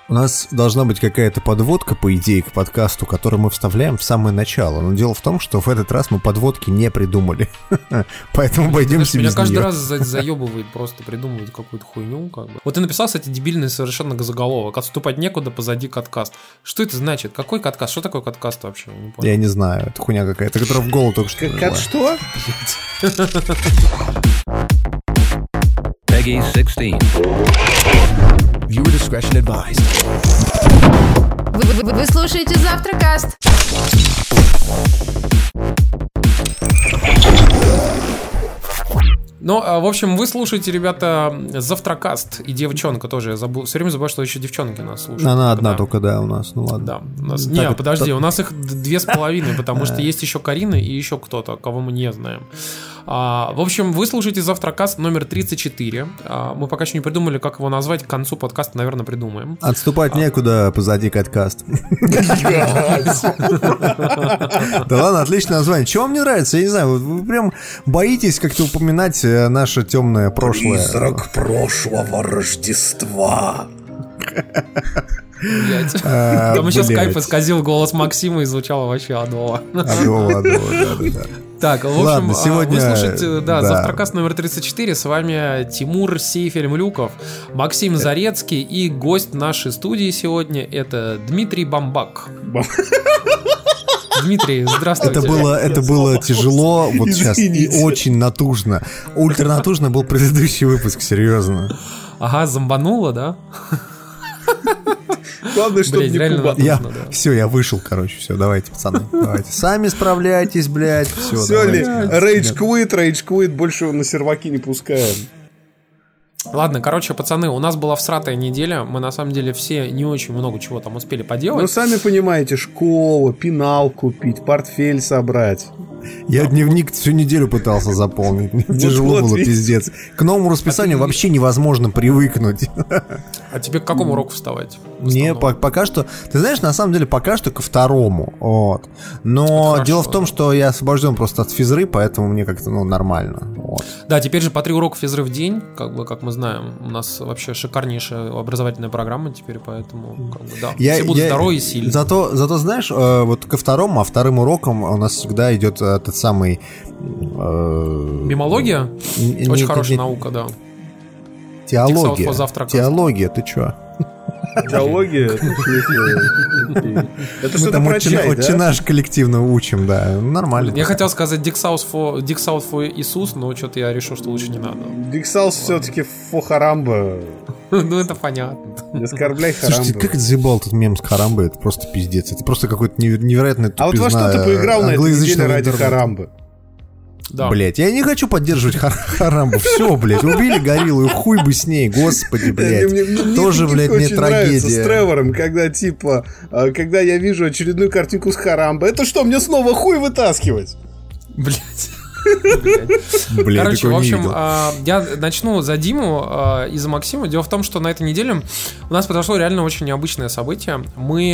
У нас должна быть какая-то подводка, по идее, к подкасту, которую мы вставляем в самое начало. Но дело в том, что в этот раз мы подводки не придумали. Поэтому пойдемте без меня каждый нее. раз заебывает, просто придумывает какую-то хуйню. Как бы. Вот ты написал, кстати, дебильный совершенно заголовок. Отступать некуда, позади каткаст. Что это значит? Какой каткаст? Что такое каткаст вообще? Не понял. Я не знаю, это хуйня какая-то, которая в голову только что пришла. Как что? Peggy 16. Viewer discretion advised. Вы слушаете Завтракаст. Ну, в общем, вы слушаете, ребята, Завтракаст. И девчонка тоже. Я все время забываю, что еще девчонки нас слушают. Она одна только, да, у нас. Ну ладно. Да, у нас... Не, подожди, у нас их 2,5, потому что есть еще Карина и еще кто-то, кого мы не знаем. В общем, вы слушаете Завтракаст номер 34. Мы пока еще не придумали, как его назвать. К концу подкаста, наверное, придумаем. Отступать некуда, позади каткаст. Да ладно, отличное название. Чего вам не нравится? Я не знаю, вы прям боитесь как-то упоминать наше темное прошлое. Призрак прошлого Рождества. Блять. Там еще скайп исказил голос Максима и звучало вообще адово. Адово, да. Так, в общем, ладно, сегодня... вы слушаете, Завтракаст номер 34. С вами Тимур Сейфель-Млюков, Максим Зарецкий и гость нашей студии сегодня — это Дмитрий Бамбак. Дмитрий, здравствуйте. Это было тяжело вот сейчас и очень натужно. Ультранатужно был предыдущий выпуск, серьезно. Ага, зомбануло, да? Главное, чтобы не Куба. Все, я вышел, короче, все, давайте, пацаны, давайте. Сами справляйтесь, блядь, все ли, рейдж квит, больше на серваки не пускаем. Ладно, короче, пацаны, у нас была всратая неделя. Мы, на самом деле, все не очень много чего там успели поделать. Ну, сами понимаете, школа, пенал купить, портфель собрать. Я дневник всю неделю пытался заполнить. Тяжело было, пиздец. К новому расписанию вообще невозможно привыкнуть. А тебе к какому уроку вставать? Не, пока что... Ты знаешь, на самом деле, пока что ко второму. Вот. Но дело в том, что я освобожден просто от физры, поэтому мне как-то, нормально. Вот. Да, теперь же по 3 урока физры в день, как мы знаем. У нас вообще шикарнейшая образовательная программа теперь, поэтому, да. Все будут здоровы и сильны. Зато, знаешь, вот ко вторым урокам у нас всегда идет тот самый... Мемология? Очень хорошая наука, да. Теология, ты чё? Теология? Это что-то про чай, да? Отче наш коллективно учим, да, нормально. Я хотел сказать Диксаус for Иисус, но что-то я решил, что лучше не надо. Диксаус все-таки фо Харамба. Ну это понятно. Не оскорбляй Харамбу. Слушайте, как это заебал тут мем с Харамбой, это просто пиздец. Это просто какой-то невероятный тупизна. А вот во что ты поиграл на этой неделе ради Харамбы? Да. Блять, я не хочу поддерживать Харамбу. Все, блядь, убили гориллу, и хуй бы с ней, господи, блядь. Тоже, блядь, мне трагедия. С Тревором, когда я вижу очередную картинку с Харамбой. Это что, мне снова хуй вытаскивать? Блядь. Короче, в общем, я начну за Диму и за Максима. Дело в том, что на этой неделе у нас произошло реально очень необычное событие. Мы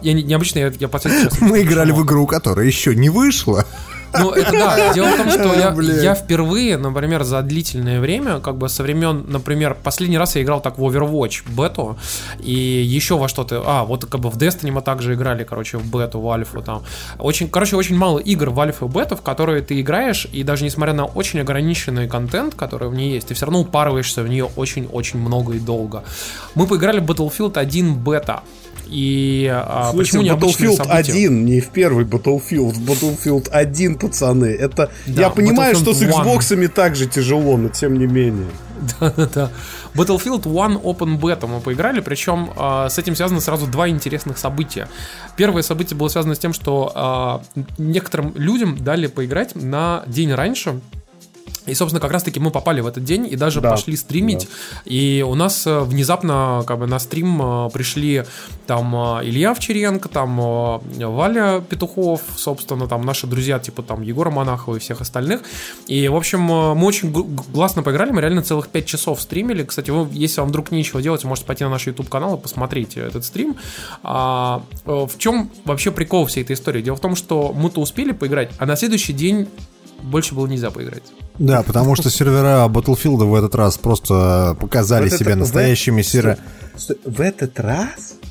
играли в игру, которая еще не вышла. Ну, это да. Дело в том, что я впервые, например, за длительное время, как бы со времен, например, последний раз я играл так в Overwatch бету и еще во что-то. Вот как бы в Destiny мы также играли, короче, в бету, в альфу там. Очень мало игр в альфу и бету, в которые ты играешь, и даже несмотря на очень ограниченный контент, который в ней есть, ты все равно упарываешься в нее очень-очень много и долго. Мы поиграли в Battlefield 1 бета. И почему необычное Battlefield 1, не в первый Battlefield 1, пацаны. Это да, я понимаю, что с Xbox'ами также тяжело, но тем не менее. Да. Battlefield 1 Open Beta мы поиграли, причем с этим связано сразу два интересных события. Первое событие было связано с тем, что некоторым людям дали поиграть на день раньше. И, собственно, как раз-таки мы попали в этот день и даже пошли стримить. Да. И у нас внезапно как бы на стрим пришли там Илья Овчаренко, там Валя Петухов, собственно, там наши друзья, типа там Егора Монахова и всех остальных. И, в общем, мы очень классно поиграли, мы реально целых 5 часов стримили. Кстати, если вам вдруг нечего делать, вы можете пойти на наш YouTube-канал и посмотреть этот стрим. В чем вообще прикол всей этой истории? Дело в том, что мы-то успели поиграть, а на следующий день больше было нельзя поиграть. Да, потому что сервера Battlefield в этот раз просто показали себя настоящими серверами. В этот раз?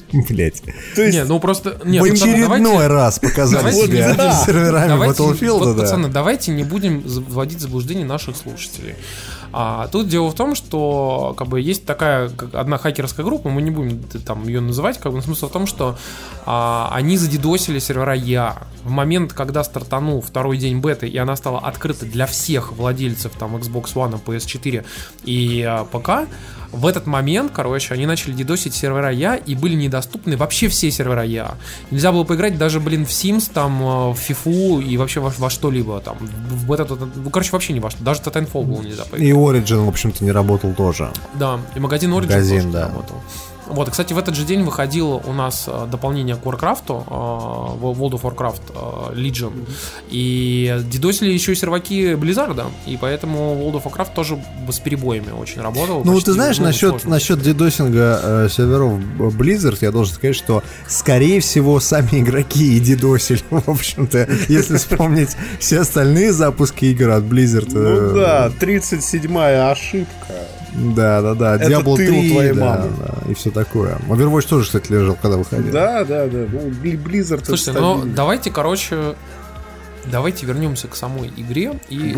Блять. Не, ну просто... В очередной раз показали себя серверами Battlefield. Вот, пацаны, давайте не будем вводить в заблуждение наших слушателей. Тут дело в том, что как бы есть такая одна хакерская группа, мы не будем там ее называть, как бы, смысл в том, что они задидосили сервера EA. В момент, когда стартанул второй день беты, и она стала открыта для всех владельцев там Xbox One, PS4 и ПК, в этот момент, короче, они начали дидосить сервера EA, и были недоступны вообще все сервера EA. Нельзя было поиграть даже, в Sims, там, в FIFA и вообще во что-либо там. Короче, вообще ни во что. Даже Titanfall было нельзя поиграть. И Origin, в общем-то, не работал тоже. Да, и магазин Origin тоже не работал. Вот, и, кстати, в этот же день выходило у нас дополнение к Warcraft, World of Warcraft Legion, и дидосили еще и серваки Blizzard, и поэтому World of Warcraft тоже с перебоями очень работал. Ну, ты знаешь, насчет дидосинга серверов Blizzard, я должен сказать, что, скорее всего, сами игроки и дидосили, в общем-то, если вспомнить все остальные запуски игр от Blizzard. Ну да, 37-я ошибка. Да. Diablo 3, и все такое. Overwatch тоже, кстати, лежал, когда выходил. Да. Ну, Blizzard. Слушайте, ну давайте вернемся к самой игре. И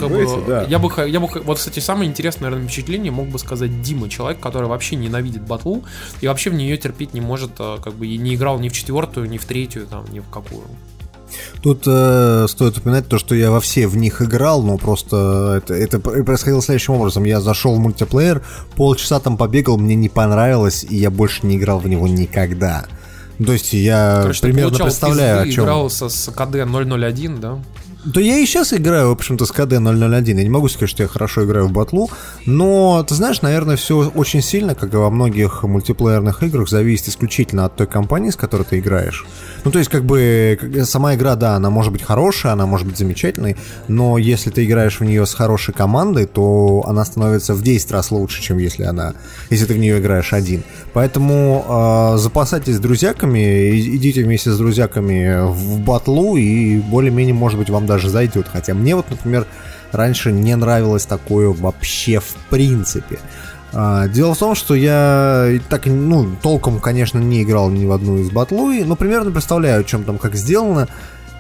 вот, кстати, самое интересное, наверное, впечатление мог бы сказать Дима, человек, который вообще ненавидит батлу и вообще в нее терпеть не может, как бы и не играл ни в 4-ю, ни в 3-ю, там, ни в какую. Тут стоит упоминать то, что я во все в них играл, но просто это происходило следующим образом. Я зашел в мультиплеер, полчаса там побегал, мне не понравилось, и я больше не играл в него никогда. То есть я примерно представляю, о чем. Ты играл с КД 001, да? Да я и сейчас играю, в общем-то, с КД 001. Я не могу сказать, что я хорошо играю в батлу, но, ты знаешь, наверное, все очень сильно, как и во многих мультиплеерных играх, зависит исключительно от той компании, с которой ты играешь. Ну, то есть, как бы, сама игра, да, она может быть хорошая, она может быть замечательной, но если ты играешь в нее с хорошей командой, то она становится в 10 раз лучше, чем если ты в нее играешь один. Поэтому запасайтесь с друзьяками, идите вместе с друзьяками в батлу, и более-менее, может быть, вам даже зайдет. Хотя мне вот, например, раньше не нравилось такое вообще в принципе. Дело в том, что я так, толком, конечно, не играл ни в одну из батлуй, но примерно представляю, о чем там как сделано.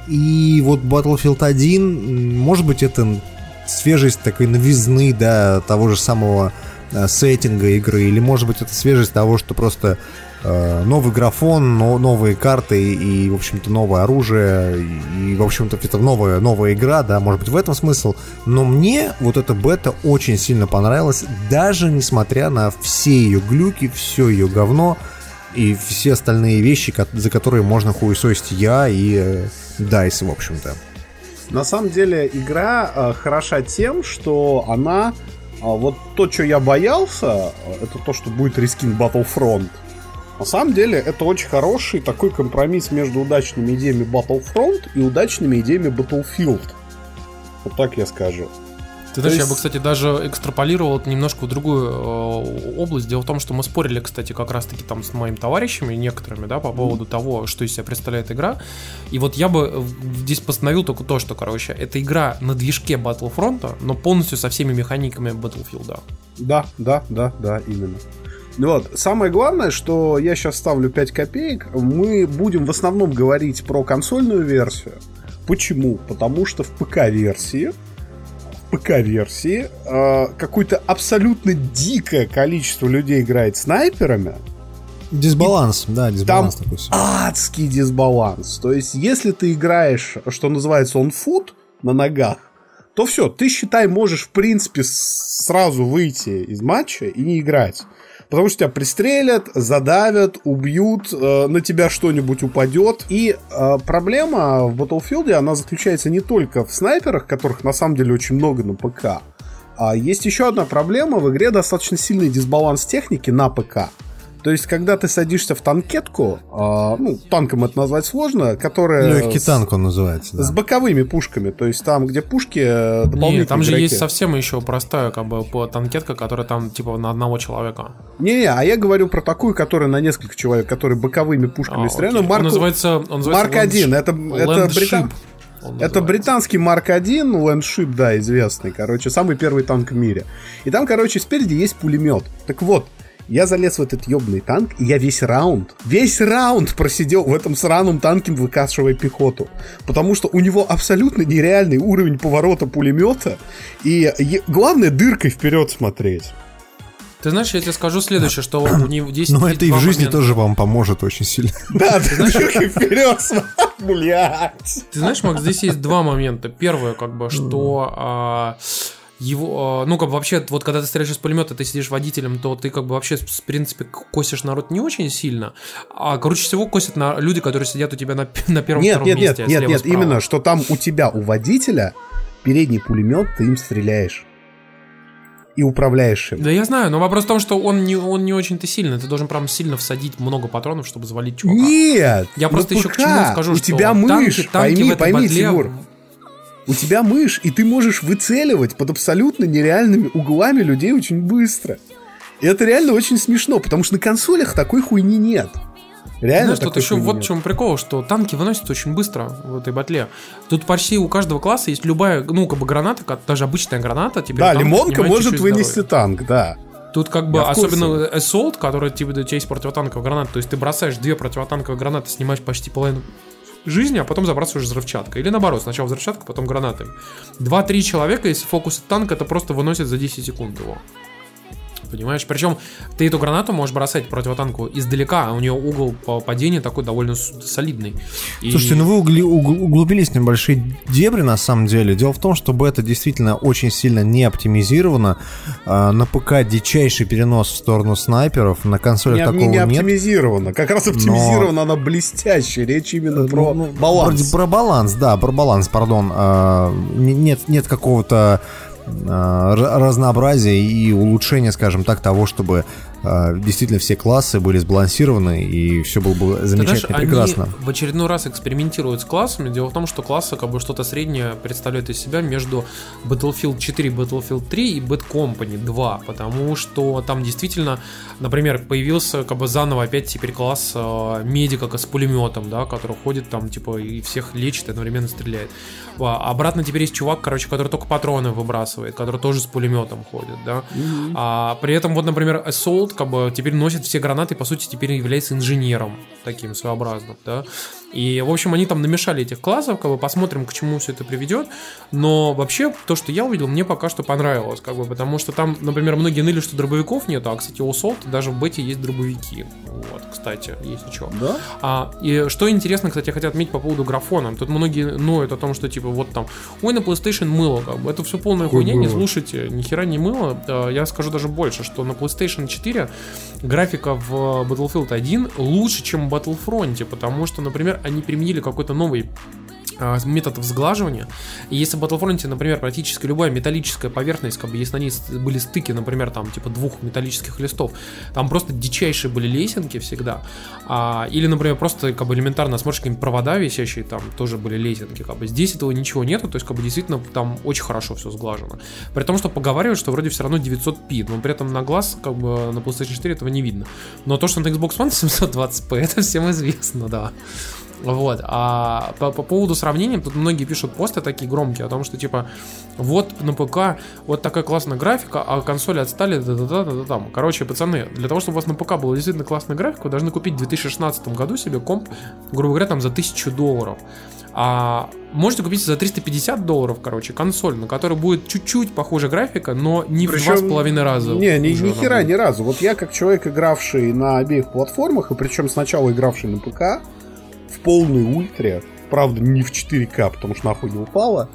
И вот Battlefield 1, может быть, это свежесть такой новизны, да, того же самого сеттинга игры, или, может быть, это свежесть того, что просто новый графон, новые карты и, в общем-то, новое оружие и, в общем-то, это новая игра, да, может быть, в этом смысл. Но мне вот эта бета очень сильно понравилась, даже несмотря на все ее глюки, все ее говно и все остальные вещи, за которые можно хуесосить я и DICE, в общем-то. На самом деле, игра хороша тем, что она... вот то, что я боялся, это то, что будет рескин Battlefront. На самом деле, это очень хороший такой компромисс между удачными идеями Battlefront и удачными идеями Battlefield. Вот так я скажу. Ты знаешь, я бы, кстати, даже экстраполировал это немножко в другую область. Дело в том, что мы спорили, кстати, как раз-таки там с моими товарищами, некоторыми, да, по поводу того, что из себя представляет игра. И вот я бы здесь постановил только то, что, короче, это игра на движке Battlefront, но полностью со всеми механиками Battlefield. Да, именно. Вот. Самое главное, что я сейчас ставлю 5 копеек, мы будем в основном говорить про консольную версию. Почему? Потому что в ПК-версии какое-то абсолютно дикое количество людей играет снайперами. Дисбаланс, да, дисбаланс там такой. Адский дисбаланс. То есть, если ты играешь, что называется, on foot, на ногах, то все, ты, считай, можешь, в принципе, сразу выйти из матча и не играть. Потому что тебя пристрелят, задавят, убьют, на тебя что-нибудь упадет. И проблема в Battlefield, она заключается не только в снайперах, которых на самом деле очень много на ПК. А есть еще одна проблема. В игре достаточно сильный дисбаланс техники на ПК. То есть, когда ты садишься в танкетку, танком это назвать сложно, которая... Легкий танк он называется, да. С боковыми пушками, то есть там, где пушки дополнительные. Нет, там же есть совсем еще простая, как бы, танкетка, которая там, типа, на одного человека. Не, а я говорю про такую, которая на несколько человек, которые боковыми пушками стреляют. Он называется Марк 1, это британский Марк 1, Landship, да, известный, короче, самый первый танк в мире. И там, короче, спереди есть пулемет. Так вот, Я залез в этот ёбаный танк, и я весь раунд просидел в этом сраном танке, выкашивая пехоту. Потому что у него абсолютно нереальный уровень поворота пулемета, и главное дыркой вперед смотреть. Ты знаешь, я тебе скажу следующее, что у него здесь... Но это и в жизни тоже вам поможет очень сильно. Да, ты дыркой вперед, блядь. Ты знаешь, Макс, здесь есть два момента. Первое, как бы, что... его, ну, как бы вообще, вот когда ты стреляешь из пулемета, ты сидишь водителем, то ты как бы вообще, в принципе, косишь народ не очень сильно, а круче всего косят люди, которые сидят у тебя на первом-втором месте. Нет, именно, что там у тебя, у водителя, передний пулемет, ты им стреляешь. И управляешь им. Да я знаю, но вопрос в том, что он не очень-то сильный. Ты должен прям сильно всадить много патронов, чтобы завалить чувака. Нет! Я просто еще к чему скажу, у что тебя мышь, танки пойми, Тимур. У тебя мышь, и ты можешь выцеливать под абсолютно нереальными углами людей очень быстро. И это реально очень смешно, потому что на консолях такой хуйни нет. Реально. Знаешь, тут еще вот в чем прикол, что танки выносятся очень быстро в этой батле. Тут почти у каждого класса есть любая, ну, как бы граната, даже обычная граната. Да, лимонка может вынести танк, да. Тут как бы, особенно Assault, который типа, у тебя есть противотанковая граната, то есть ты бросаешь 2 противотанковые гранаты, снимаешь почти половину жизни, а потом забрасываешь взрывчаткой. Или наоборот, сначала взрывчатка, потом гранатами. 2-3 человека, если фокусит танк, это просто выносит за 10 секунд его. Понимаешь? Причем ты эту гранату можешь бросать противотанку издалека, а у нее угол падения такой довольно солидный. Слушайте, ну вы углубились в небольшие дебри на самом деле. Дело в том, что бета действительно очень сильно не оптимизирована. На ПК дичайший перенос в сторону снайперов, на консолях такого нет. Не оптимизирована, как раз оптимизирована она блестяще. Речь именно про баланс. Про баланс, да, про баланс, пардон. Нет какого-то разнообразия и улучшения, скажем так, того, чтобы действительно все классы были сбалансированы и все было бы замечательно и прекрасно. Они в очередной раз экспериментируют с классами. Дело в том, что классы как бы что-то среднее представляют из себя между Battlefield 4, Battlefield 3 и Bad Company 2, потому что там действительно, например, появился как бы заново опять теперь класс медика с пулеметом, да, который ходит там типа и всех лечит и одновременно стреляет. Обратно теперь есть чувак, короче, который только патроны выбрасывает, который тоже с пулеметом ходит, да. При этом вот, например, Assault как бы теперь носит все гранаты и, по сути, теперь является инженером таким своеобразным, да. И, в общем, они там намешали этих классов, как бы посмотрим, к чему все это приведет. Но вообще, то, что я увидел, мне пока что понравилось, как бы, потому что там, например, многие ныли, что дробовиков нету, а, кстати, у Assault даже в бете есть дробовики. Вот, кстати, если что. Да? И что интересно, кстати, я хотел отметить по поводу графона. Тут многие ноют о том, что, типа, вот там, ой, на PlayStation мыло, как бы, это все полная хуйня, не слушайте, ни хера не мыло. Я скажу даже больше, что на PlayStation 4 графика в Battlefield 1 лучше, чем в Battlefront, потому что, например, они применили какой-то новый метод взглаживания. И если в Battlefront, например, практически любая металлическая поверхность, как бы если на ней были стыки, например, там типа 2 металлических листов, там просто дичайшие были лесенки всегда. Или, например, просто как бы элементарно смотришь какие-нибудь провода висящие, там тоже были лесенки. Как бы здесь этого ничего нету, то есть как бы действительно там очень хорошо все сглажено. При том, что поговаривают, что вроде все равно 900p, но при этом на глаз как бы на PlayStation 4 этого не видно. Но то, что на Xbox One 720p, это всем известно, да. Вот, а по поводу сравнения, тут многие пишут посты такие громкие о том, что типа вот на ПК вот такая классная графика, а консоли отстали, да-да-да-да-да-там. Короче, пацаны, для того, чтобы у вас на ПК была действительно классная графика, вы должны купить в 2016 году себе комп, грубо говоря, там за $1000. А можете купить за $350, короче, консоль, на которой будет чуть-чуть похожая графика, но не причем, в 2,5 раза. Ни хера, ни разу. Вот я как человек, игравший на обеих платформах, и причем сначала игравший на ПК, в полной ультре, правда не в 4К, потому что нахуй не упало,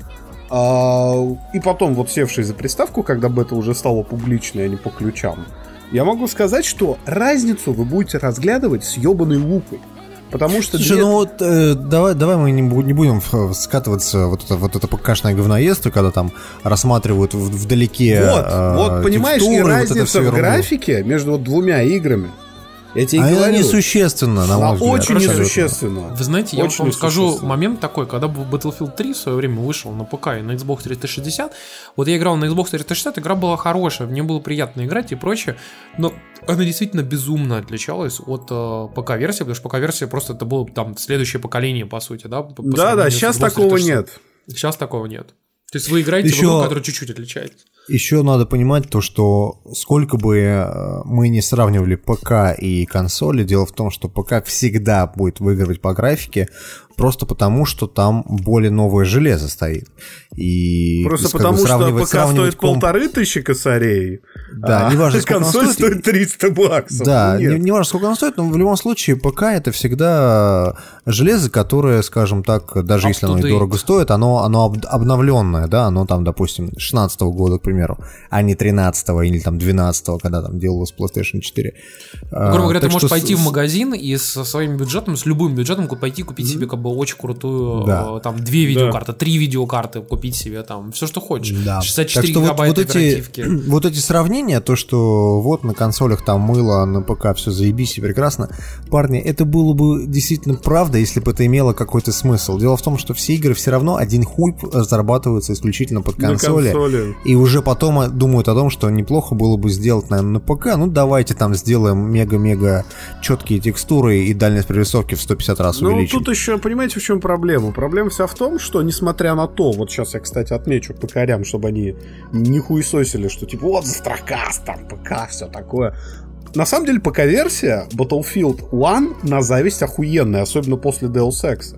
и потом вот севший за приставку, когда бета уже стала публичной, а не по ключам, я могу сказать, что разницу вы будете разглядывать с ебаной лупой. Потому что... Слушай, ну вот давай мы не будем скатываться вот это ПК-шное говноедство, когда там рассматривают вдалеке вот понимаешь, и разница в графике между вот двумя играми, я тебе говорю. Она несущественна, на мой взгляд. Очень несущественно. Вы знаете, я вам скажу момент такой, когда Battlefield 3 в свое время вышел на ПК и на Xbox 360, вот я играл на Xbox 360, игра была хорошая, мне было приятно играть и прочее, но она действительно безумно отличалась от ПК-версии, потому что ПК-версия просто это было там следующее поколение, по сути, да? Да, сейчас такого нет. Сейчас такого нет. То есть вы играете в игру, которая чуть-чуть отличается. Еще надо понимать то, что сколько бы мы не сравнивали ПК и консоли, дело в том, что ПК всегда будет выигрывать по графике, просто потому, что там более новое железо стоит. И просто потому, что ПК стоит 1500 косарей, да, неважно, сколько консоль стоит 300 баксов. Да, неважно, сколько она стоит, но в любом случае ПК это всегда железо, которое, скажем так, даже если оно и дорого стоит, оно обновленное, да, оно там, допустим, 16-го года, к примеру, а не 13-го или там 12-го, когда там делалось PlayStation 4. Грубо говоря, ты можешь пойти в магазин и со своим бюджетом, с любым бюджетом пойти купить себе как бы очень крутую, там, 2 видеокарты, 3 видеокарты купить себе, там, все, что хочешь. Да. 64 гигабайта оперативки. Вот эти сравнения, то, что вот на консолях там мыло, а на ПК все заебись и прекрасно, парни, это было бы действительно правда, если бы это имело какой-то смысл. Дело в том, что все игры все равно один хуй разрабатываются исключительно под консоли. И уже потом думают о том, что неплохо было бы сделать, наверное, на ПК. Ну, давайте там сделаем мега-мега четкие текстуры и дальность прорисовки в 150 раз увеличим. Ну, тут еще, понимаете, в чем проблема? Проблема вся в том, что, несмотря на то, вот сейчас я, кстати, отмечу ПК-рям, чтобы они не хуесосили, что типа вот Завтракаст, там ПК, все такое. На самом деле, ПК-версия Battlefield 1 на зависть охуенная, особенно после Deus Ex.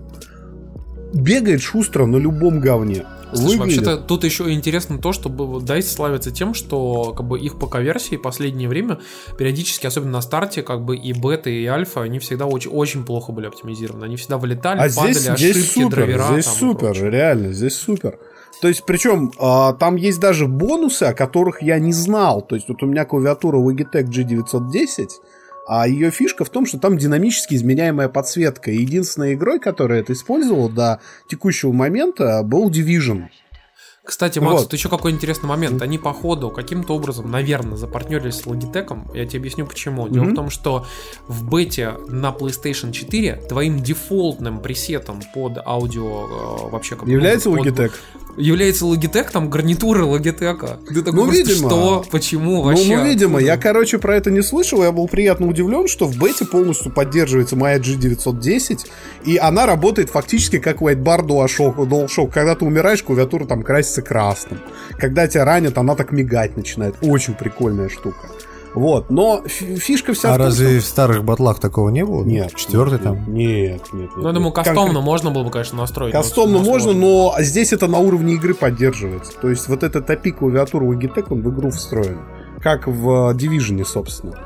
Бегает шустро на любом говне. Слушай, вообще-то тут еще интересно то, что DICE славится тем, что как бы их ПК-версии в последнее время периодически, особенно на старте, как бы и бета, и альфа, они всегда очень плохо были оптимизированы. Они всегда вылетали, падали, ошибки, драйвера. Здесь супер, реально, здесь супер. То есть, причем, там есть даже бонусы, о которых я не знал. То есть, вот у меня клавиатура Logitech G910, а ее фишка в том, что там динамически изменяемая подсветка. И единственной игрой, которая это использовала до текущего момента, был Division. Кстати, Макс, тут еще какой интересный момент. Они, походу, каким-то образом, наверное, запартнерились с Logitech. Я тебе объясню, почему. Дело в том, что в бете на PlayStation 4 твоим дефолтным пресетом под аудио вообще... как является Logitech? Является Logitech, там гарнитура Logitech. Ты такой, видимо. Что? Почему? Вообще? Ну, видимо. Я, про это не слышал. Я был приятно удивлен, что в бете полностью поддерживается моя G910, и она работает фактически как White-Bar DualShock. Когда ты умираешь, клавиатура там красится красным. Когда тебя ранят, она так мигать начинает. Очень прикольная штука. Вот, но фишка вся в том, разве в старых батлах такого не было? Нет. Четвертый там? Нет. Ну, я думаю, кастомно можно было бы, конечно, настроить. Кастомно можно, но здесь это на уровне игры поддерживается. То есть вот этот API клавиатуры Logitech, он в игру встроен. Как в Division, собственно.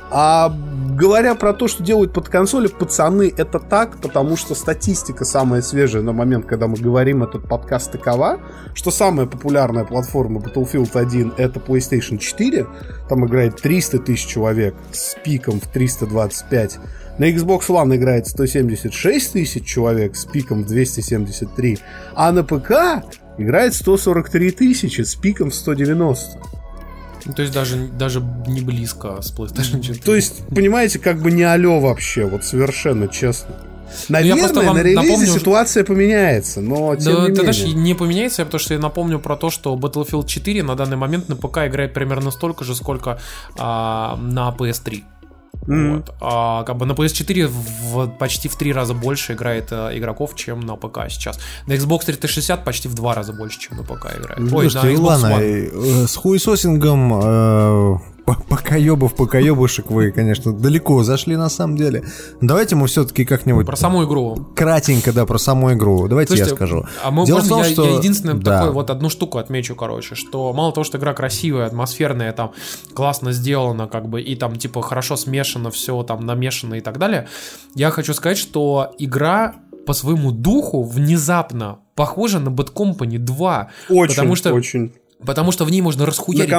А говоря про то, что делают под консоли, пацаны, это так, потому что статистика самая свежая на момент, когда мы говорим этот подкаст, такова, что самая популярная платформа Battlefield 1 это PlayStation 4, там играет 300 тысяч человек с пиком в 325. На Xbox One играет 176 тысяч человек с пиком в 273, а на ПК играет 143 тысячи с пиком в 190. Ну, то есть даже не близко с PlayStation 4. То есть, понимаете, как бы не алё вообще, вот совершенно честно. Наверное, на релизе ситуация поменяется, но тем не менее. Да даже не поменяется, потому что я напомню про то, что Battlefield 4 на данный момент на ПК играет примерно столько же, сколько на PS3. Вот. Как бы на PS4 почти в 3 раза больше играет игроков, чем на ПК сейчас. На Xbox 360 почти в 2 раза больше, чем на ПК играет. Слушайте, на Xbox One. С хуесосингом покоебушек вы, конечно, далеко зашли на самом деле. Давайте мы все-таки как-нибудь... Про саму игру. Кратенько, да, про саму игру. Давайте я скажу. Дело в том, что... Я единственное такое вот одну штуку отмечу, короче, что мало того, что игра красивая, атмосферная, там классно сделана, как бы, и там типа хорошо смешано все, там намешано и так далее, я хочу сказать, что игра по своему духу внезапно похожа на Bad Company 2. Очень. Потому что в ней можно расхуярить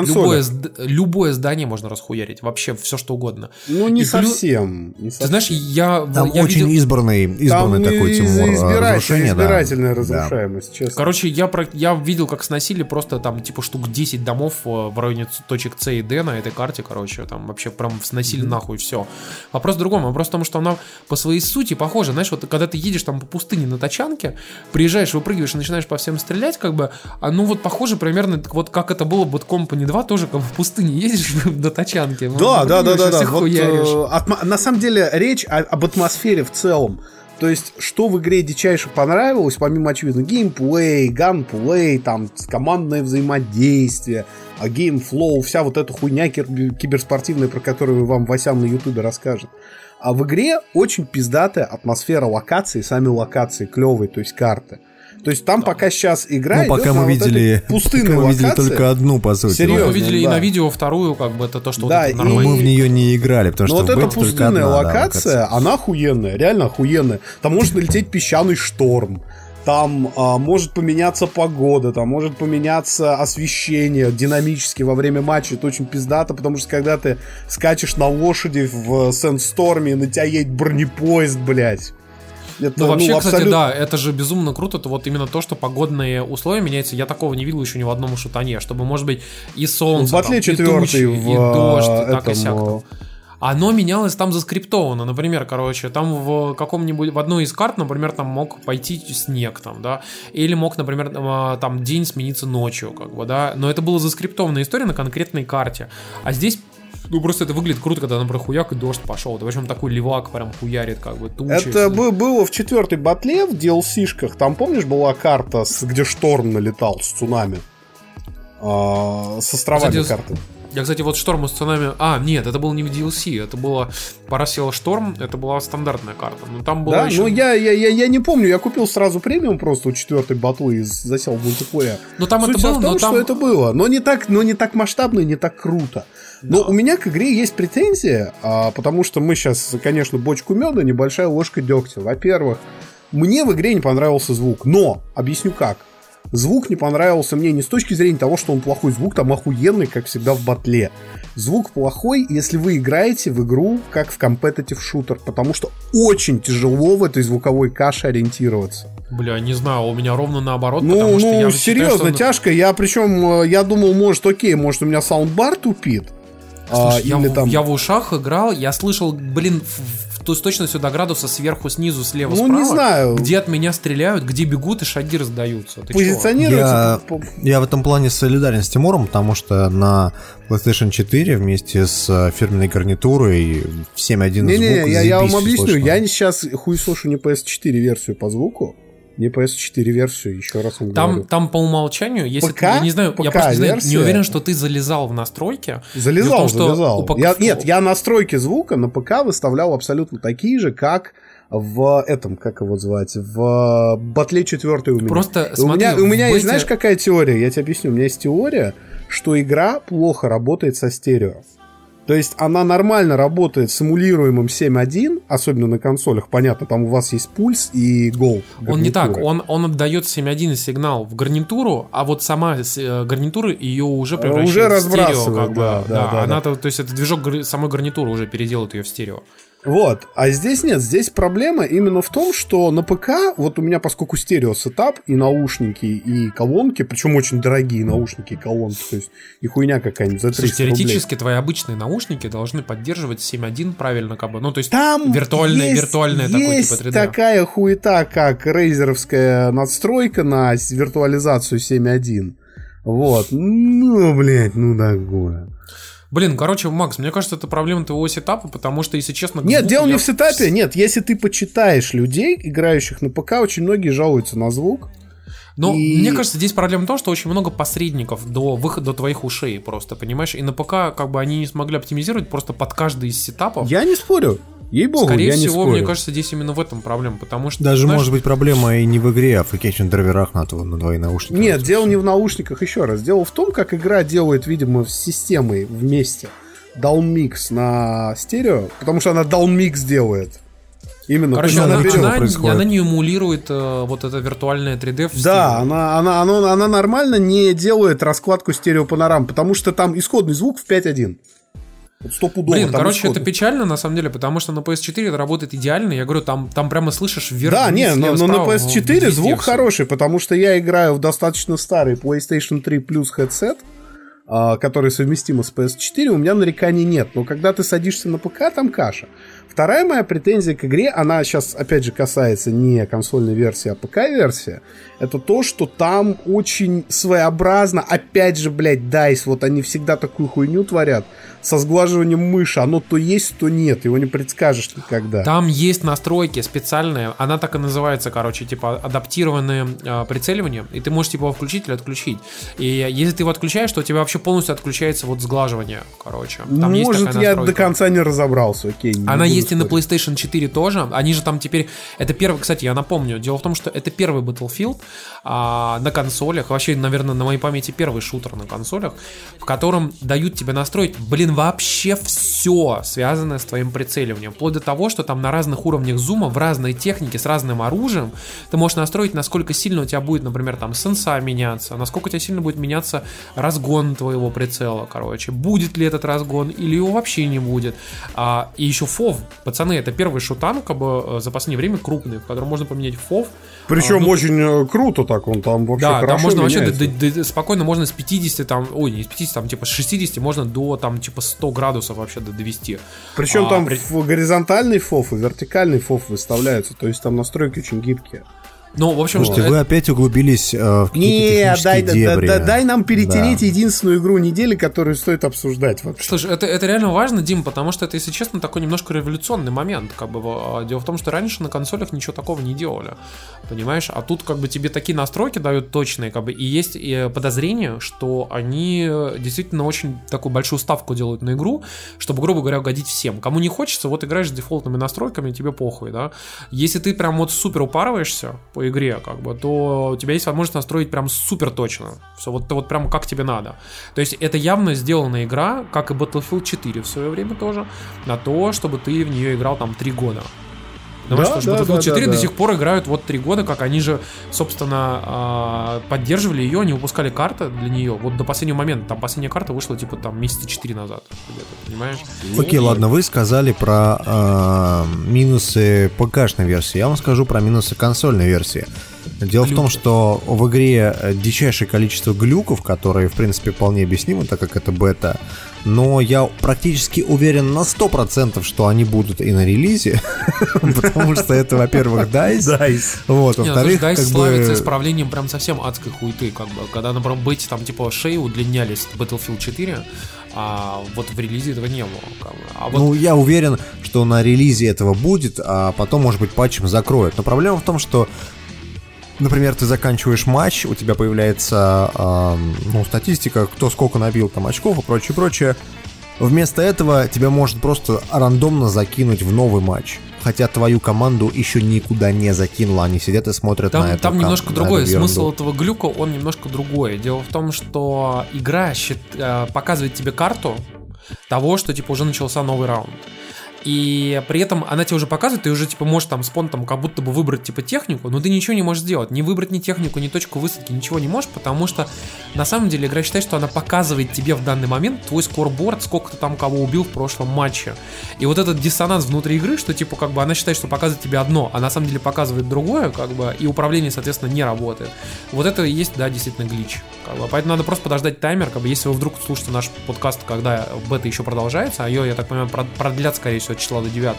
любое здание, можно расхуярить, вообще все что угодно. Ну, не совсем. Ты знаешь, я очень видел... избранный такой Тимур разрушение. Избирательная разрушаемость, честно. Короче, я видел, как сносили просто там типа штук 10 домов в районе точек С и Д на этой карте, короче, там вообще прям сносили нахуй все. Вопрос в другом, вопрос в том, что она по своей сути похожа, знаешь, вот когда ты едешь там по пустыне на тачанке, приезжаешь, выпрыгиваешь и начинаешь по всем стрелять, как бы, ну вот похоже примерно вот как это было в Bad Company 2, тоже как в пустыне ездишь на тачанке. Да. Вот, на самом деле речь об атмосфере в целом. То есть, что в игре дичайше понравилось, помимо очевидно, геймплей, ганплей, там, командное взаимодействие, геймфлоу, вся вот эта хуйня киберспортивная, про которую вам Васян на ютубе расскажет. А в игре очень пиздатая атмосфера локаций, сами локации клевые, то есть карты. То есть там пока сейчас игра пока мы видели, пустынная мы видели локация. только одну, по сути. Серьезно, мы видели и да. на видео вторую, как бы это то, что Да, вот это Но нормально. мы в нее не играли, потому Но что вот в эта бете только пустынная одна, да, локация, она охуенная, реально охуенная. Там может налететь песчаный шторм, там может поменяться погода, там может поменяться освещение динамически во время матча. Это очень пиздато, потому что когда ты скачешь на лошади в Сэндсторме, на тебя едет бронепоезд, блядь. Это, Ну, вообще, абсолютно... кстати, да, это же безумно круто. Это вот именно то, что погодные условия меняются. Я такого не видел еще ни в одном шутане. Чтобы, может быть, и солнце, В Батле там, и 4 тучи, и дождь, и так и сяк. этом... Оно менялось там заскриптовано. Например, короче, там в каком-нибудь, в одной из карт, например, там мог пойти снег, там, да, или мог, например, там день смениться ночью, как бы, да, но это была заскриптованная история на конкретной карте. А здесь, ну, просто это выглядит круто, когда, например, хуяк и дождь пошел. Это, в общем, такой левак прям хуярит, как бы, тучи. Это было в 4-й батле, в DLC-шках. Там, помнишь, была карта, где шторм налетал с цунами? С островами карты. Я, кстати, вот шторм с цунами... нет, это было не в DLC, это было «Поросел шторм», это была стандартная карта. Но там было Да, еще... ну я не помню, я купил сразу премиум просто у 4-й батлы и засел в мультиплеер. Ну, там Суть это было, в том, но там... что это было, но не так масштабно и не так круто. Но у меня к игре есть претензия, потому что мы сейчас, конечно, бочку меда, небольшая ложка дегтя. Во-первых, мне в игре не понравился звук, но объясню как. Звук не понравился мне не с точки зрения того, что он плохой. Звук там охуенный, как всегда в батле. Звук плохой, если вы играете в игру как в competitive шутер, потому что очень тяжело в этой звуковой каше ориентироваться. Бля, не знаю, у меня ровно наоборот, потому что я серьезно, считаю, что... тяжко. Я думал, может у меня саундбар тупит. Слушай, или там... я в ушах играл, я слышал, с точностью до градуса сверху, снизу, слева, справа. не знаю. Где от меня стреляют, где бегут и шаги раздаются. Ты Позиционируется... Я в этом плане солидарен с Тимуром, потому что на PlayStation 4 вместе с фирменной гарнитурой в 7.1 звук я вам объясню. слышно. Я сейчас хуесошу не PS4 версию по звуку, не PS4 версию, еще раз вам говорю. Там по умолчанию, если ПК? ты, я не знаю, я ПК просто версия? не уверен, что ты залезал в настройки. Залезал. Я Я настройки звука на ПК выставлял абсолютно такие же, как в этом, как его звать, в Батле 4 у меня. Просто у смотри, меня есть, бете... знаешь, какая теория? Я тебе объясню. У меня есть теория, что игра плохо работает со стерео. То есть она нормально работает с эмулируемым 7.1, особенно на консолях, понятно, там у вас есть пульс и гол. Он не так, он отдает 7.1 сигнал в гарнитуру, а вот сама гарнитура ее уже превращает уже в стерео. разбрасывает, Как да, бы, да, она, то есть это движок самой гарнитуры уже переделает ее в стерео. Вот, а здесь нет, здесь проблема именно в том, что на ПК, вот у меня, поскольку стерео-сетап, и наушники, и колонки, причем очень дорогие наушники и колонки, то есть и хуйня какая-нибудь за 300 теоретически рублей. твои обычные наушники должны поддерживать 7.1 правильно, как бы, ну то есть Там виртуальная такой есть типа 3D. такая хуета, как рейзеровская надстройка на виртуализацию 7.1. Вот, блядь, такое. Блин, короче, Макс, мне кажется, это проблема твоего сетапа, потому что, если честно... Нет, дело не в сетапе, нет, если ты почитаешь людей, играющих на ПК, очень многие жалуются на звук. Но мне кажется, здесь проблема в том, что очень много посредников до выхода до твоих ушей просто, понимаешь? И на ПК как бы они не смогли оптимизировать просто под каждый из сетапов. Я не спорю. Ей-богу, Скорее я не всего, спорю. мне кажется, здесь именно в этом проблема, потому что... Даже знаешь, может быть проблема и не в игре, а в каких-нибудь драйверах на твои наушники. Нет, дело не в наушниках, еще раз. Дело в том, как игра делает, видимо, с системой вместе даунмикс на стерео, потому что она даунмикс делает. Именно. Короче, она не эмулирует вот это виртуальное 3D в Да, стиле. она нормально не делает раскладку стереопанорам, потому что там исходный звук в 5.1. Вот стопудово. Блин, короче, это печально на самом деле, потому что на PS4 это работает идеально. Я говорю, там прямо слышишь вверх. Да, вниз, не, слева, но на справа, PS4 везде звук всё. хороший, потому что я играю в достаточно старый PlayStation 3 Plus headset, который совместим с PS4, у меня нареканий нет. Но когда ты садишься на ПК, там каша. Вторая моя претензия к игре, она сейчас, опять же, касается не консольной версии, а ПК-версия. Это то, что там очень своеобразно, опять же, блядь, DICE, вот они всегда такую хуйню творят. со сглаживанием мыши, оно то есть, то нет, его не предскажешь никогда. Там есть настройки специальные, она так и называется, короче, типа адаптированное прицеливание, и ты можешь типа его включить или отключить. И если ты его отключаешь, то у тебя вообще полностью отключается вот сглаживание, короче. Там есть может, такая я настройка. до конца не разобрался, окей. Она есть и на PlayStation 4 тоже. Они же там теперь... Это первый, кстати, я напомню. Дело в том, что это первый Battlefield на консолях. Вообще, наверное, на моей памяти первый шутер на консолях, в котором дают тебе настроить, вообще все связанное с твоим прицеливанием. Вплоть до того, что там на разных уровнях зума, в разной технике, с разным оружием, ты можешь настроить, насколько сильно у тебя будет, например, там сенса меняться, насколько у тебя сильно будет меняться разгон твоего прицела, короче. Будет ли этот разгон, или его вообще не будет. И еще FOV. Пацаны, это первый шутан, как бы, за последнее время крупный, в котором можно поменять FOV. Причем очень круто так, он там вообще да, хорошо там можно меняется. вообще спокойно можно с 50, там, ой, не с 50, там, типа с 60 можно до, там, типа 100 градусов вообще довести. Причем там горизонтальный фоф и вертикальный фоф выставляются, то есть там настройки очень гибкие. Ну, в общем, Слушайте, вы опять углубились в какие-то технические дебри. Дай нам перетереть единственную игру недели, которую стоит обсуждать вообще. Слушай, это реально важно, Дим, потому что это, если честно, такой немножко революционный момент. Как бы, дело в том, что раньше на консолях ничего такого не делали. Понимаешь? А тут как бы тебе такие настройки дают точные, как бы, и есть подозрение, что они действительно очень такую большую ставку делают на игру, чтобы, грубо говоря, угодить всем. Кому не хочется, вот играешь с дефолтными настройками, тебе похуй, да. Если ты прям вот супер упарываешься по игре, как бы, то у тебя есть возможность настроить прям супер точно. Все вот прям как тебе надо. То есть это явно сделана игра, как и Battlefield 4 в свое время тоже, на то, чтобы ты в нее играл там 3 года. Потому что Battlefield 4 до сих пор играют вот 3 года, как они же, собственно, поддерживали ее, они выпускали карты для нее вот до последнего момента. Там последняя карта вышла типа там месяца 4 назад. Понимаешь? Окей, ладно, вы сказали про минусы ПК-шной версии. Я вам скажу про минусы консольной версии. Дело в том, что в игре дичайшее количество глюков, которые, в принципе, вполне объяснимы, так как это бета. Но я практически уверен на 100%, что они будут и на релизе, потому что это, во-первых, DICE. Вот, во-вторых, DICE как славится бы... исправлением прям совсем адской хуеты, как бы. Когда, например, бете там типа шеи удлинялись в Battlefield 4, а вот в релизе этого не было. Как бы. Вот... Ну, я уверен, что на релизе этого будет, а потом, может быть, патчем закроют. Но проблема в том, что, например, ты заканчиваешь матч, у тебя появляется статистика, кто сколько набил там очков и прочее. Вместо этого тебя может просто рандомно закинуть в новый матч. Хотя твою команду еще никуда не закинуло. Они сидят и смотрят там, на это. Там немножко другой. Смысл этого глюка, он немножко другой. Дело в том, что игра показывает тебе карту того, что типа уже начался новый раунд. И при этом она тебе уже показывает, ты уже типа можешь там спонтом как будто бы выбрать типа технику, но ты ничего не можешь сделать, не выбрать ни технику, ни точку высадки, ничего не можешь, потому что на самом деле игра считает, что она показывает тебе в данный момент твой скорборд, сколько ты там кого убил в прошлом матче. И вот этот диссонанс внутри игры, что типа как бы она считает, что показывает тебе одно, а на самом деле показывает другое, как бы, и управление, соответственно, не работает. Вот это и есть, да, действительно глич. Как бы. Поэтому надо просто подождать таймер, как бы, если вы вдруг слушаете наш подкаст, когда бета еще продолжается, а ее, я так понимаю, продлят, скорее всего, от числа до 9,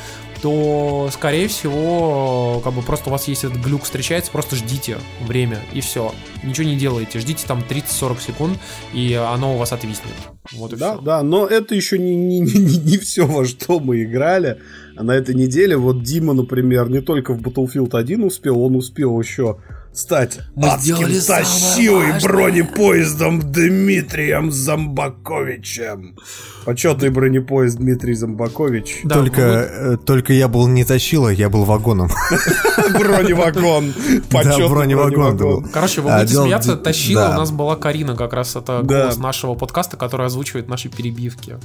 то, скорее всего, как бы просто у вас есть этот глюк встречается, просто ждите время, и все. Ничего не делайте, ждите там 30-40 секунд, и оно у вас отвиснет. Вот и все. Да, но это еще не все, во что мы играли. А на этой неделе вот Дима, например, не только в Battlefield 1 успел, он успел еще стать адским тащилой бронепоездом Дмитрием Зомбаковичем. Почетный бронепоезд Дмитрий Зомбакович. Да, только я был не тащила, я был вагоном. Броневагон. Да, броневагон был. Короче, вы будете смеяться, тащила у нас была Карина, как раз это голос нашего подкаста, который озвучивает наши перебивки.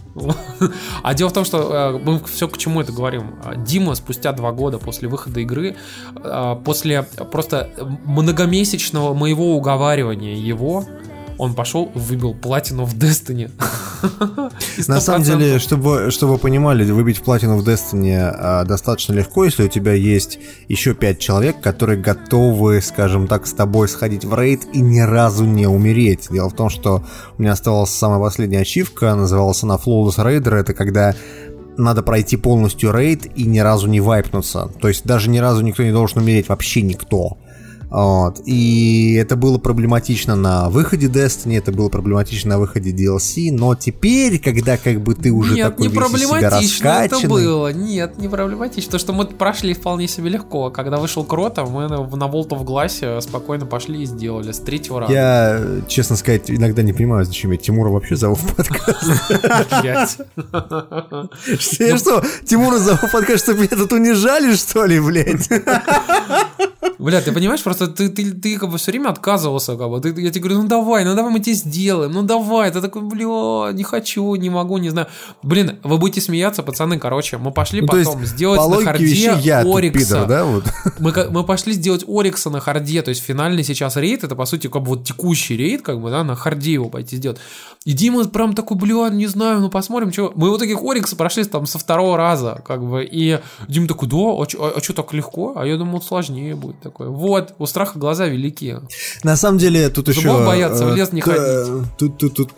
А дело в том, что мы все к чему это говорим. Дима спустя 2 года после выхода игры, после просто многомесячного моего уговаривания его, он пошел, выбил платину в Destiny. На самом деле, чтобы вы понимали, выбить платину в Destiny достаточно легко, если у тебя есть еще 5 человек, которые готовы, скажем так, с тобой сходить в рейд и ни разу не умереть. Дело в том, что у меня оставалась самая последняя ачивка, называлась она Flawless Raider, это когда надо пройти полностью рейд и ни разу не вайпнуться. То есть даже ни разу никто не должен умереть, вообще никто. Вот. И это было проблематично на выходе Destiny, это было проблематично на выходе DLC, но теперь, когда как бы ты уже такой весь из себя раскачанный... это было. Нет, не проблематично. То, что мы прошли вполне себе легко. Когда вышел Крота, мы на Vault of Glass спокойно пошли и сделали с 3-го раза. Я, честно сказать, иногда не понимаю, зачем я Тимура вообще зову в подкаст. Что, Тимура зову в подкаст, чтобы меня тут унижали, что ли, блядь? Бля, ты понимаешь, просто ты как бы все время отказывался, как бы. Я тебе говорю, ну давай мы тебе сделаем, ну давай. Ты такой, бля, не хочу, не могу, не знаю. Блин, вы будете смеяться, пацаны, короче. Мы пошли потом сделать на харде Орикса. Да, вот. Мы пошли сделать Орикса на харде, то есть финальный сейчас рейд, это по сути как бы вот текущий рейд, как бы, да, на харде его пойти сделать. И Дима прям такой, бля, не знаю, ну посмотрим, что. Мы вот таких Орикса прошли там со 2-го раза, как бы, и Дима такой, да, а что так легко? А я думал, сложнее будет такое. Вот, у страха глаза велики. На самом деле, тут еще... Зубов бояться, в лес не ходить. Тут.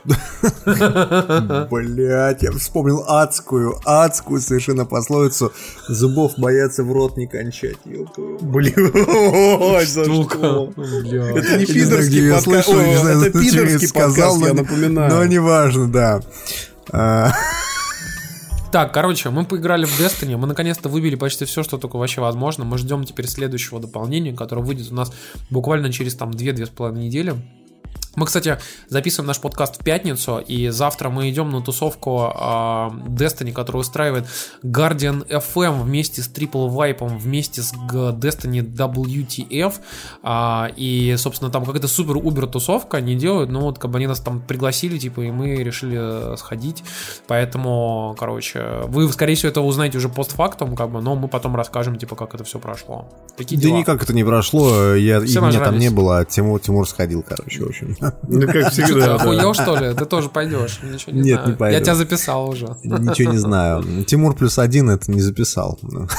Блять, я вспомнил адскую совершенно пословицу. Зубов бояться, в рот не кончать. Блин, штука. Это не пидорский подкаст, это пидорский подкаст, я напоминаю. Но неважно, да. Так, короче, мы поиграли в Destiny, мы наконец-то выбили почти все, что только вообще возможно. Мы ждем теперь следующего дополнения, которое выйдет у нас буквально через там 2-2,5 недели. Мы, кстати, записываем наш подкаст в пятницу, и завтра мы идем на тусовку Destiny, которую устраивает Guardian FM вместе с Triple Vibe, вместе с Destiny WTF, и, собственно, там какая-то супер-убер тусовка они делают, но вот как бы они нас там пригласили, типа, и мы решили сходить, поэтому, короче, вы, скорее всего, это узнаете уже постфактум, как бы, но мы потом расскажем, типа, как это все прошло. Такие дела. Да никак это не прошло, меня там не было, а Тимур сходил, короче, в общем. Ну, как всегда. Ты охуел, что ли? Ты тоже пойдешь? Ничего не знаю. Не пойду. Я тебя записал уже. Ничего не знаю. Тимур +1 это не записал.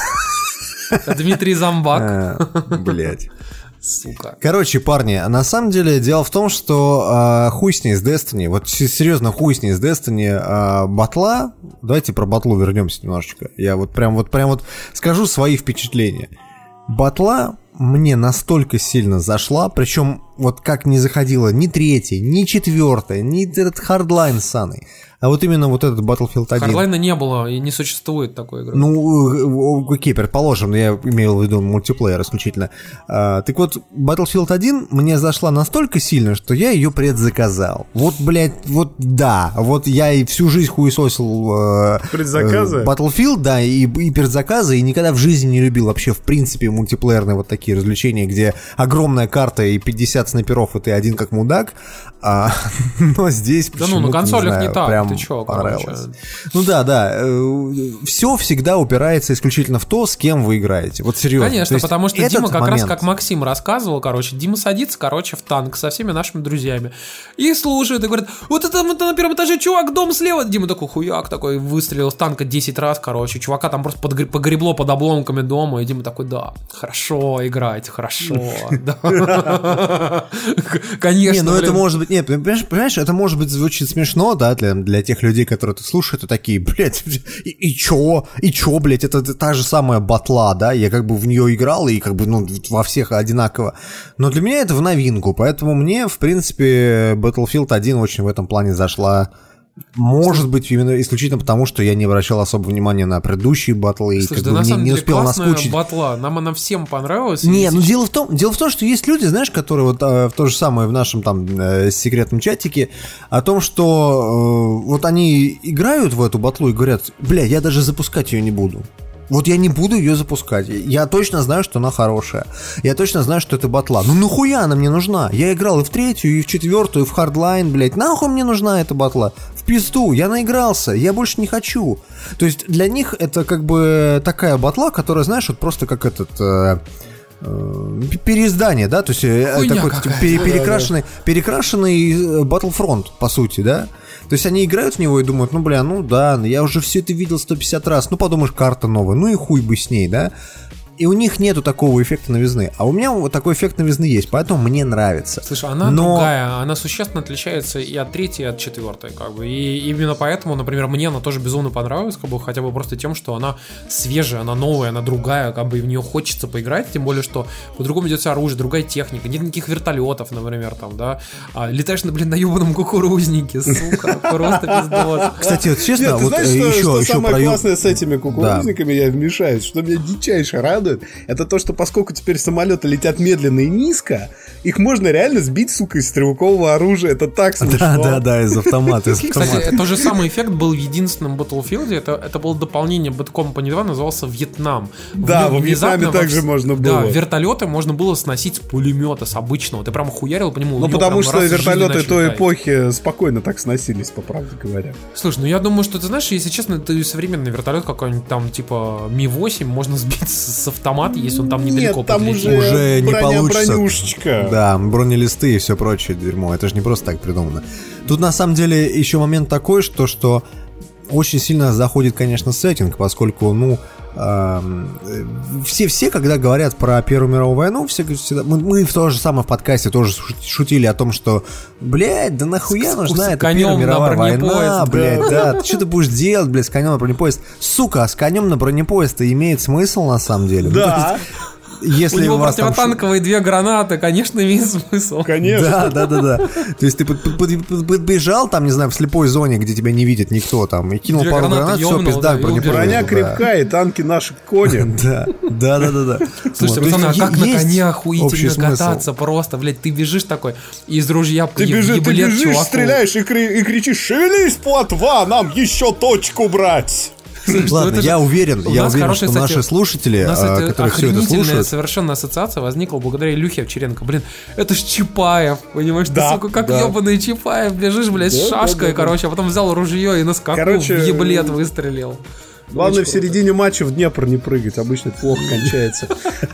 Дмитрий Зомбак. Блять. Сука. Короче, парни, на самом деле дело в том, что хуй с ней с Destiny, вот серьезно хуй с ней с Destiny, батла, давайте про батлу вернемся немножечко. Я вот прям скажу свои впечатления. Батла мне настолько сильно зашла, причем вот как не заходила ни 3-я, ни 4-я, ни этот Hardline ссаный, а вот именно вот этот Battlefield 1. Hardline не было и не существует такой игры. Ну, окей, предположим, я имел в виду мультиплеер исключительно. Так вот, Battlefield 1 мне зашла настолько сильно, что я ее предзаказал. Вот, блядь, вот да, вот я и всю жизнь хуесосил предзаказы? Battlefield, да, и предзаказы, и никогда в жизни не любил вообще, в принципе, мультиплеерные вот такие развлечения, где огромная карта и 50 снайперов, и ты один как мудак, но здесь да ну, на консолях не так, прям ты чё, понравилось. короче. Ну да, все всегда упирается исключительно в то, с кем вы играете. Вот серьезно. Конечно, потому что Дима как момент... раз, как Максим рассказывал, короче, Дима садится, короче, в танк со всеми нашими друзьями и слушает, и говорит, вот это на первом этаже, чувак, дом слева. Дима такой, хуяк, такой, выстрелил с танка 10 раз, короче, чувака там просто погребло под обломками дома, и Дима такой, да, хорошо играть, хорошо, да. Конечно, не, ну это может быть, нет, понимаешь, это может быть звучит смешно, да, для тех людей, которые это слушают, и такие, блядь, и чё, блядь, это та же самая батла, да, я как бы в нее играл, и как бы, ну, во всех одинаково, но для меня это в новинку, поэтому мне, в принципе, Battlefield 1 очень в этом плане зашла. Может быть, именно исключительно потому, что я не обращал особо внимания на предыдущие батлы. Слушай, и да на самом деле успел наскучить. батла, нам она всем понравилась. Не, ну дело в том, что есть люди, знаешь, которые вот в то же самое в нашем там секретном чатике, о том, что вот они играют в эту батлу и говорят, бля, я даже запускать ее не буду. Вот я не буду ее запускать. Я точно знаю, что она хорошая. Я точно знаю, что это батла. Ну нахуя она мне нужна? Я играл и в 3-ю, и в 4-ю, и в Hardline, блядь. Нахуй мне нужна эта батла? В пизду, я наигрался, я больше не хочу. То есть для них это как бы такая батла, которая, знаешь, вот просто как этот... переиздание, да, то есть такой перекрашенный Battlefront, по сути, да. То есть они играют в него и думают, ну, бля, ну да, я уже все это видел 150 раз, ну, подумаешь, карта новая, ну и хуй бы с ней, да. И у них нету такого эффекта новизны. А у меня вот такой эффект новизны есть, поэтому мне нравится. Слушай, она другая, она существенно отличается и от третьей, и от четвертой, как бы. И именно поэтому, например, мне она тоже безумно понравилась, как бы, хотя бы просто тем, что она свежая, она новая, она другая, как бы, и в нее хочется поиграть, тем более, что по-другому идет все оружие, другая техника, нет никаких вертолетов, например, там, да. Летаешь, на ебаном кукурузнике, сука, просто пиздос. Кстати, вот честно, Нет, ты вот знаешь, еще самое классное с этими кукурузниками, я вмешаюсь, что меня дичайше радует, это то, что поскольку теперь самолеты летят медленно и низко, их можно реально сбить, сука, из стрелкового оружия. Это так смешно. Да, из автомата. Кстати, тот же самый эффект был в единственном Battlefield. Это было дополнение Bad Company 2, назывался Вьетнам. Да, во Вьетнаме также можно было. Да, вертолеты можно было сносить с пулемета, с обычного. Ты прям хуярил по нему. Ну, потому что вертолеты той эпохи спокойно так сносились, по правде говоря. Слушай, я думаю, что, ты знаешь, если честно, ты современный вертолет какой-нибудь там, типа Ми-8, можно сбить с автомата, если он там недалеко подлетит. Нет, там уже не получится. Бронюшечка. Да, бронелисты и все прочее дерьмо. Это же не просто так придумано. Тут на самом деле еще момент такой, что очень сильно заходит, конечно, сеттинг, поскольку, все, когда говорят про Первую мировую войну, мы в то же самое в подкасте тоже шутили о том, что, блядь, да нахуя нужна эта Первая мировая война, блядь, да, что ты будешь делать, блядь, с конем на бронепоезд? Сука, с конем на бронепоезд-то имеет смысл на самом деле. Да. Если у него у вас противотанковые 2 гранаты, конечно, имеет смысл. Конечно. Да. То есть ты подбежал там, не знаю, в слепой зоне, где тебя не видит никто там, и кинул пару гранат, все, пизда, броня крепкая, и танки наши кони. Да. Слушайте, пацаны, а как на коне охуительно кататься просто, блядь, ты бежишь такой, и из ружья ты бежишь, стреляешь и кричишь: шевелись, плотва, нам еще точку брать. Ладно, я уверен, что наши слушатели, которые все это слушают... совершенно ассоциация возникла благодаря Илюхе Овчаренко. Блин, это ж Чапаев, понимаешь? Ты, сука, как ебаный Чапаев, бежишь, блядь, с шашкой, короче, а потом взял ружье и на скаку в еблет выстрелил. Главное в середине матча в Днепр не прыгать, обычно плохо кончается.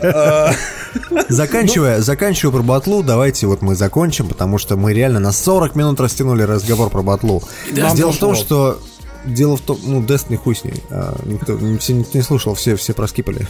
Заканчивая про батлу, давайте вот мы закончим, потому что мы реально на 40 минут растянули разговор про батлу. Дело в том, что... Destiny хуй с ней. Никто не слушал, все проскипали.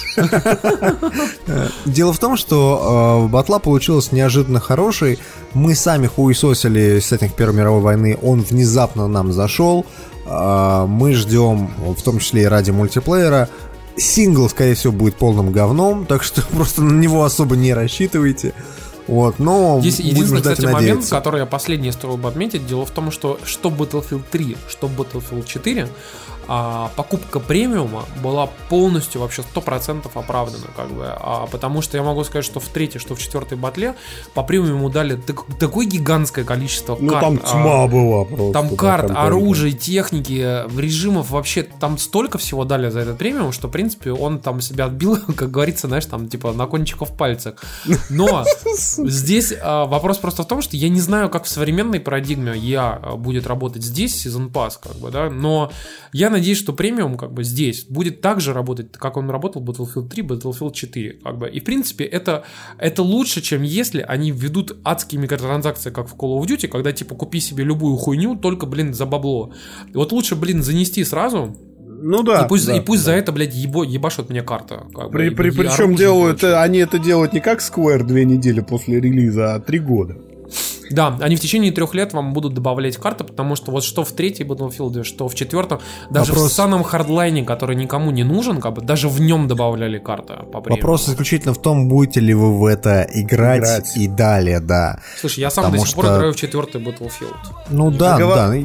Дело в том, что батла получилась неожиданно хорошей. Мы сами хуесосили с этих Первой мировой войны. Он внезапно нам зашел. Мы ждем, в том числе и ради мультиплеера. Сингл, скорее всего, будет полным говном, так что просто на него особо не рассчитывайте. Вот, но здесь единственный, кстати, момент, который я последний стоил бы отметить. Дело в том, что Battlefield 3, что Battlefield 4, покупка премиума была полностью вообще 100% оправдана, как бы, потому что я могу сказать, что в третьей, что в четвертой батле по премиуму дали такое гигантское количество карт. Там тьма была просто. Там карт, оружия, техники, режимов, вообще там столько всего дали за этот премиум, что, в принципе, он там себя отбил, как говорится, знаешь, там, типа, на кончиков пальцах. Но здесь вопрос просто в том, что я не знаю, как в современной парадигме будет работать здесь Season Pass, как бы, да, но я надеюсь, что премиум, как бы, здесь будет так же работать, как он работал в Battlefield 3, Battlefield 4, как бы. И, в принципе, это лучше, чем если они введут адские микротранзакции, как в Call of Duty, когда, типа, купи себе любую хуйню, только, блин, за бабло. И вот лучше, блин, занести сразу. Ну да. И пусть за это, блядь, ебашут мне карта. Причем они это делают не как Square 2 недели после релиза, а 3 года. Да, они в течение 3 лет вам будут добавлять карты, потому что вот что в третьей Battlefield, что в четвертом, даже в самом хардлайне, который никому не нужен, как бы, даже в нем добавляли карты по премиуму. Вопрос исключительно в том, будете ли вы в это играть. И далее, да. Слушай, я сам до сих пор играю в четвертый Battlefield. Ну да,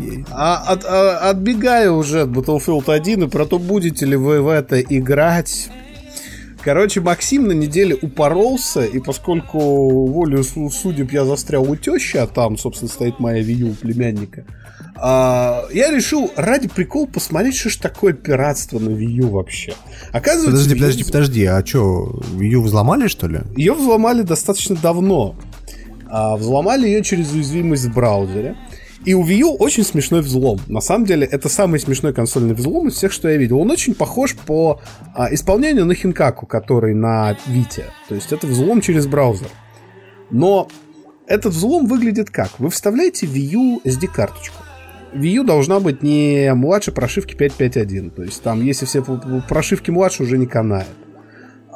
Отбегаю уже от Battlefield 1 и про то, будете ли вы в это играть. Короче, Максим на неделе упоролся, и поскольку волею судеб я застрял у тещи, а там, собственно, стоит моя Wii U племянника, я решил ради прикола посмотреть, что ж такое пиратство на Wii U вообще. Оказывается, подожди, а что, Wii U взломали, что ли? Ее взломали достаточно давно. Взломали ее через уязвимость в браузере. И у Wii U очень смешной взлом. На самом деле, это самый смешной консольный взлом из всех, что я видел. Он очень похож по исполнению на Хинкаку, который на Vita. То есть это взлом через браузер. Но этот взлом выглядит как? Вы вставляете в Wii U SD-карточку. Wii U должна быть не младше прошивки 5.5.1. То есть там, если все прошивки младше, уже не канает.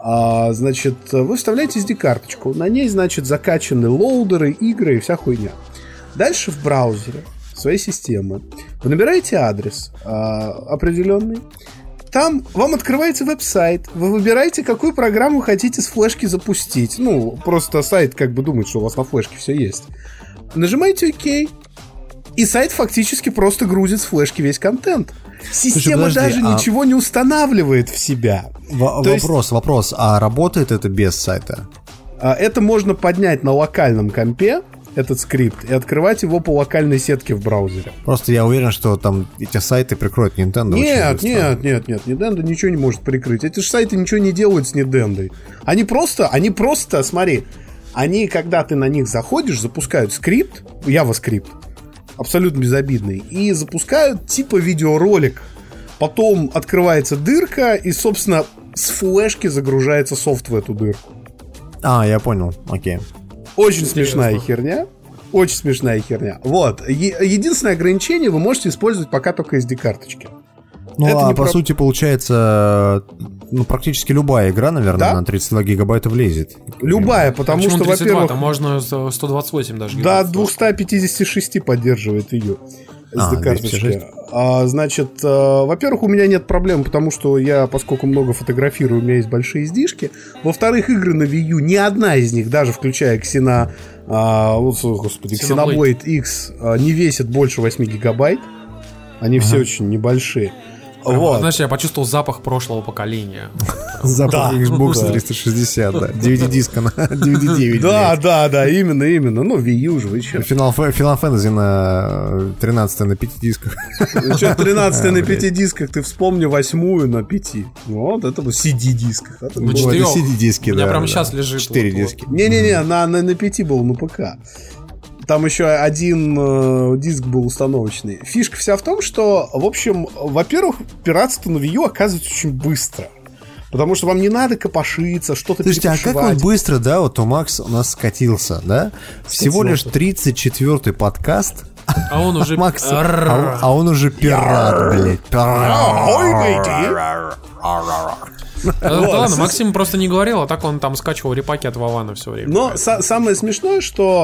Значит, вы вставляете SD-карточку. На ней, значит, закачаны лоудеры, игры и вся хуйня. Дальше в браузере своей системы вы набираете адрес определенный. Там вам открывается веб-сайт. Вы выбираете, какую программу хотите с флешки запустить. Ну, просто сайт как бы думает, что у вас на флешке все есть. Нажимаете ОК. И сайт фактически просто грузит с флешки весь контент. Система даже ничего не устанавливает в себя. Вопрос. А работает это без сайта? Это можно поднять на локальном компе, этот скрипт, и открывать его по локальной сетке в браузере. Просто я уверен, что там эти сайты прикроют Nintendo. Нет, Nintendo ничего не может прикрыть. Эти же сайты ничего не делают с Nintendo. Они просто, смотри, когда ты на них заходишь, запускают скрипт, JavaScript, абсолютно безобидный, и запускают типа видеоролик. Потом открывается дырка, и, собственно, с флешки загружается софт в эту дырку. Я понял, окей. Очень смешная херня. Очень смешная херня. Вот. Единственное ограничение, вы можете использовать пока только SD-карточки. По сути, получается, практически любая игра, наверное, на 32 гигабайта влезет. Любая, потому что, 32? во-первых... Там можно 128 даже. До 256 поддерживает ее SD-карточки. Значит, во-первых, у меня нет проблем, потому что я, поскольку много фотографирую, у меня есть большие SD-шки. Во-вторых, игры на Wii U, ни одна из них, даже включая Xenoblade X, не весит больше 8 гигабайт. Они все очень небольшие. Вот. Знаешь, я почувствовал запах прошлого поколения. Запах Xbox 360, да. DVD-диска на DVD-9. Да, именно. Ну, Wii U же, вы че. Final Fantasy на 13 на 5 дисках. Что 13 на 5 дисках, ты вспомни 8 на 5. Вот, это вот CD-дисках. Это CD-диски, да. У меня прям сейчас лежит. 4 диски. Не-не-не, на 5 был на ПК. Там еще один диск был установочный. Фишка вся в том, что, в общем, во-первых, пиратство на Wii U оказывается очень быстро. Потому что вам не надо копошиться, что-то перепрошивать. Слушайте, а как он быстро, да, вот у Макс у нас скатился, да? Всего лишь 34-й подкаст. А он уже... Макс, а он уже пират, блядь. Ладно, Максим просто не говорил, а так он там скачивал репаки от Вована все время. Но самое смешное,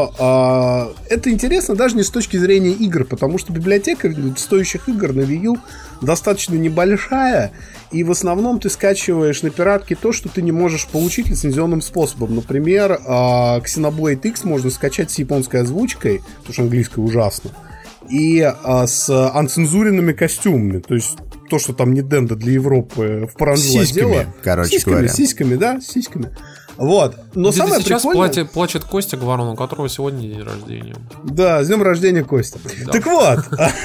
что это интересно даже не с точки зрения игр, потому что библиотека стоящих игр на Wii U достаточно небольшая, и в основном ты скачиваешь на пиратке то, что ты не можешь получить лицензионным способом. Например, Xenoblade X можно скачать с японской озвучкой, потому что английская ужасно, и с анцензуренными костюмами, то есть то, что там Nintendo для Европы в паранжу отдела. Сиськами, да, сиськами. Вот. Но самое сейчас прикольное... плачет Костя Говорон, у которого сегодня день рождения. Да, с днем рождения, Костя. Да. Так вот.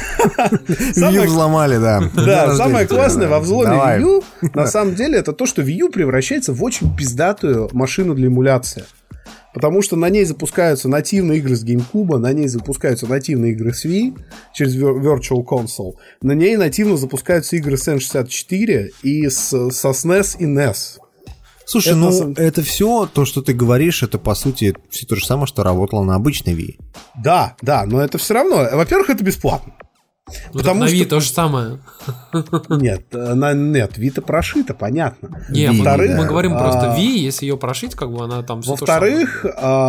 Wii U взломали, да. Да, самое классное во взломе Wii U, на самом деле, это то, что Wii U превращается в очень пиздатую машину для эмуляции. Потому что на ней запускаются нативные игры с GameCube, на ней запускаются нативные игры с Wii через Virtual Console, на ней нативно запускаются игры с N64 и со SNES и NES. Слушай, это все, то, что ты говоришь, это по сути все то же самое, что работало на обычной Wii. Да, но это все равно. Во-первых, это бесплатно. Потому на Wii то же самое. Нет, Wii-то прошита, понятно. Мы говорим просто Wii, если ее прошить, как бы она там... Во-вторых,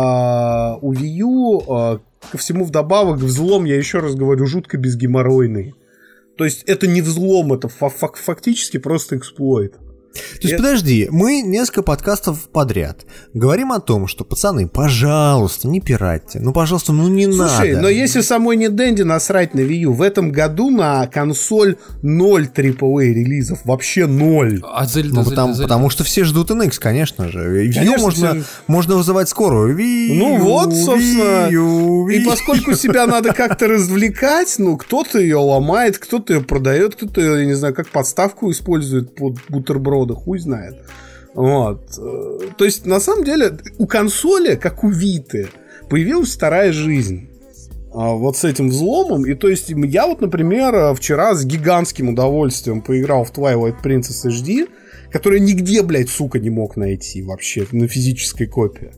у Wii U ко всему вдобавок взлом, я еще раз говорю, жутко безгеморройный. То есть это не взлом, это фактически просто эксплойт. То есть, подожди, мы несколько подкастов подряд говорим о том, что, пацаны, пожалуйста, не пиратьте. Пожалуйста, не надо. Слушай, но если самой Nintendo насрать на Wii U, в этом году на консоль 0 AAA релизов, вообще 0. Потому что все ждут NX, конечно же. Wii U можно вызывать скорую. Собственно. И поскольку себя надо как-то развлекать, кто-то ее ломает, кто-то ее продает, кто-то ее, я не знаю, как подставку использует под бутерброд. Хуй знает. Вот. То есть, на самом деле, у консоли, как у Виты, появилась вторая жизнь. Вот с этим взломом. И то есть, я вот, например, вчера с гигантским удовольствием поиграл в Twilight Princess HD, который нигде, блядь, сука, не мог найти вообще на физической копии.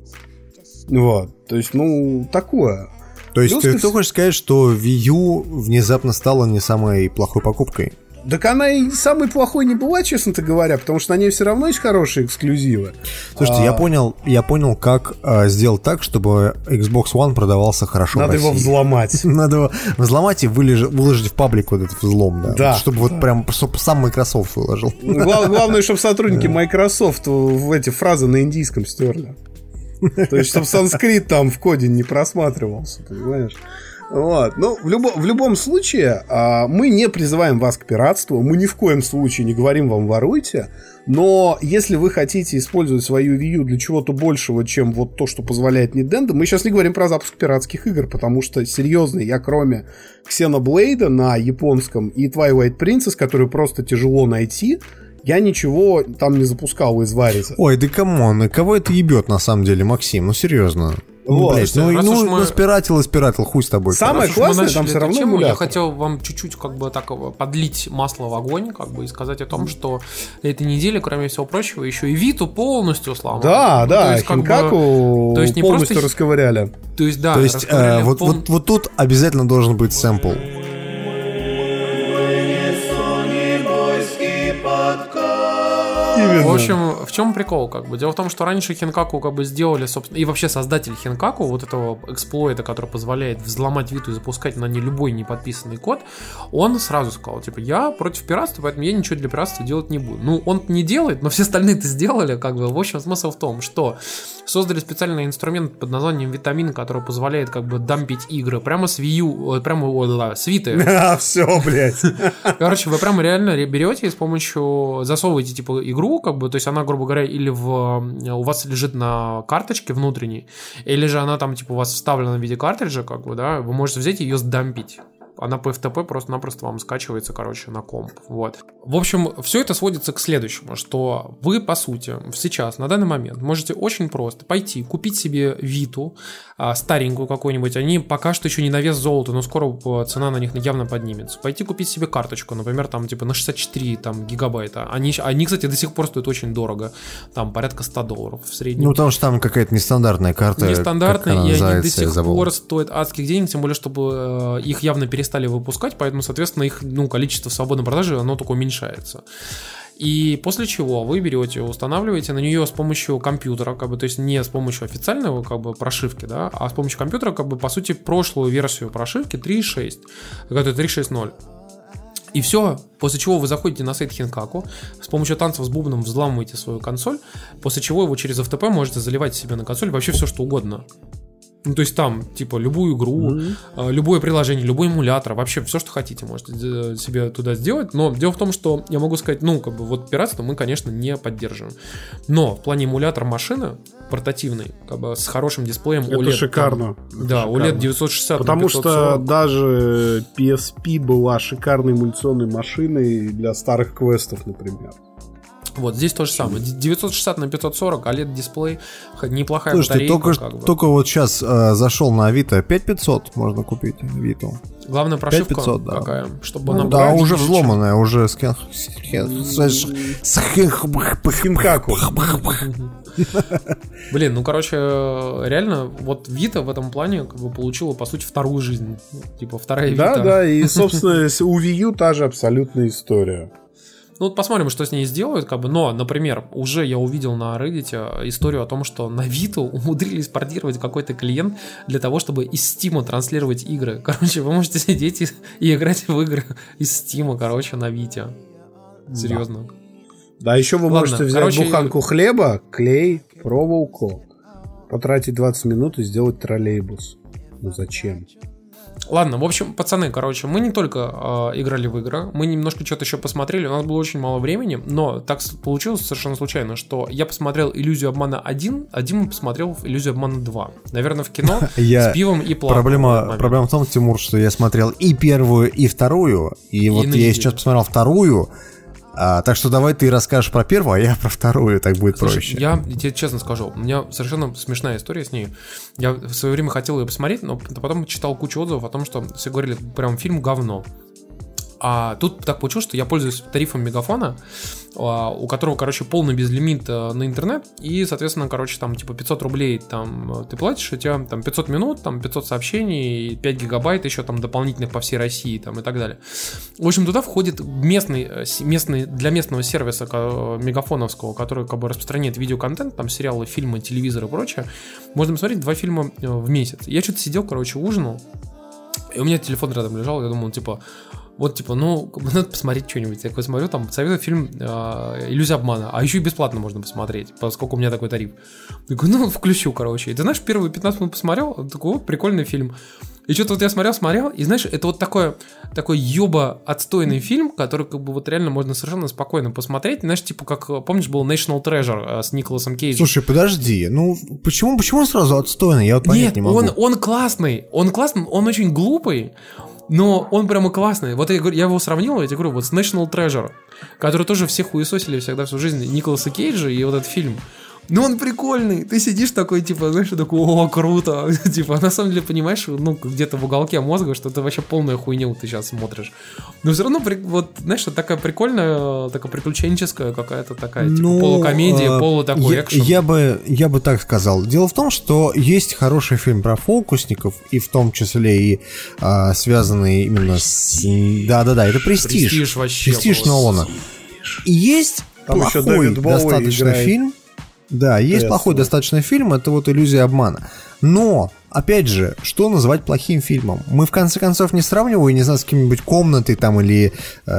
Вот. То есть, такое. То есть, ты хочешь сказать, что Wii U внезапно стала не самой плохой покупкой? Так она и самой плохой не была, честно-то говоря, потому что на ней все равно есть хорошие эксклюзивы. Слушайте, я понял, как сделать так, чтобы Xbox One продавался хорошо. Надо в России. его взломать. Надо его взломать и выложить в паблик вот этот взлом, да. Да. Вот, чтобы вот прям, чтобы сам Microsoft выложил. Главное, чтобы сотрудники Microsoft в эти фразы на индийском стерли. То есть, чтобы санскрит там в коде не просматривался, понимаешь? Вот. Ну, в любом случае, мы не призываем вас к пиратству, мы ни в коем случае не говорим вам воруйте, но если вы хотите использовать свою Wii U для чего-то большего, чем вот то, что позволяет Nintendo, мы сейчас не говорим про запуск пиратских игр, потому что, серьезно, я кроме Xenoblade на японском и Twilight Princess, которую просто тяжело найти, я ничего там не запускал из вариза. Ой, да камон, кого это ебет на самом деле, Максим? Ну, серьезно. Вот. Блядь, спиратил, хуй с тобой. Самое классное, там все равно эмулятор. Я хотел вам чуть-чуть как бы так подлить масло в огонь, как бы, и сказать о том, что на этой неделе, кроме всего прочего, еще и Виту полностью сломали. Да, Хинкаку полностью расковыряли. То есть, да, вот тут обязательно должен быть сэмпл. В общем, в чем прикол, как бы? Дело в том, что раньше Хинкаку как бы сделали, собственно, и вообще создатель Хинкаку, вот этого эксплойта, который позволяет взломать Виту и запускать на ней любой неподписанный код, он сразу сказал, типа, я против пиратства, поэтому я ничего для пиратства делать не буду. Ну, он не делает, но все остальные это сделали, как бы. В общем, смысл в том, что создали специальный инструмент под названием Витамин, который позволяет как бы дампить игры прямо с Wii U, прямо с Виты. Все, блядь. Короче, вы прямо реально берете и с помощью засовываете типа игру, как бы, то есть она, грубо говоря, или у вас лежит на карточке внутренней, или же она там типа у вас вставлена в виде картриджа, как бы, да, вы можете взять и ее сдампить. Она по FTP просто-напросто вам скачивается, короче, на комп. Вот. В общем, все это сводится к следующему, что вы, по сути, сейчас, на данный момент, можете очень просто пойти, купить себе Виту, старенькую какую-нибудь. Они пока что еще не на вес золота, но скоро цена на них явно поднимется. Пойти купить себе карточку, например, там, типа, на 64 там, гигабайта. Они, кстати, до сих пор стоят очень дорого. Там, порядка $100 в среднем. Ну, потому что там какая-то нестандартная карта. Нестандартная, и они до сих пор стоят адских денег, тем более, чтобы их явно перестали выпускать, поэтому, соответственно, их количество свободной продажи, оно только уменьшается. И после чего вы берете, устанавливаете на нее с помощью компьютера, как бы, то есть не с помощью официального как бы прошивки, да, а с помощью компьютера, как бы, по сути, прошлую версию прошивки 3.6, какая-то 3.6.0. И все, после чего вы заходите на сайт Хинкаку, с помощью танцев с бубном взламываете свою консоль, после чего вы через FTP можете заливать себе на консоль вообще все, что угодно. Ну, то есть там, типа, любую игру, любое приложение, любой эмулятор, вообще все, что хотите, можете себе туда сделать. Но дело в том, что я могу сказать, как бы, вот пиратство мы, конечно, не поддерживаем. Но в плане эмулятор машины портативный, как бы, с хорошим дисплеем OLED. Это шикарно. Да, OLED 960 Потому на 540. что даже PSP была шикарной эмуляционной машиной для старых квестов, например. Вот здесь то же самое. 960 на 540, OLED дисплей, неплохая батарейка. Слушайте, только вот сейчас зашел на Авито, 5500 можно купить Виту. Главная прошивка 5500, да. какая? Чтобы она да, уже взломанная, уже с Хинкаку. Блин, короче, реально, вот Вита в этом плане как бы получила, по сути, вторую жизнь. Типа, вторая Вита. Да, и, собственно, у Wii U та же абсолютная история. Ну, вот посмотрим, что с ней сделают, как бы. Но, например, уже я увидел на Reddit историю о том, что на Виту умудрились портировать какой-то клиент для того, чтобы из Steam транслировать игры. Короче, вы можете сидеть и играть в игры из Steam, короче, на Вите. Серьезно. Да, еще вы можете взять буханку хлеба, клей, проволоку, потратить 20 минут и сделать троллейбус. Ну зачем? Ладно, в общем, пацаны, короче, мы не только играли в игры, мы немножко что-то еще посмотрели, у нас было очень мало времени, но так получилось совершенно случайно, что я посмотрел «Иллюзию обмана 1», а Дима посмотрел «Иллюзию обмана 2». Наверное, в кино с пивом и плавом. Проблема в том, Тимур, что я смотрел и первую, и вторую, и вот я сейчас посмотрел вторую. Так что давай ты расскажешь про первую, а я про вторую, так будет проще. Я тебе честно скажу, у меня совершенно смешная история с ней. Я в свое время хотел ее посмотреть, но потом читал кучу отзывов о том, что все говорили, прям фильм говно. А тут так получилось, что я пользуюсь тарифом Мегафона, у которого, короче, полный безлимит на интернет, и, соответственно, короче, там, типа, 500 рублей там ты платишь, у тебя там 500 минут, там 500 сообщений, 5 гигабайт еще там дополнительных по всей России, там, и так далее. В общем, туда входит местный для местного сервиса мегафоновского, который, как бы, распространяет видеоконтент, там, сериалы, фильмы, телевизор и прочее, можно посмотреть 2 фильма в месяц. Я что-то сидел, короче, ужинал, и у меня телефон рядом лежал, я думал, типа, вот, типа, ну, надо посмотреть что-нибудь. Я такой смотрю, там, советую фильм «Иллюзия обмана». А еще и бесплатно можно посмотреть, поскольку у меня такой тариф. Я такой, ну, включу, короче. И ты знаешь, первые 15 минут посмотрел, такой, вот, прикольный фильм. И что-то вот я смотрел, и знаешь, это вот такой ёба отстойный фильм, который, как бы, вот реально можно совершенно спокойно посмотреть. Знаешь, типа, как, помнишь, был National Treasure с Николасом Кейджем? Слушай, подожди, ну, почему он сразу отстойный? Я вот понять не могу. Нет, он классный, он очень глупый. Но он прямо классный. Вот я его сравнил, я тебе говорю, вот с National Treasure, который тоже все хуесосили всегда всю жизнь Николаса Кейджа и вот этот фильм. Ну, он прикольный. Ты сидишь такой, типа, знаешь, такой, о, круто. Типа, на самом деле, понимаешь, ну, где-то в уголке мозга, что это вообще полная хуйня, ты сейчас смотришь. Но все равно, вот, знаешь, это такая прикольная, такая приключенческая какая-то такая, типа, полукомедия, полутакой экшен. Я бы так сказал. Дело в том, что есть хороший фильм про фокусников, и в том числе и связанный именно с... Да-да-да, это «Престиж». «Престиж» вообще. «Престиж» Нолана. И есть там плохой достаточно фильм. Да, есть плохой достаточно фильм, это вот «Иллюзия обмана». Но, опять же, что называть плохим фильмом? Мы, в конце концов, не сравниваем, не знаю, с какими-нибудь «Комнатой» там или...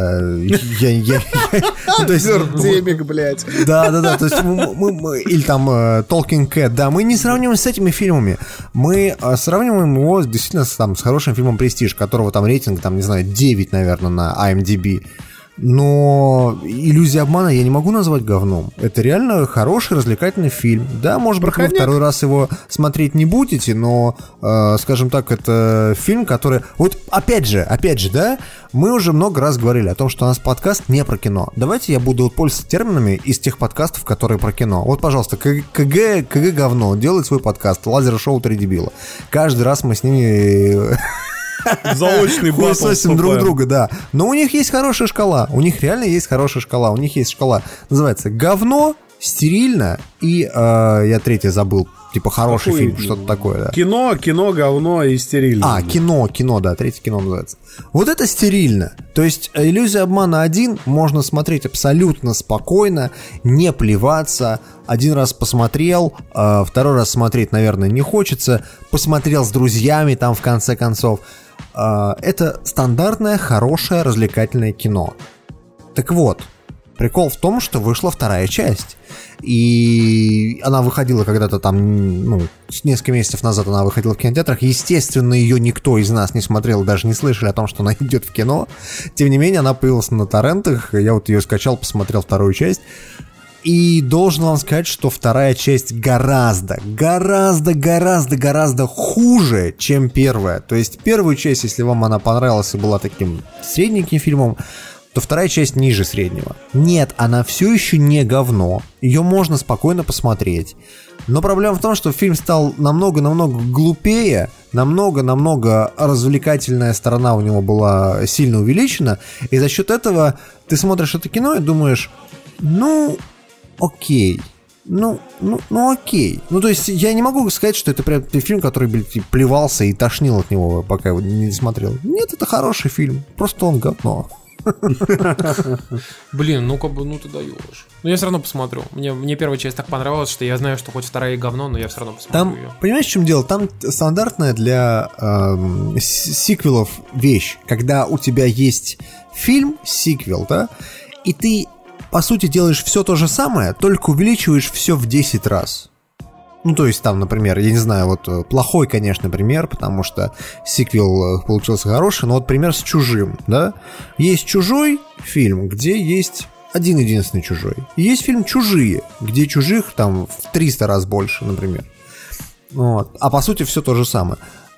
Демик, блядь. Да-да-да, то есть или там «Talking Cat», да, мы не сравниваем с этими фильмами. Мы сравниваем его действительно с хорошим фильмом «Престиж», которого там рейтинг, там, не знаю, 9, наверное, на IMDb. Но «Иллюзия обмана» я не могу назвать говном. Это реально хороший, развлекательный фильм. Да, может быть, вы второй раз его смотреть не будете, но, скажем так, это фильм, который... Вот опять же, да, мы уже много раз говорили о том, что у нас подкаст не про кино. Давайте я буду пользоваться терминами из тех подкастов, которые про кино. Вот, пожалуйста, КГ говно делает свой подкаст «Лазер-шоу 3 дебила». Каждый раз мы с ними... Заочный батл хуесосим друг друга, да. Но у них есть хорошая шкала. У них реально есть хорошая шкала. У них есть шкала, называется «Говно», «Стерильно» и я третий забыл. Типа хороший фильм, что-то такое, да. Кино, говно и стерильно. Кино, да, третье кино называется. Вот это стерильно. То есть «Иллюзия обмана 1» можно смотреть абсолютно спокойно, не плеваться. Один раз посмотрел, второй раз смотреть, наверное, не хочется. Посмотрел с друзьями там в конце концов. Это стандартное, хорошее, развлекательное кино. Так вот, прикол в том, что вышла вторая часть. И она выходила когда-то там, ну, несколько месяцев назад она выходила в кинотеатрах. Естественно, ее никто из нас не смотрел, даже не слышали о том, что она идет в кино. Тем не менее, она появилась на торрентах. Я вот ее скачал, посмотрел вторую часть. И должен вам сказать, что вторая часть гораздо хуже, чем первая. То есть первую часть, если вам она понравилась и была таким средненьким фильмом, то вторая часть ниже среднего. Нет, она все еще не говно. Ее можно спокойно посмотреть. Но проблема в том, что фильм стал намного-намного глупее, намного-намного развлекательная сторона у него была сильно увеличена. И за счет этого ты смотришь это кино и думаешь, ну, окей. Ну, окей. Ну, то есть, я не могу сказать, что это прям фильм, который, блядь, плевался и тошнил от него, пока его не смотрел. Нет, это хороший фильм. Просто он говно. Блин, ну как бы, ну ты даешь. Но я все равно посмотрю. Мне первая часть так понравилась, что я знаю, что хоть вторая и говно, но я все равно посмотрю там, ее. Понимаешь, в чем дело? Там стандартная для сиквелов вещь. Когда у тебя есть фильм, сиквел, да, и ты, по сути, делаешь все то же самое, только увеличиваешь все в 10 раз. Ну, то есть там, например, я не знаю, вот плохой, конечно, пример, потому что сиквел получился хороший, но вот пример с «Чужим», да? Есть «Чужой» фильм, где есть один-единственный «Чужой». И есть фильм «Чужие», где чужих там в 300 раз больше, например. Вот. А по сути все то же самое.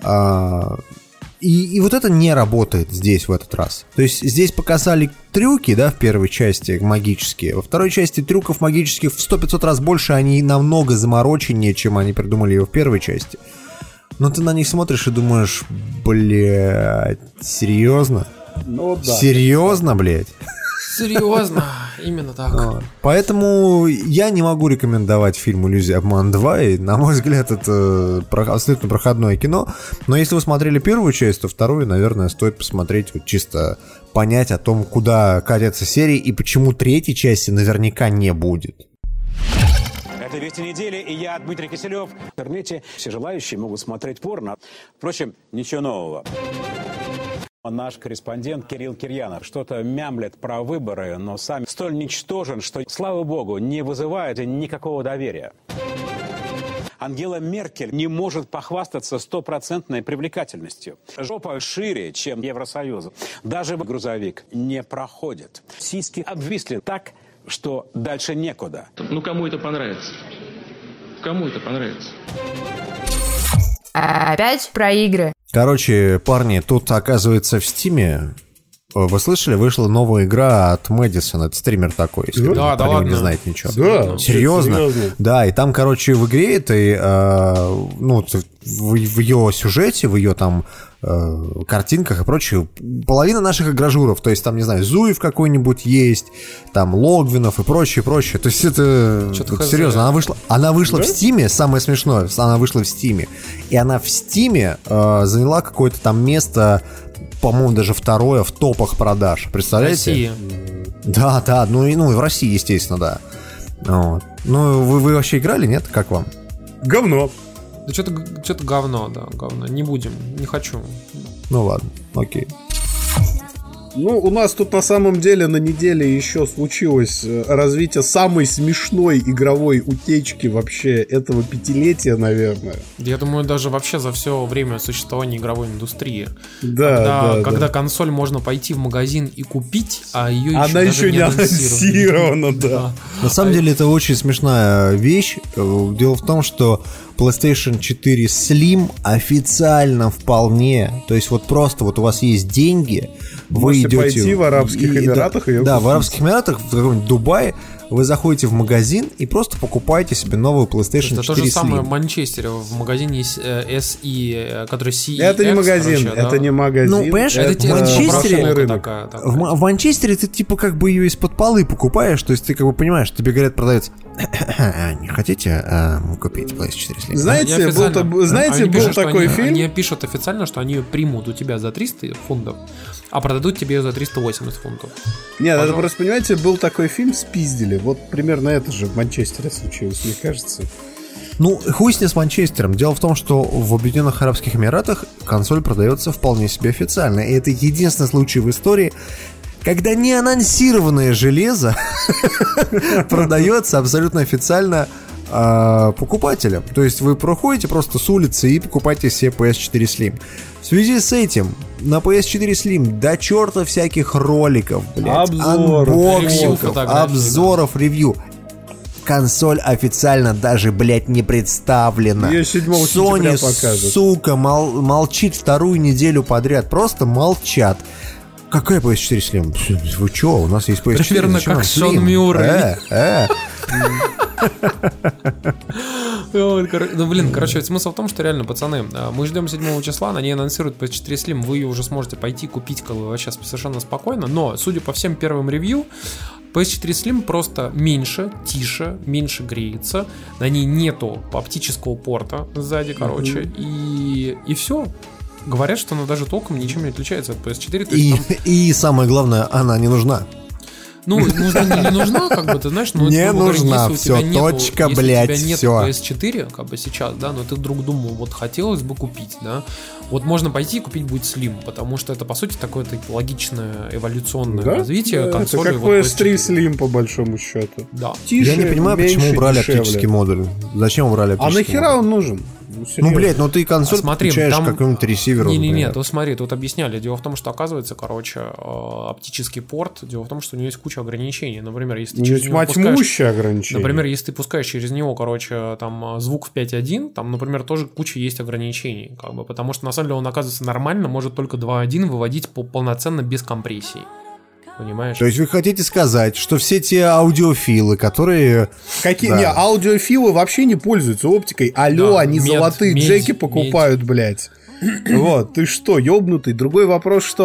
И вот это не работает здесь в этот раз. То есть здесь показали трюки, да, в первой части магические. Во второй части трюков магических в 100-500 раз больше, они намного замороченнее, чем они придумали его в первой части. Но ты на них смотришь и думаешь, блядь, серьезно? Ну да. Серьезно, блядь? Серьезно, именно так. Поэтому я не могу рекомендовать фильм «Иллюзия обман 2», и, на мой взгляд, это абсолютно проходное кино. Но если вы смотрели первую часть, то вторую, наверное, стоит посмотреть, вот чисто понять о том, куда катятся серии и почему третьей части наверняка не будет. Это «Вести недели», и я, Дмитрий Киселев. В интернете все желающие могут смотреть порно. Впрочем, ничего нового. Наш корреспондент Кирилл Кирьянов что-то мямлет про выборы, но сам столь ничтожен, что, слава богу, не вызывает никакого доверия. Ангела Меркель не может похвастаться стопроцентной привлекательностью. Жопа шире, чем Евросоюз. Даже грузовик не проходит. Сиськи обвисли так, что дальше некуда. Ну, кому это понравится? Кому это понравится? Опять про игры. Короче, парни, тут, оказывается, в Стиме, вы слышали, вышла новая игра от Мэдисон, это стример такой, если Да, да ладно. не знает ничего. Да, Серьезно? Да, и там, короче, в игре этой, ну, в ее сюжете, в ее там картинках и прочее, половина наших игражуров, то есть там, не знаю, Зуев какой-нибудь есть, там Логвинов и прочее. То есть это серьезно, она вышла в Стиме, самое смешное, она вышла в Стиме, и она в Стиме заняла какое-то там место, по-моему, даже второе в топах продаж, представляете? В России. Да, ну и в России, естественно, да. Вот. Ну, вы вообще играли, нет? Как вам? Говно. Да что-то говно, да, говно. Не будем, не хочу. Ну ладно, окей. Ну, у нас тут на самом деле на неделе еще случилось развитие самой смешной игровой утечки вообще этого пятилетия, наверное. Я думаю, даже вообще за все время существования игровой индустрии. Да, когда консоль можно пойти в магазин и купить, а ее она еще не анонсирована, да. На самом деле это очень смешная вещь. Дело в том, что PlayStation 4 Slim официально вполне, то есть вот просто вот у вас есть деньги, вы идете пойти в Арабских Эмиратах и в Арабских Эмиратах, в каком-нибудь Дубае, вы заходите в магазин и просто покупаете себе новую PlayStation 4 Slim. Это то же самое в Манчестере, в магазине есть SE, который CEX. Это не магазин, короче, это не магазин. Ну, понимаешь, это в Манчестере рынок. В Манчестере ты типа как бы ее из-под полы покупаешь, то есть ты как бы понимаешь, тебе говорят продавец, не хотите купить PlayStation 4 Slim? Знаете, был такой фильм. Они пишут официально, что они ее примут у тебя за 300 фунтов, а продадут тебе ее за 380 фунтов. Нет, это просто, понимаете, был такой фильм «Спиздили». Вот примерно это же в Манчестере случилось, мне кажется. Ну, хуй с ним с Манчестером. Дело в том, что в Объединенных Арабских Эмиратах консоль продается вполне себе официально. И это единственный случай в истории, когда неанонсированное железо продается абсолютно официально покупателям. То есть вы проходите просто с улицы и покупаете себе PS4 Slim. В связи с этим на PS4 Slim до черта всяких роликов, блядь, анбоксингов, обзоров, ревью. Консоль официально даже, блядь, не представлена. Ее 7 сентября покажут. Сука, молчит вторую неделю подряд. Просто молчат. Какая PS4 Slim? Вы чё? У нас есть PS4. Примерно как Шон Мюррей. Ну, блин, короче, смысл в том, что реально, пацаны, мы ждем 7 числа, на ней анонсируют PS4 Slim, вы ее уже сможете пойти купить, как бы, вообще совершенно спокойно, но, судя по всем первым ревью, PS4 Slim просто меньше, тише, меньше греется, на ней нету оптического порта сзади, короче, и все. Говорят, что она даже толком ничем не отличается от PS4. То есть и самое главное, она не нужна. Ну, не нужна, как бы, ты знаешь, но не нужна, все, точка, блядь, если у тебя все. нету PS4, как бы сейчас, да, но ты вдруг думал, вот хотелось бы купить, да, вот можно пойти и купить будет Slim, потому что это, по сути, такое логичное эволюционное развитие консоли. Это как PS3 Slim, по большому счету. Да. Тише, я не понимаю, меньше, почему убрали дешевле. оптический модуль. Зачем убрали оптический модуль? А нахера он нужен? Ну, блядь, ну ты консоль подключаешь к какому-то ресиверу. Не-не-не, то смотри, тут объясняли. Дело в том, что, оказывается, короче, оптический порт, дело в том, что у него есть куча ограничений. Например, если ты через него пускаешь... Например, если ты пускаешь через него, короче, там, звук в 5.1, там, например, тоже куча есть ограничений, как бы, потому что, на самом деле, он, оказывается, нормально может только 2.1 выводить полноценно без компрессии. Понимаешь? То есть вы хотите сказать, что все те аудиофилы, которые... Не, аудиофилы вообще не пользуются оптикой. Алло, они золотые джеки покупают, блядь. Вот, ты что, ёбнутый? Другой вопрос, что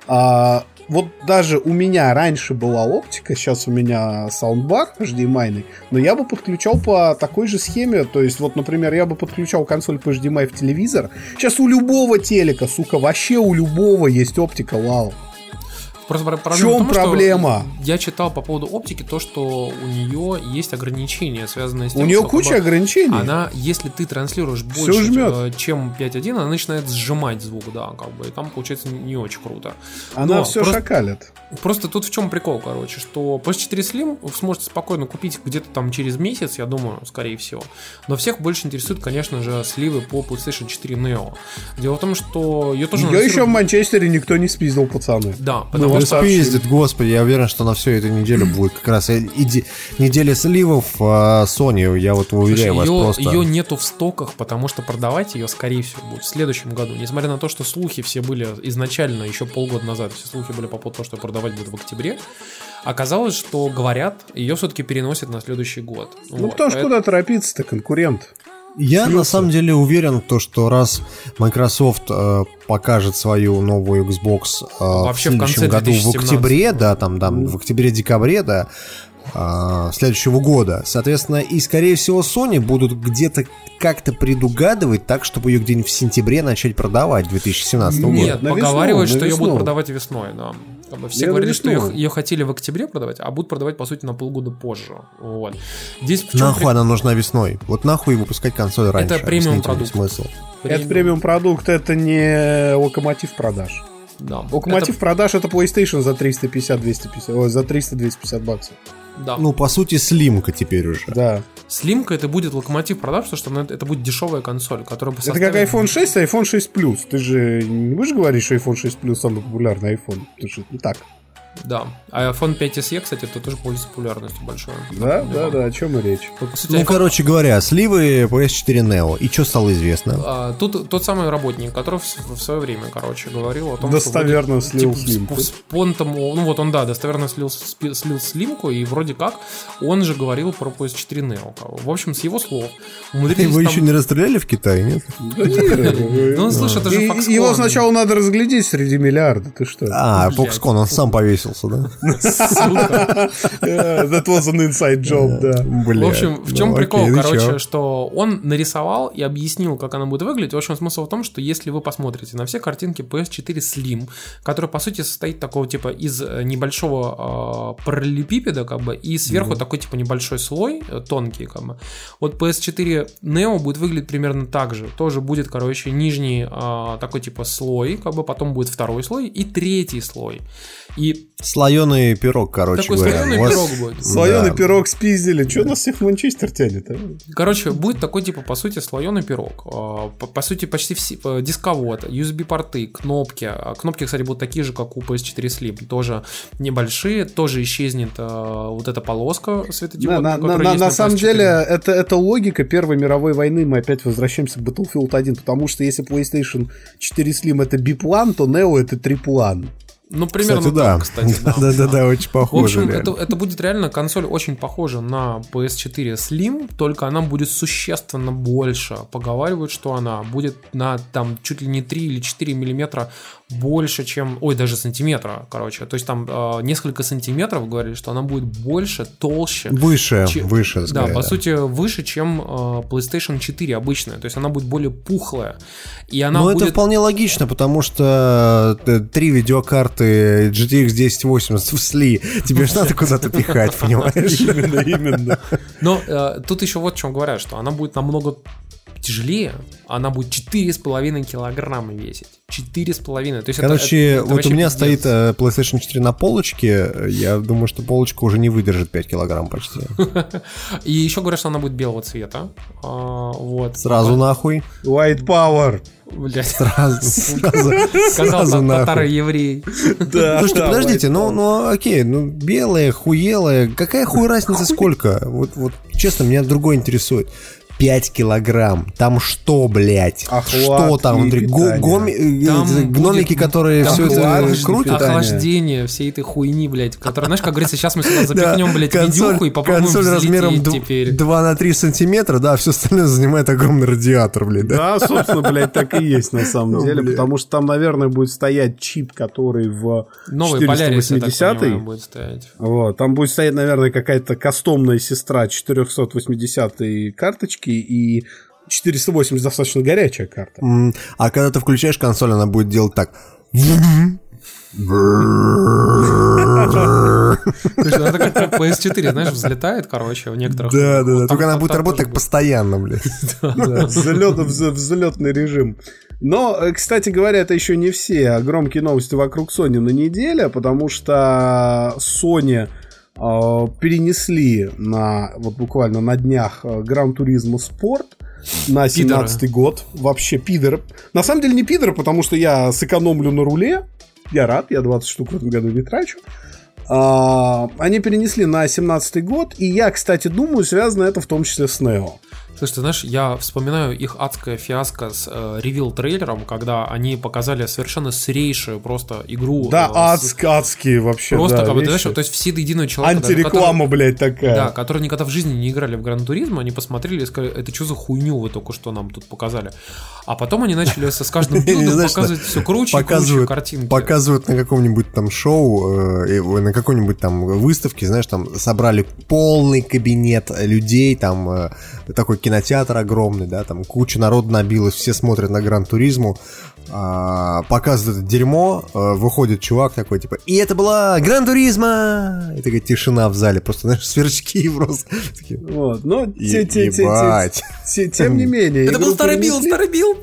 Вот даже у меня раньше была оптика, сейчас у меня саундбар HDMI, но я бы подключал по такой же схеме. То есть, вот, например, я бы подключал консоль по HDMI в телевизор. Сейчас у любого телека, сука, вообще у любого есть оптика, вау. Просто в чем проблема? Я читал по поводу оптики то, что у нее есть ограничения, связанные с тем, у нее что куча ограничений. Она, если ты транслируешь больше, чем 5.1, она начинает сжимать звук, да, как бы, и там получается не очень круто. Она все шакалит. Просто тут в чем прикол, короче, что PS4 Slim вы сможете спокойно купить где-то там через месяц, я думаю, скорее всего. Но всех больше интересует, конечно же, сливы по PlayStation 4 Neo. Дело в том, что ее тоже... Ее еще в Манчестере никто не спиздил, пацаны. Да, потому что... Спиздит, господи, я уверен, что на всю эту неделю будет как раз неделя сливов Sony, я вот уверяю вас просто. Ее нету в стоках, потому что продавать ее, скорее всего, будет в следующем году. Несмотря на то, что слухи все были изначально, еще полгода назад, все слухи были по поводу того, что продавать будут в октябре, оказалось, что говорят, ее все-таки переносят на следующий год. Ну, потому что куда торопиться-то, конкурент. Я на самом деле уверен, то, что раз Microsoft покажет свою новую Xbox в следующем году в октябре, в октябре-декабре, следующего года, соответственно, и скорее всего Sony будут где-то как-то предугадывать так, чтобы ее где-нибудь в сентябре начать продавать 2017 года. Нет, поговаривают, что ее будут продавать весной, да. Все говорили, что ее хотели в октябре продавать, а будут продавать, по сути, на полгода позже. Вот. Здесь нахуй она нужна весной? Вот нахуй выпускать консоль раньше? Это премиум продукт. Смысл. Это премиум продукт, это не локомотив продаж. Да. Локомотив продаж это PlayStation за 300-250 баксов. Да. Ну, по сути, слимка теперь уже. Да. Слимка это будет локомотив продаж, потому что это будет дешевая консоль, которая бы составит... Это как iPhone 6, а iPhone 6 Plus. Ты же не будешь говорить, что iPhone 6 Plus самый популярный iPhone? Потому что это не так. Да. А iPhone 5 SE, кстати, это тоже пользуется популярностью большой. Да, о чем и речь. Короче говоря, сливы PS4 Neo. И что стало известно? Тут тот самый работник, который в свое время, говорил о том, достоверно что слил слимку. С понтом, он, достоверно слил слимку, и вроде как он же говорил про PS4 Neo. В общем, с его слов умудрились. Его еще не расстреляли в Китае, нет? Да нет. Ну, слушай, это же Foxconn. Его сначала надо разглядеть среди миллиарда, ты что? Foxconn, он сам повесился. Да? That was an inside job, да. В общем, в чем прикол, что он нарисовал и объяснил, как она будет выглядеть. В общем, смысл в том, что если вы посмотрите на все картинки PS4 Slim, который, по сути, состоит такого типа из небольшого параллелепипеда, и сверху такой типа небольшой слой, тонкий, Вот PS4 Neo будет выглядеть примерно так же. Тоже будет, нижний такой типа слой, потом будет второй слой и третий слой. И слоеный пирог, говоря. Слоеный пирог будет. Слоеный пирог спиздили. Че нас всех в Манчестер тянет? Будет такой, типа, по сути, слоеный пирог. По сути, почти все дисковод, USB-порты, кнопки. Кнопки, кстати, будут такие же, как у PS4 Slim. Тоже небольшие, тоже исчезнет вот эта полоска светодиодная, которая есть на самом деле, это логика Первой мировой войны. Мы опять возвращаемся к Battlefield 1, потому что если PlayStation 4 Slim это биплан, то Neo это триплан. Ну, примерно так, кстати. Да, очень похоже. В общем, это будет реально консоль очень похожа на PS4 Slim, только она будет существенно больше. Поговаривают, что она будет на там чуть ли не 3 или 4 миллиметра больше, чем... Ой, даже сантиметра, То есть там несколько сантиметров говорили, что она будет больше, толще. Выше, да, по сути, выше, чем PlayStation 4 обычная. То есть она будет более пухлая. И она будет... это вполне логично, потому что 3 видеокарты GTX 1080 в сли тебе же надо куда-то пихать, понимаешь? Именно. Но тут еще вот о чем говорят, что она будет намного тяжелее, она будет 4,5 килограмма весить. 4,5. То есть вот у меня стоит PlayStation 4 на полочке, я думаю, что полочка уже не выдержит 5 килограмм почти. И еще говорят, что она будет белого цвета. Сразу нахуй. White Power. Блять, сразу сказал татаро еврей. Слушайте, подождите, окей, белое, хуелое, какая хуй разница сколько? Вот честно, меня другое интересует. 5 килограмм. Там что, блядь? Что там внутри? Гномики, которые все это крутят? Охлаждение всей этой хуйни, блядь, которая, знаешь, как говорится, сейчас мы сюда запихнем, блядь, видюху и попробуем консоль размером теперь. 2 на 3 сантиметра, да, все остальное занимает огромный радиатор, блядь. Да, собственно, блядь, так и есть на самом деле, потому что там, наверное, будет стоять чип, который в 480-й. Будет стоять. Вот, там будет стоять, наверное, какая-то кастомная сестра 480-й карточки, и 480 достаточно горячая карта. А когда ты включаешь консоль, она будет делать так. Это как PS4, знаешь, взлетает, короче, в некоторых. Да. Только она будет работать так постоянно, блядь. Взлетный режим. Но, кстати говоря, это еще не все громкие новости вокруг Sony на неделе, потому что Sony перенесли буквально на днях Gran Turismo Sport на 17-й год. Вообще пидор. На самом деле не пидор, потому что я сэкономлю на руле. Я рад, я 20 штук в этом году не трачу. Они перенесли на 17-й год, и я, кстати, думаю, связано это в том числе с Neo. Слушай, ты знаешь, я вспоминаю их адское фиаско с ревил-трейлером, когда они показали совершенно сырейшую просто игру. Да, адские вообще. Просто, да, как бы, ты знаешь, то есть все до единого человека. Антиреклама, блядь, такая. Да, которые никогда в жизни не играли в Гран-туризмо, они посмотрели и сказали, это что за хуйню вы только что нам тут показали. А потом они начали с каждым билдом показывать все круче и круче картинки. Показывают на каком-нибудь там шоу, на какой-нибудь там выставке, знаешь, там собрали полный кабинет людей, там такой кинотеатр огромный, да, там куча народу набилась, все смотрят на Гран-туризму, показывают это дерьмо, выходит чувак такой, типа, и это была Гран-туризма! И такая тишина в зале, просто, знаешь, сверчки просто. Вот, но тем не менее. Это был старый билд!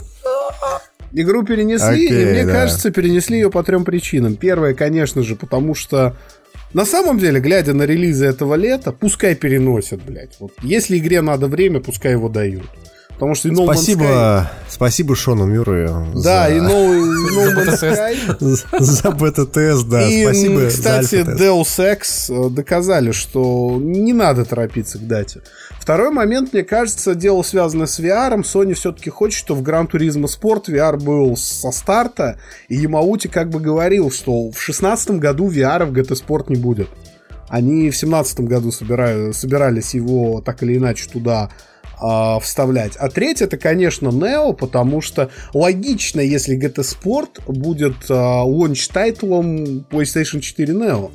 Игру перенесли, и мне кажется, перенесли ее по 3 причинам. Первое, конечно же, потому что на самом деле, глядя на релизы этого лета, пускай переносят, блядь. Вот, если игре надо время, пускай его дают. Потому что и No Man's Sky... Спасибо Шону Мюррею. Да, и No Man's Sky... За бета-тест, да. Спасибо. И, кстати, Deus Ex доказали, что не надо торопиться к дате. Второй момент, мне кажется, дело связано с VR. Sony все-таки хочет, чтобы в Gran Turismo Sport VR был со старта. И Ямаути как бы говорил, что в 2016 году VR в GT Sport не будет. Они в 2017 году собирались его так или иначе туда вставлять. А третье, это, конечно, Neo, потому что логично, если GT Sport будет лонч-тайтлом PlayStation 4 Neo.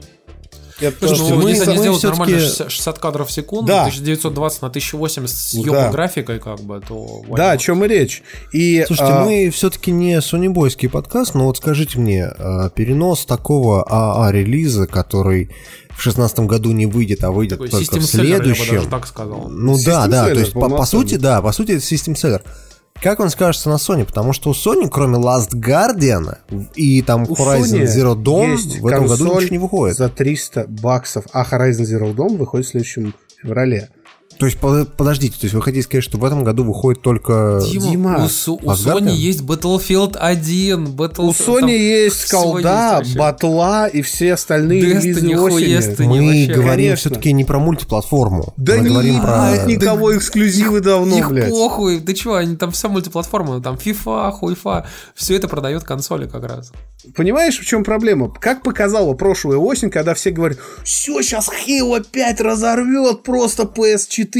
Если они сделают нормально 60 кадров в секунду, да. 1920 на 1080 с съемной графикой, как бы, то... Да, о чем и речь. Слушайте, мы все-таки не сонибойский подкаст, но вот скажите мне, перенос такого АА-релиза, который в 2016 году не выйдет, а выйдет такой только в следующем... Я бы даже так сказал. Ну да, то есть по сути это систем-селлер. Как он скажется на Sony? Потому что у Sony, кроме Last Guardian и там Horizon Zero Dawn, в этом году ничего не выходит. За $300, а Horizon Zero Dawn выходит в следующем феврале. То есть, подождите, то есть вы хотите сказать, что в этом году выходит только... Дима, у Sony есть Battlefield 1, у Sony есть колда, батла и все остальные релизы осени. Мы говорим все-таки не про мультиплатформу. Да мы говорим про... никого эксклюзивы давно, их блядь. Похуй, ты чего, они там вся мультиплатформа, там FIFA, хуйфа, все это продает консоли как раз. Понимаешь, в чем проблема? Как показала прошлая осень, когда все говорят, все, сейчас Halo 5 разорвет просто PS4.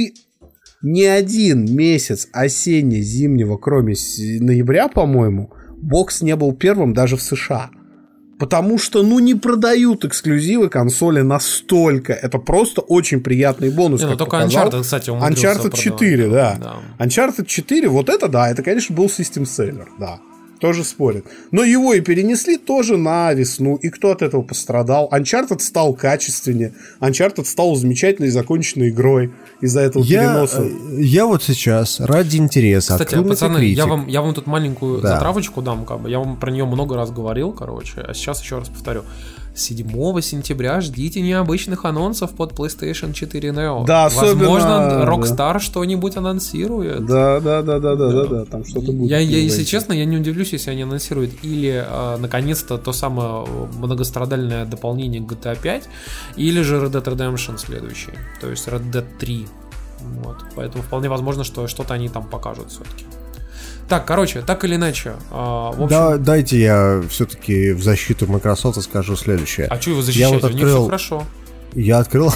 Ни один месяц осенне-зимнего, кроме ноября, по-моему, бокс не был первым даже в США. Потому что, не продают эксклюзивы консоли настолько. Это просто очень приятный бонус. Только Uncharted, кстати, Uncharted 4, да. Uncharted 4, вот это, да, это, конечно, был систем-селлер, да. Тоже спорят. Но его и перенесли тоже на весну. И кто от этого пострадал? Uncharted стал качественнее. Uncharted стал замечательной законченной игрой из-за этого переноса. Я вот сейчас ради интереса. Кстати, пацаны, я вам тут маленькую затравочку дам. Как бы. Я вам про нее много раз говорил, короче. А сейчас еще раз повторю. 7 сентября ждите необычных анонсов под PlayStation 4 Neo. Да, возможно, Rockstar что-нибудь анонсирует. Да, там что-то будет. Если честно, я не удивлюсь, если они анонсируют или наконец-то то самое многострадальное дополнение к GTA 5, или же Red Dead Redemption следующий, то есть Red Dead 3. Вот. Поэтому вполне возможно, что что-то они там покажут все-таки. Так, короче, так или иначе. В общем... Да, дайте я все-таки в защиту Microsoft скажу следующее. А что его защищать? У них все хорошо. Я открыл...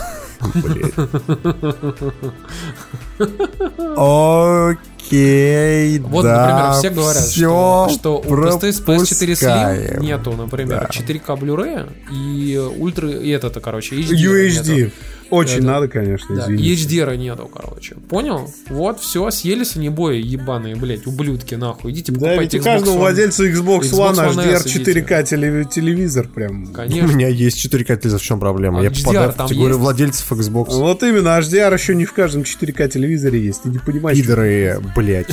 Окей, вот, да, например, все говорят, что у PS4 Slim нету, например, 4К Blu-ray и ультра, и это-то, короче, UHD. Очень надо, конечно, да, HDR нету, короче. Понял? Вот, все, съелись они бои, ебаные, блядь, ублюдки, нахуй. Идите покупайте Xbox One. Да, ведь у каждого владельца Xbox One HDR 4К телевизор прям. Конечно. У меня есть 4К телевизор, в чем проблема? Я попадаю в категорию владельцев Xbox. Вот именно, HDR еще не в каждом 4К телевизоре есть. Ты не понимаешь. Пидоры, блядь.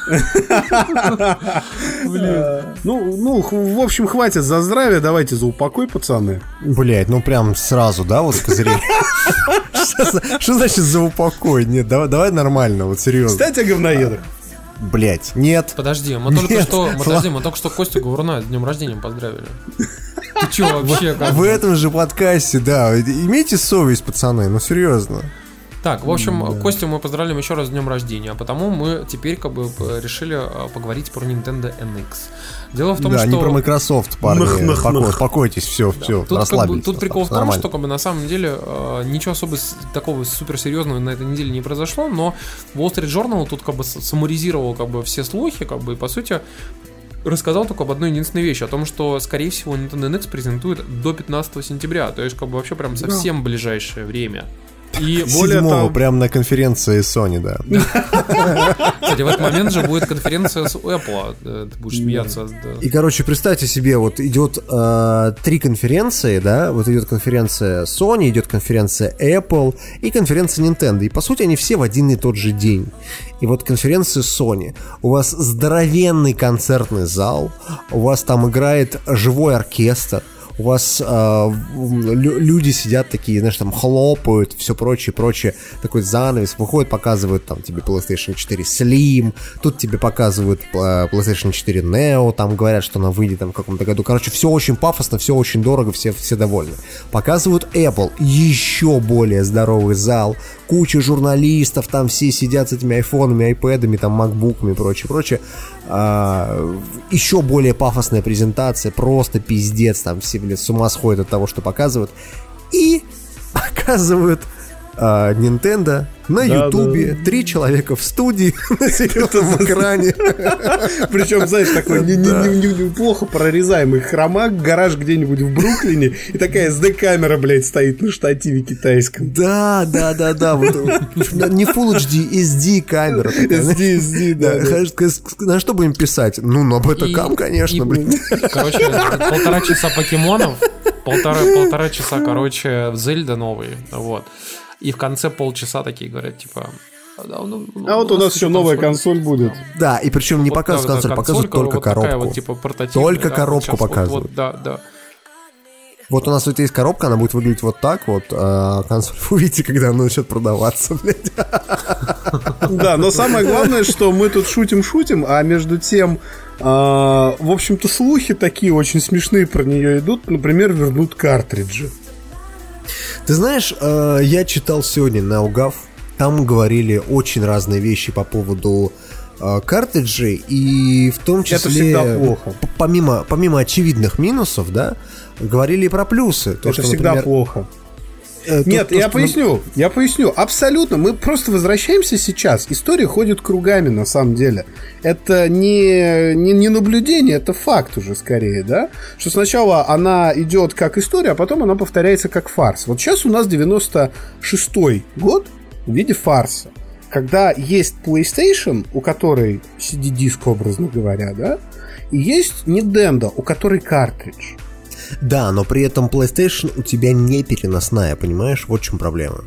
Ну, в общем, хватит за здравие, давайте за упокой, пацаны. Блядь, ну прям сразу, да, вот козырей. Что значит за упокой? Нет, давай нормально, вот серьезно. Кстати, о говноедах. Блять, нет. Подожди, мы только что Костю Говоруна с днем рождения поздравили. Ты че вообще? В этом же подкасте, да. Имейте совесть, пацаны, ну серьезно. Так, в общем, Костю мы поздравляем еще раз с днем рождения, а потому мы теперь как бы решили поговорить про Nintendo NX. Дело в том, что... Да, не про Microsoft, парни, успокойтесь, все, расслабились. Тут прикол в том, что как бы на самом деле ничего особо такого суперсерьезного на этой неделе не произошло, но Wall Street Journal тут как бы саммаризировал как бы все слухи, как бы, и по сути рассказал только об одной единственной вещи, о том, что, скорее всего, Nintendo NX презентует до 15 сентября, то есть как бы вообще прям совсем ближайшее время. И более того, прям на конференции Sony, да. Кстати, в этот момент же будет конференция с Apple. Ты будешь смеяться. И, короче, представьте себе, вот идет 3 конференции, да, вот идет конференция Sony, идет конференция Apple и конференция Nintendo. И, по сути, они все в один и тот же день. И вот конференция Sony. У вас здоровенный концертный зал, у вас там играет живой оркестр, у вас люди сидят такие, знаешь, там хлопают, все прочее, такой занавес, выходит, показывают там тебе PlayStation 4 Slim, тут тебе показывают PlayStation 4 Neo, там говорят, что она выйдет там в каком-то году. Короче, все очень пафосно, все очень дорого, все довольны. Показывают Apple, еще более здоровый зал, куча журналистов, там все сидят с этими айфонами, айпэдами, там макбуками и прочее. Еще более пафосная презентация, просто пиздец, там все, блядь, с ума сходят от того, что показывают. И показывают Nintendo на Ютубе, 3 человека в студии на серьезном экране. Причем, знаешь, такой неплохо прорезаемый хромак, гараж где-нибудь в Бруклине, и такая SD-камера, блядь, стоит на штативе китайском. Да, не Full HD, SD-камера. SD, да. На что будем писать? Ну, на бета-кам, конечно, блин. Короче, 1,5 часа покемонов, 1,5 часа, короче, Зельда новый, вот. И в конце полчаса такие говорят, типа... А вот у нас еще новая консоль будет. Да, и причем не показывают консоль, показывают только коробку. Вот, типа, только коробку показывают. Да. Вот у нас вот есть коробка, она будет выглядеть вот так вот, а консоль вы увидите, когда она начнет продаваться, блядь. Да, но самое главное, что мы тут шутим, а между тем, в общем-то, слухи такие очень смешные про нее идут. Например, вернут картриджи. Ты знаешь, я читал сегодня на УГАВ, там говорили очень разные вещи по поводу картриджей, и в том числе... Это всегда плохо. Помимо очевидных минусов, да, говорили и про плюсы. Это всегда плохо. Нет, я поясню. Абсолютно. Мы просто возвращаемся сейчас. История ходит кругами, на самом деле. Это не наблюдение, это факт уже скорее, да? Что сначала она идет как история, а потом она повторяется как фарс. Вот сейчас у нас 96-й год в виде фарса. Когда есть PlayStation, у которой CD-диск, образно говоря, да? И есть Nintendo, у которой картридж. Да, но при этом PlayStation у тебя не переносная, понимаешь? Вот в чем проблема.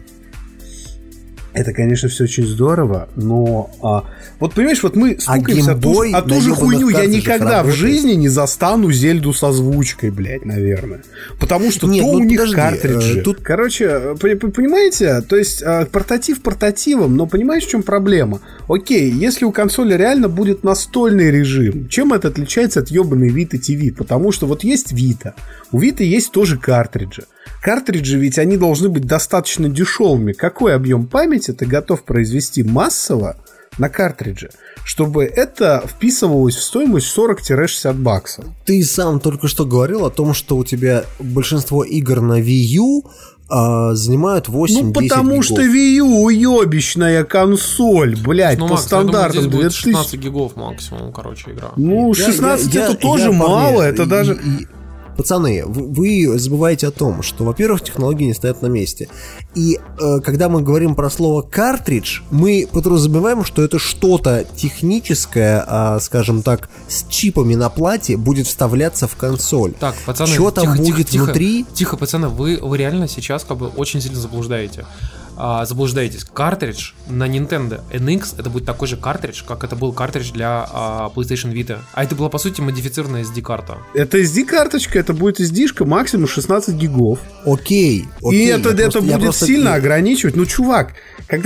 Это, конечно, все очень здорово, но... вот, понимаешь, вот мы стукаемся о ту же хуйню. Я никогда в жизни не застану Зельду с озвучкой, блядь, наверное. Потому что у них картриджи. Короче, понимаете? То есть, портатив портативом, но понимаешь, в чем проблема? Окей, если у консоли реально будет настольный режим, чем это отличается от ебаной Vita TV? Потому что вот есть Vita, у Vita есть тоже картриджи. Картриджи ведь они должны быть достаточно дешевыми. Какой объем памяти ты готов произвести массово на картридже, чтобы это вписывалось в стоимость $40-60? Ты сам только что говорил о том, что у тебя большинство игр на Wii U занимают 8-10 Ну, потому гигов. что Wii U уебищная консоль, блядь, Ну, по Макс, стандартам я думаю, здесь 2000. будет 16 гигов максимум, короче, игра. Ну, 16 это тоже мало, это даже... Пацаны, вы забываете о том, что, во-первых, технологии не стоят на месте. И когда мы говорим про слово картридж, мы подразумеваем, что это что-то техническое, скажем так, с чипами на плате будет вставляться в консоль. Так, пацаны, что там будет внутри? Тихо, пацаны, вы реально сейчас как бы очень сильно заблуждаетесь. Картридж на Nintendo NX это будет такой же картридж, как это был картридж для PlayStation Vita. А это была, по сути, модифицированная SD-карта. Это SD-карточка, это будет SD-шка максимум 16 гигов. Окей. И это будет сильно ограничивать. Ну, чувак, когда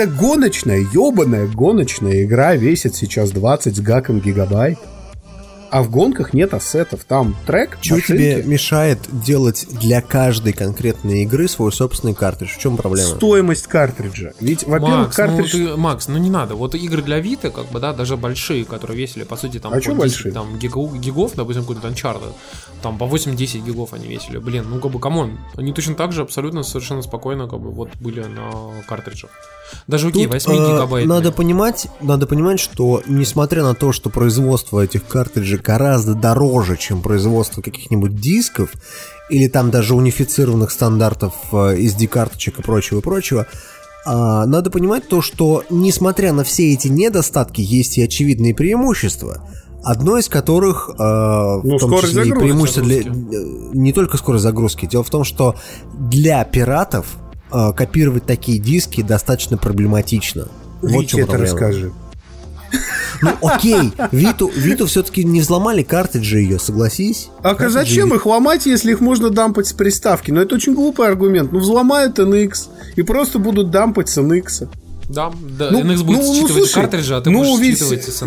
ебаная гоночная игра весит сейчас 20 с гаком гигабайт, а в гонках нет ассетов, там трек, что машинки. тебе мешает делать для каждой конкретной игры свой собственный картридж? В чем проблема? Стоимость картриджа. Ведь, во-первых, картридж... Макс, ну не надо. Вот игры для Vita, как бы, да, даже большие, которые весили, по сути, там, по 10 большие? Там, гигов, допустим, какой-то Uncharted, там по 8-10 гигов они весили. Блин, ну как бы, камон, они точно так же абсолютно совершенно спокойно, как бы, вот были на картриджах. Даже окей, 8 гигабайт. Надо понимать, что несмотря на то, что производство этих картриджей гораздо дороже, чем производство каких-нибудь дисков, или там даже унифицированных стандартов SD-карточек и прочего, надо понимать то, что несмотря на все эти недостатки, есть и очевидные преимущества. Одно из которых, в том числе и преимущество не только скорость загрузки. Дело в том, что для пиратов копировать такие диски достаточно проблематично. Вот Вите это расскажи. Ну окей, Виту все-таки не взломали картриджи ее, согласись. А зачем их ломать, если их можно дампать с приставки? Ну это очень глупый аргумент. Ну взломают NX и просто будут дампать с NX. Да, NX будет считывать картриджи, а ты будешь считывать с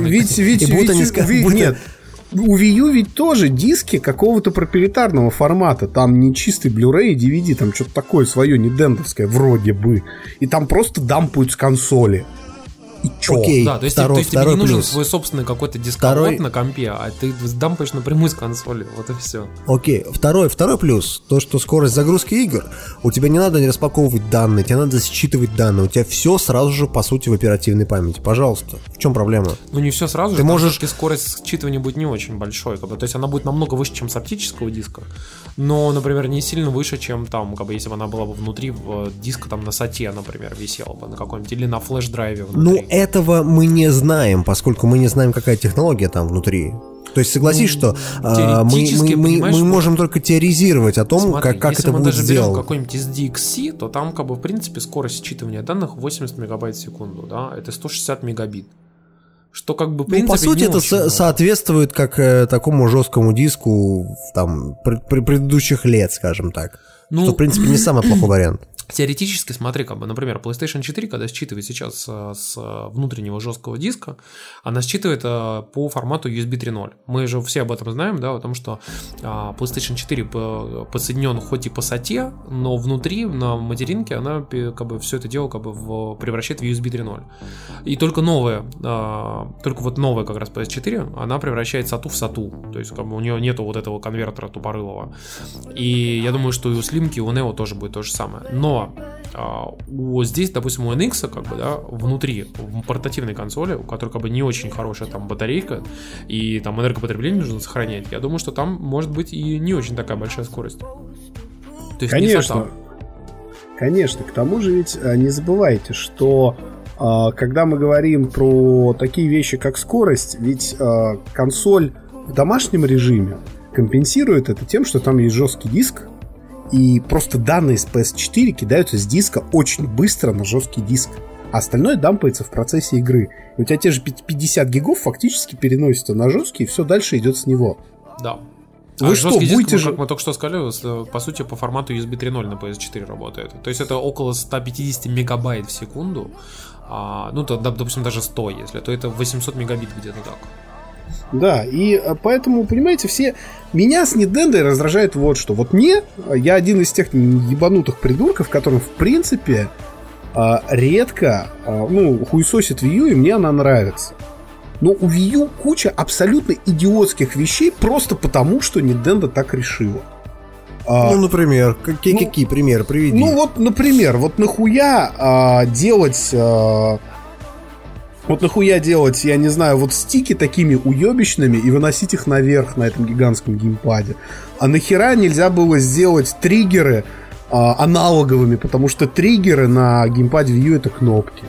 NX. Нет, у Wii U ведь тоже диски какого-то проприетарного формата. Там не чистый Blu-ray и DVD, там что-то такое свое, не дендовское, вроде бы. И там просто дампают с консоли. И чё? Окей, да, то есть тебе не нужен свой собственный какой-то дисковод на компе, а ты дампаешь напрямую с консоли, вот и все. Окей, второй плюс, то, что скорость загрузки игр, у тебя не надо не распаковывать данные, тебе надо считывать данные, у тебя все сразу же, по сути, в оперативной памяти. Пожалуйста, в чем проблема? Ну не все сразу ты же, можешь... скорость считывания будет не очень большой, как бы, то есть она будет намного выше, чем с оптического диска, но, например, не сильно выше, чем там, как бы, если бы она была бы внутри диска, там, на SATA, например, висела бы на каком-нибудь, или на флеш-драйве внутри. Ну, этого мы не знаем, поскольку мы не знаем, какая технология там внутри. То есть согласись, что мы можем только теоризировать о том, как это будет сделано. Если мы даже берем какой-нибудь SDXC, то там, как бы, в принципе, скорость считывания данных 80 мегабайт в секунду, да, это 160 мегабит. Что, как бы, в принципе, по сути, это соответствует как такому жесткому диску там предыдущих лет, скажем так. Что, в принципе, не самый плохой вариант. Теоретически, смотри, как бы, например, PlayStation 4, когда считывает сейчас с внутреннего жесткого диска, она считывает по формату USB 3.0. Мы же все об этом знаем, да, о том, что PlayStation 4 подсоединен хоть и по SATA, но внутри, на материнке, она, как бы, все это дело, как бы, превращает в USB 3.0. И только новая как раз PS4, она превращает SATA в SATA. То есть, как бы, у нее нету вот этого конвертера тупорылого. И я думаю, что и у Slimки, и у Neo тоже будет то же самое. Но здесь, допустим, у NX, как бы, да, внутри, в портативной консоли, у которой, как бы, не очень хорошая там батарейка и там энергопотребление нужно сохранять, я думаю, что там может быть и не очень такая большая скорость. То есть Конечно, к тому же ведь не забывайте, что когда мы говорим про такие вещи, как скорость, ведь консоль в домашнем режиме компенсирует это тем, что там есть жесткий диск, и просто данные с PS4 кидаются с диска очень быстро на жесткий диск. А остальное дампается в процессе игры. И у тебя те же 50 гигов фактически переносятся на жесткий, и все дальше идет с него. Да. Вы что, будете диск, как мы только что сказали, по сути, по формату USB 3.0 на PS4 работает. То есть это около 150 мегабайт в секунду. Ну, то, допустим, даже 100, если, то это 800 мегабит где-то так. Да, и поэтому, понимаете, все... Меня с Nintendo раздражает вот что. Вот я один из тех ебанутых придурков, которым, в принципе, редко, хуесосит Wii U, и мне она нравится. Но у Wii U куча абсолютно идиотских вещей просто потому, что Nintendo так решила. Например, какие примеры приведи? Например, нахуя делать... нахуя делать, я не знаю, стики такими уебищными и выносить их наверх на этом гигантском геймпаде? А нахера нельзя было сделать триггеры аналоговыми, потому что триггеры на геймпаде Wii U это кнопки.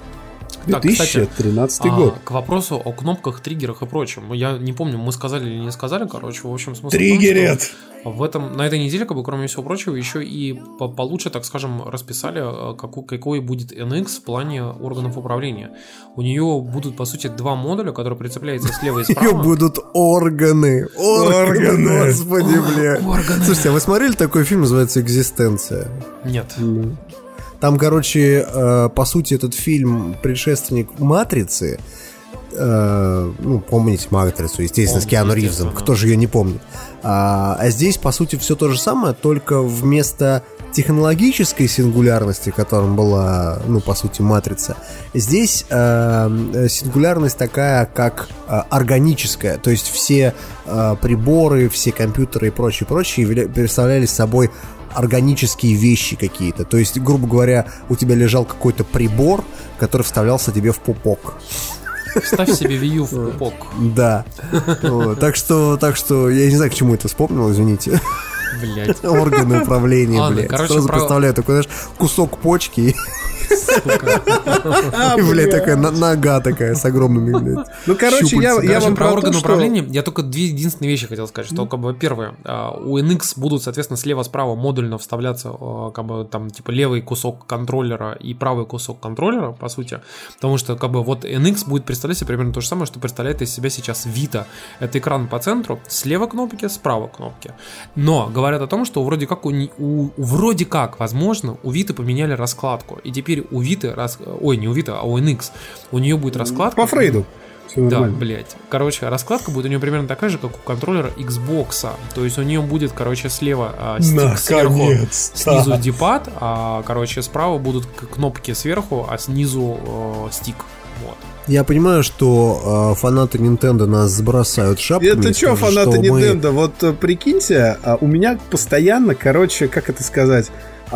2013 год. К вопросу о кнопках, триггерах и прочем. Я не помню, мы сказали или не сказали, в общем, смысл триггерит! На этой неделе, кроме всего прочего, еще и получше, так скажем, расписали, какой будет NX в плане органов управления. У нее будут, по сути, два модуля, которые прицепляются слева и справа. Ее будут органы. Господи, бля. Слушайте, а вы смотрели такой фильм, называется «Экзистенция»? Нет. Там, по сути, этот фильм предшественник «Матрицы». Помните «Матрицу», естественно, с Киану Ривзом. Кто же ее не помнит? А здесь, по сути, все то же самое, только вместо технологической сингулярности, которым была, по сути, «Матрица», здесь сингулярность такая, как органическая. То есть все приборы, все компьютеры и прочее представляли собой органические вещи какие-то. То есть, грубо говоря, у тебя лежал какой-то прибор, который вставлялся тебе в пупок. Вставь себе Wii U в пупок. Да. Так что я не знаю, к чему это вспомнил, извините. Блять. Органы управления, блядь. Сразу представляю такой, кусок почки. И, блядь, такая нога такая с огромными, блядь. Я вам про органы управления. Я только две единственные вещи хотел сказать. Что, первое, у NX будут, соответственно, слева-справа модульно вставляться, левый кусок контроллера и правый кусок контроллера, по сути. Потому что, NX будет представлять себе примерно то же самое, что представляет из себя сейчас Vita. Это экран по центру, слева кнопки, справа кнопки. Но говорят о том, что вроде как, возможно, у Vita поменяли раскладку. И теперь у Vita, не у Vita, а у NX, у нее будет раскладка. По Фрейду. Да, блять. Раскладка будет у нее примерно такая же, как у контроллера Xbox. То есть у нее будет, слева стик сверху, снизу дипад, а, справа будут кнопки сверху, а снизу стик. Вот. Я понимаю, что фанаты Nintendo нас сбросают шапками. Это что, фанаты Nintendo? Прикиньте, у меня постоянно, как это сказать,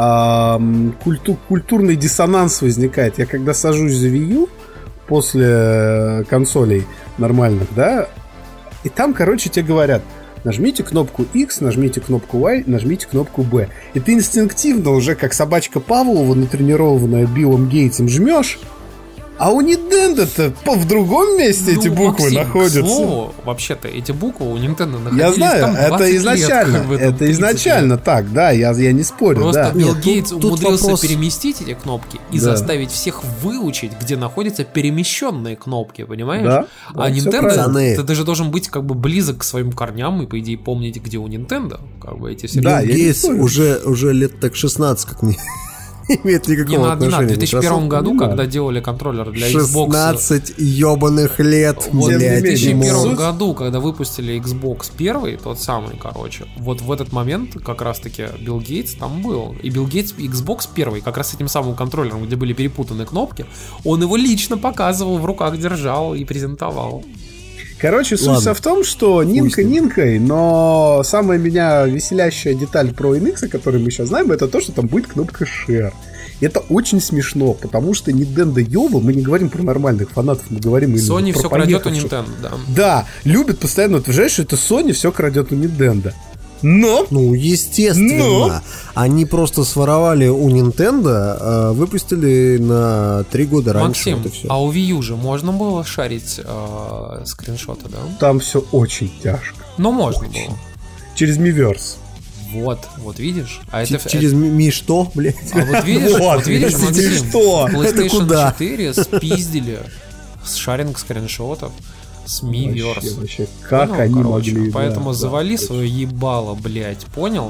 культурный диссонанс возникает. Я когда сажусь за Wii U после консолей нормальных, да, и там, тебе говорят: нажмите кнопку X, нажмите кнопку Y, нажмите кнопку B. И ты инстинктивно уже, как собачка Павлова, натренированная Биллом Гейтсом, жмешь. А у Nintendo-то в другом месте эти буквы Максим, находятся. К слову, вообще-то эти буквы у Nintendo находились. Я знаю, там 20 это изначально. лет, Это изначально так, да, я не спорю. Просто да. Билл Гейтс умудрился вопрос... переместить эти кнопки и заставить всех выучить, где находятся перемещенные кнопки, понимаешь? Да, а Nintendo, ты даже должен быть близок к своим корням и, по идее, помнить, где у Nintendo. Эти все. Да, Гейтс уже лет так 16, как мне. Имеет никакого отношения. В 2001 году, когда делали контроллер для Xbox... 16 ебаных лет, в блядь. 2001 году, когда выпустили Xbox первый, тот самый, в этот момент как раз-таки Билл Гейтс там был. И Билл Гейтс Xbox первый, как раз с этим самым контроллером, где были перепутаны кнопки, он его лично показывал, в руках держал и презентовал. Суть в том, что Нинка Нинкой, но самая меня веселящая деталь про NX, о которой мы сейчас знаем, это то, что там будет кнопка Share. И это очень смешно, потому что Nintendo ёба, мы не говорим про нормальных фанатов, мы говорим именно Sony про все крадет у Nintendo, да. Да, любит постоянно утверждать, что это Sony все крадет у Nintendo. Но! Естественно. Они просто своровали у Nintendo, выпустили на 3 года раньше. Максим, а у Wii U же можно было шарить скриншоты, да? Там все очень тяжко. Но можно было. Через Miiverse. Вот видишь? Через Ми что, блядь? А вот видишь, Максим, что? PlayStation 4 спиздили с шаринг скриншотов с Miiverse. Вообще, как они могли. Поэтому завали свое ебало, блядь. Понял,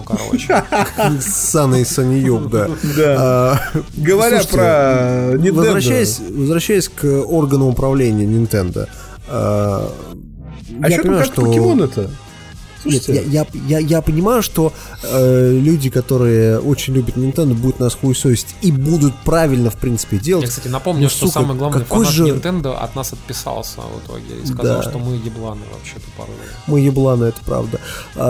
Ссаный саньёб, да. Говоря про Nintendo. Возвращаясь к органу управления Nintendo. А что там понимаю, как покемоны-то? Нет, я понимаю, что люди, которые очень любят Nintendo, будут нас хуесосить и будут правильно, в принципе, делать. Я, кстати, напомню, что сука, самый главный какой фанат же... Nintendo от нас отписался в итоге и сказал, Да. что мы ебланы вообще тупорылые. Мы ебланы, это правда.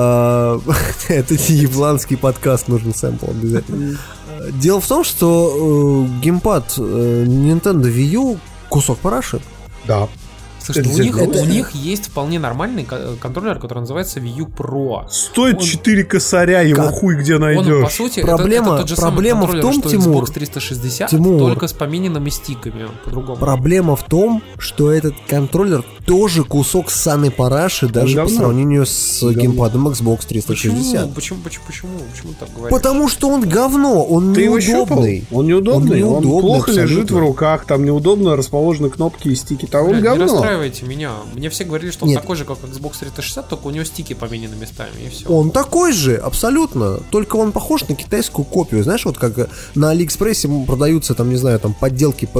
Это не ебланский подкаст, нужен сэмпл обязательно. Дело в том, что геймпад Nintendo Wii U кусок параши. Да. Слушай, Это у них есть вполне нормальный контроллер, который называется Wii U Pro. Стоит 4 косаря, его хуй где найдешь. Он, по сути, Проблема- это тот же проблема самый в контроллер, том, что Тимур, Xbox 360, Тимур. только с помененными стиками, по-другому. Проблема в том, что этот контроллер тоже кусок ссаной параши, даже по говно. сравнению с геймпадом Xbox 360. Почему так говоришь? Потому что он говно, он Ты его щупал? неудобный. Он неудобный, он неудобный плохо лежит в абсолютно. руках, там неудобно расположены кнопки и стики, там он Блядь, не говно. расстраивайте меня. Мне все говорили, что он Нет. такой же, как Xbox 360, только у него стики поменены местами, и все. Он такой же, абсолютно. Только он похож на китайскую копию. Знаешь, вот как на Алиэкспрессе продаются, там, не знаю, там подделки под...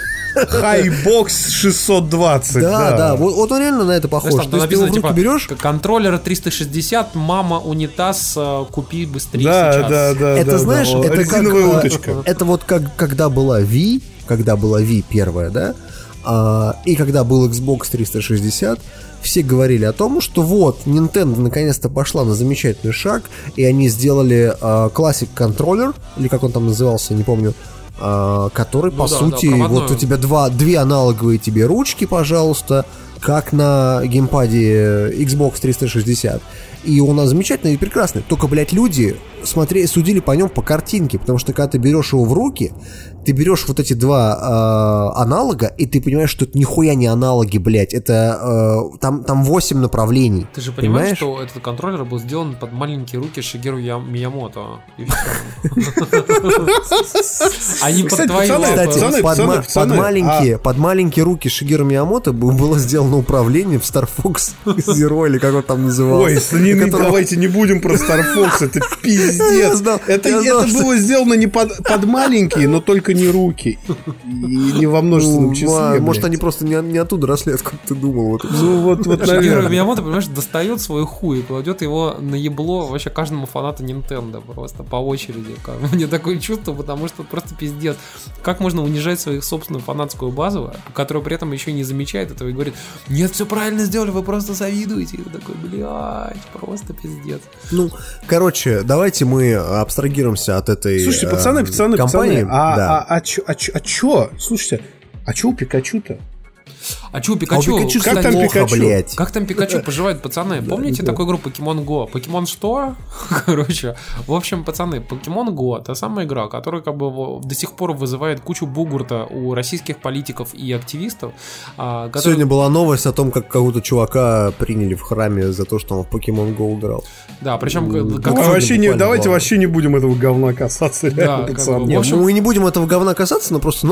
Хайбокс 620. Да, вот он реально на это похож. Знаешь, там То есть ты его написано, в руки берешь, контроллер 360, мама, унитаз, купи быстрее сейчас. Да. это знаешь, да. это Резиновая как, уточка. это вот как когда была Wii первая, да, и когда был Xbox 360, все говорили о том, что вот, Nintendo наконец-то пошла на замечательный шаг, и они сделали Classic Controller, или как он там назывался, не помню, который, по да, сути, проводной. вот у тебя две аналоговые тебе ручки, пожалуйста, как на геймпаде Xbox 360. И он замечательный и прекрасный. Только, блядь, люди судили по нем по картинке, потому что когда ты берешь его в руки, ты берешь вот эти два аналога, и ты понимаешь, что это нихуя не аналоги, блядь. Это там 8 направлений. Ты же понимаешь, что этот контроллер был сделан под маленькие руки Шигеру Миямото. И все. А не под Кстати, твои пацаны, лапы. пацаны, под маленькие руки Шигеру Миямото было сделано управление в Star Fox Zero, или как он там назывался. Ой, давайте не будем про Star Fox, это Я пиздец. знал, Это что- было сделано не под маленькие, но только не руки. И не во множественном числе. Может, блядь. они просто не оттуда росли, откуда ты думал. Вот. Ну вот, Шигеру наверное. Миямото, понимаешь, достает свой хуй и кладет его на ебло вообще каждому фанату Nintendo просто по очереди. Мне такое чувство, потому что просто пиздец. Как можно унижать свою собственную фанатскую базу, которая при этом еще не замечает этого и говорит: нет, все правильно сделали, вы просто завидуете. И ты такой, блядь, просто пиздец. Ну, короче, давайте мы абстрагируемся от этой Слушайте, пацаны, компании. Да. а чё? Слушайте, а чё у Пикачу-то? А чё, Пикачу? Пикачу, как кстати, там плохо, Пикачу? блядь. Как там Пикачу поживает, пацаны? Помните такую игру Pokemon Go? Pokemon что? Короче, в общем, пацаны, Pokemon Go — это самая игра, которая как бы до сих пор вызывает кучу бугурта у российских политиков и активистов. Сегодня была новость о том, как какого-то чувака приняли в храме за то, что он в Pokemon Go играл. Да, причем... Давайте вообще не будем этого говна касаться, реально, как пацаны. бы, Не, в общем- мы не будем этого говна касаться, но просто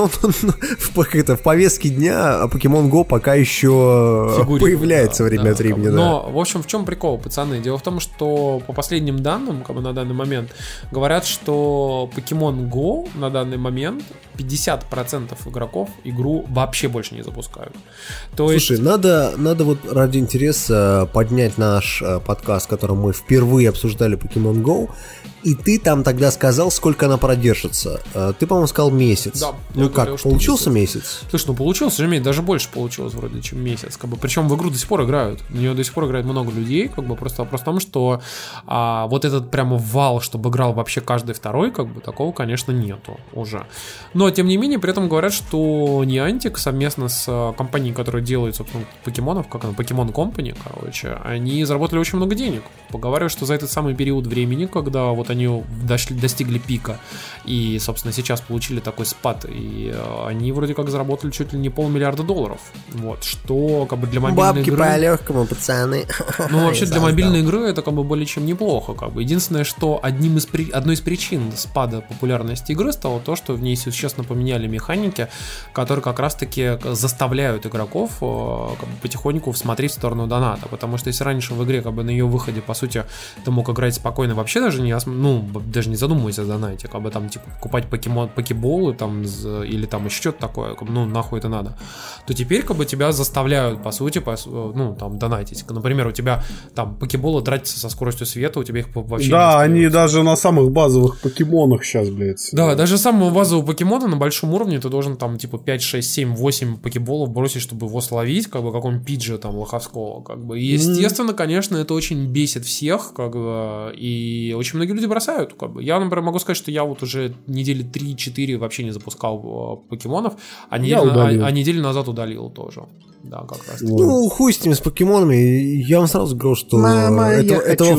в повестке дня Pokemon Go пока еще Фигурирует, появляется да, время да, от времени. как бы. Да. Но, в общем, в чем прикол, пацаны? Дело в том, что по последним данным, как бы на данный момент, говорят, что Pokemon Go на данный момент 50% игроков игру вообще больше не запускают. То Слушай, есть... надо вот ради интереса поднять наш подкаст, в котором мы впервые обсуждали Pokemon Go, и ты там тогда сказал, сколько она продержится. Ты, по-моему, сказал месяц. Да, Ну я как, говорил, что получился месяц? Слушай, ну получилось, заметь, даже больше получилось вроде, чем месяц. Как бы, причем в игру до сих пор играют. В нее до сих пор играет много людей. Как бы, просто вопрос в том, что вот этот прямо вал, чтобы играл вообще каждый второй, как бы такого, конечно, нету уже. Но, тем не менее, при этом говорят, что Niantic совместно с компанией, которая делает, собственно, покемонов, как она, Pokemon Company, короче, они заработали очень много денег. Поговаривают, что за этот самый период времени, когда вот они достигли пика и, собственно, сейчас получили такой спад, и они вроде как заработали чуть ли не $500 million. Вот, что как бы для мобильной Бабки игры... по-легкому, пацаны. Ну, вообще, Я для создал. мобильной игры это как бы более чем неплохо. Как бы. Единственное, что одной из причин спада популярности игры стало то, что в ней сейчас существенно поменяли механики, которые как раз-таки заставляют игроков как бы потихоньку смотреть в сторону доната. Потому что если раньше в игре как бы на ее выходе, по сути, ты мог играть спокойно, вообще даже не задумываясь о донате, как бы там типа покупать покеболы там, или там еще что-то такое, как бы, ну нахуй это надо, то теперь как бы тебя заставляют, по сути, ну там донатить. Например, у тебя там покеболы тратятся со скоростью света, у тебя их вообще не остается. Они даже на самых базовых покемонах сейчас, блядь. Да, даже самого базового покемона на большом уровне ты должен там типа 5, 6, 7, 8 покеболов бросить, чтобы его словить, как бы какого-нибудь пиджа там лоховского, как бы. И, естественно, конечно, это очень бесит всех, как бы, и очень многие люди бросают, как бы. Я, например, могу сказать, что я вот уже недели 3-4 вообще не запускал покемонов, а неделю назад удалил тоже. Да, как раз. Ну, хуй с ними, с покемонами. Я вам сразу говорю, что этого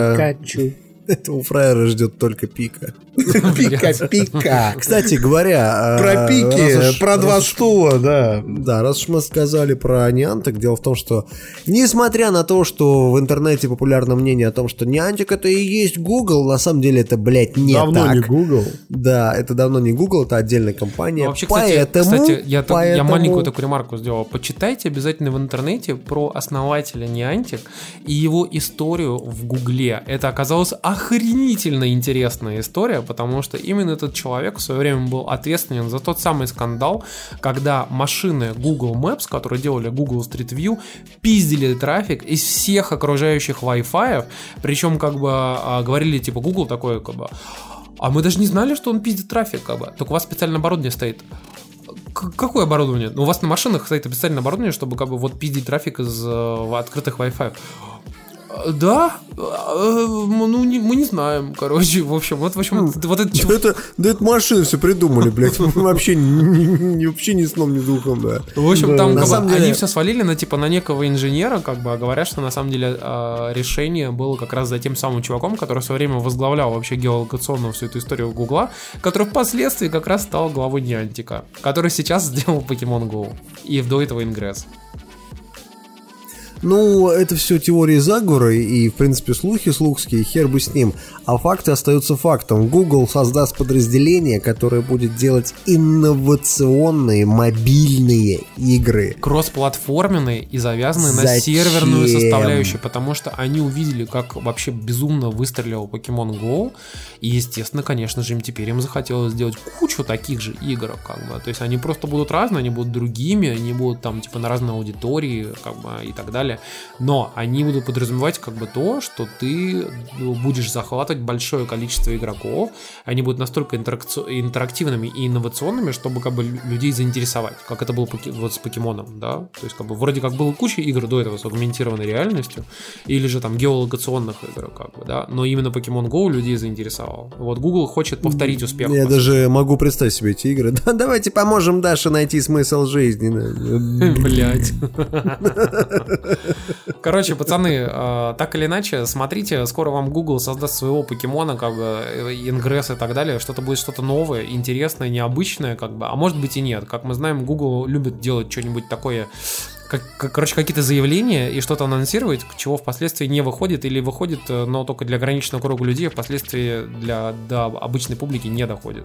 фраера ждет только пика. Пика. Кстати говоря... Про пики, про два стула, да. Да, раз уж мы сказали про Niantic, дело в том, что несмотря на то, что в интернете популярно мнение о том, что Niantic это и есть Google, на самом деле это, блядь, не так. Давно не Google. Да, это давно не Google, это отдельная компания. Вообще, кстати, я маленькую такую ремарку сделал. Почитайте обязательно в интернете про основателя Niantic и его историю в Гугле. Это оказалось охренительно интересная история, потому что именно этот человек в свое время был ответственен за тот самый скандал, когда машины Google Maps, которые делали Google Street View, пиздили трафик из всех окружающих Wi-Fi, причем как бы говорили типа Google такой как бы, а мы даже не знали, что он пиздит трафик, как бы, только у вас специальное оборудование стоит. Какое оборудование? Ну, у вас на машинах стоит специальное оборудование, чтобы как бы вот пиздить трафик из открытых Wi-Fi. Да, ну мы не знаем, короче, в общем, вот это... Да это машины все придумали, блядь, вообще ни сном, ни духом, да. В общем, там они все свалили на некого инженера, как бы, говорят, что на самом деле решение было как раз за тем самым чуваком, который в свое время возглавлял вообще геолокационную всю эту историю Гугла, который впоследствии как раз стал главой Niantic, который сейчас сделал Pokemon Go и до этого Ingress. Ну, это все теории заговора и, в принципе, слухи слухские, хер бы с ним. А факты остаются фактом. Google создаст подразделение, которое будет делать инновационные мобильные игры. Кроссплатформенные и завязанные на серверную составляющую, потому что они увидели, как вообще безумно выстрелил Pokemon Go. И, естественно, конечно же, теперь им захотелось сделать кучу таких же игр, как бы. То есть они просто будут разные, они будут другими, они будут там типа на разной аудитории, как бы, и так далее. Но они будут подразумевать как бы то, что ты будешь захватывать большое количество игроков, они будут настолько интерактивными и инновационными, чтобы как бы людей заинтересовать, как это было вот с покемоном, да, то есть как бы вроде как было куча игр до этого с аугментированной реальностью, или же там геолокационных игр, как бы, да, но именно Pokemon Go людей заинтересовал. Вот Google хочет повторить успех. Я даже могу представить себе эти игры. Да, давайте поможем Даше найти смысл жизни. Блять. Короче, пацаны, так или иначе, смотрите, скоро вам Google создаст своего покемона, как бы, Ingress и так далее, будет что-то новое, интересное, необычное, как бы, а может быть и нет. Как мы знаем, Google любит делать что-нибудь такое, короче, какие-то заявления и что-то анонсировать, чего впоследствии не выходит или выходит, но только для ограниченного круга людей, а впоследствии до обычной публики не доходит.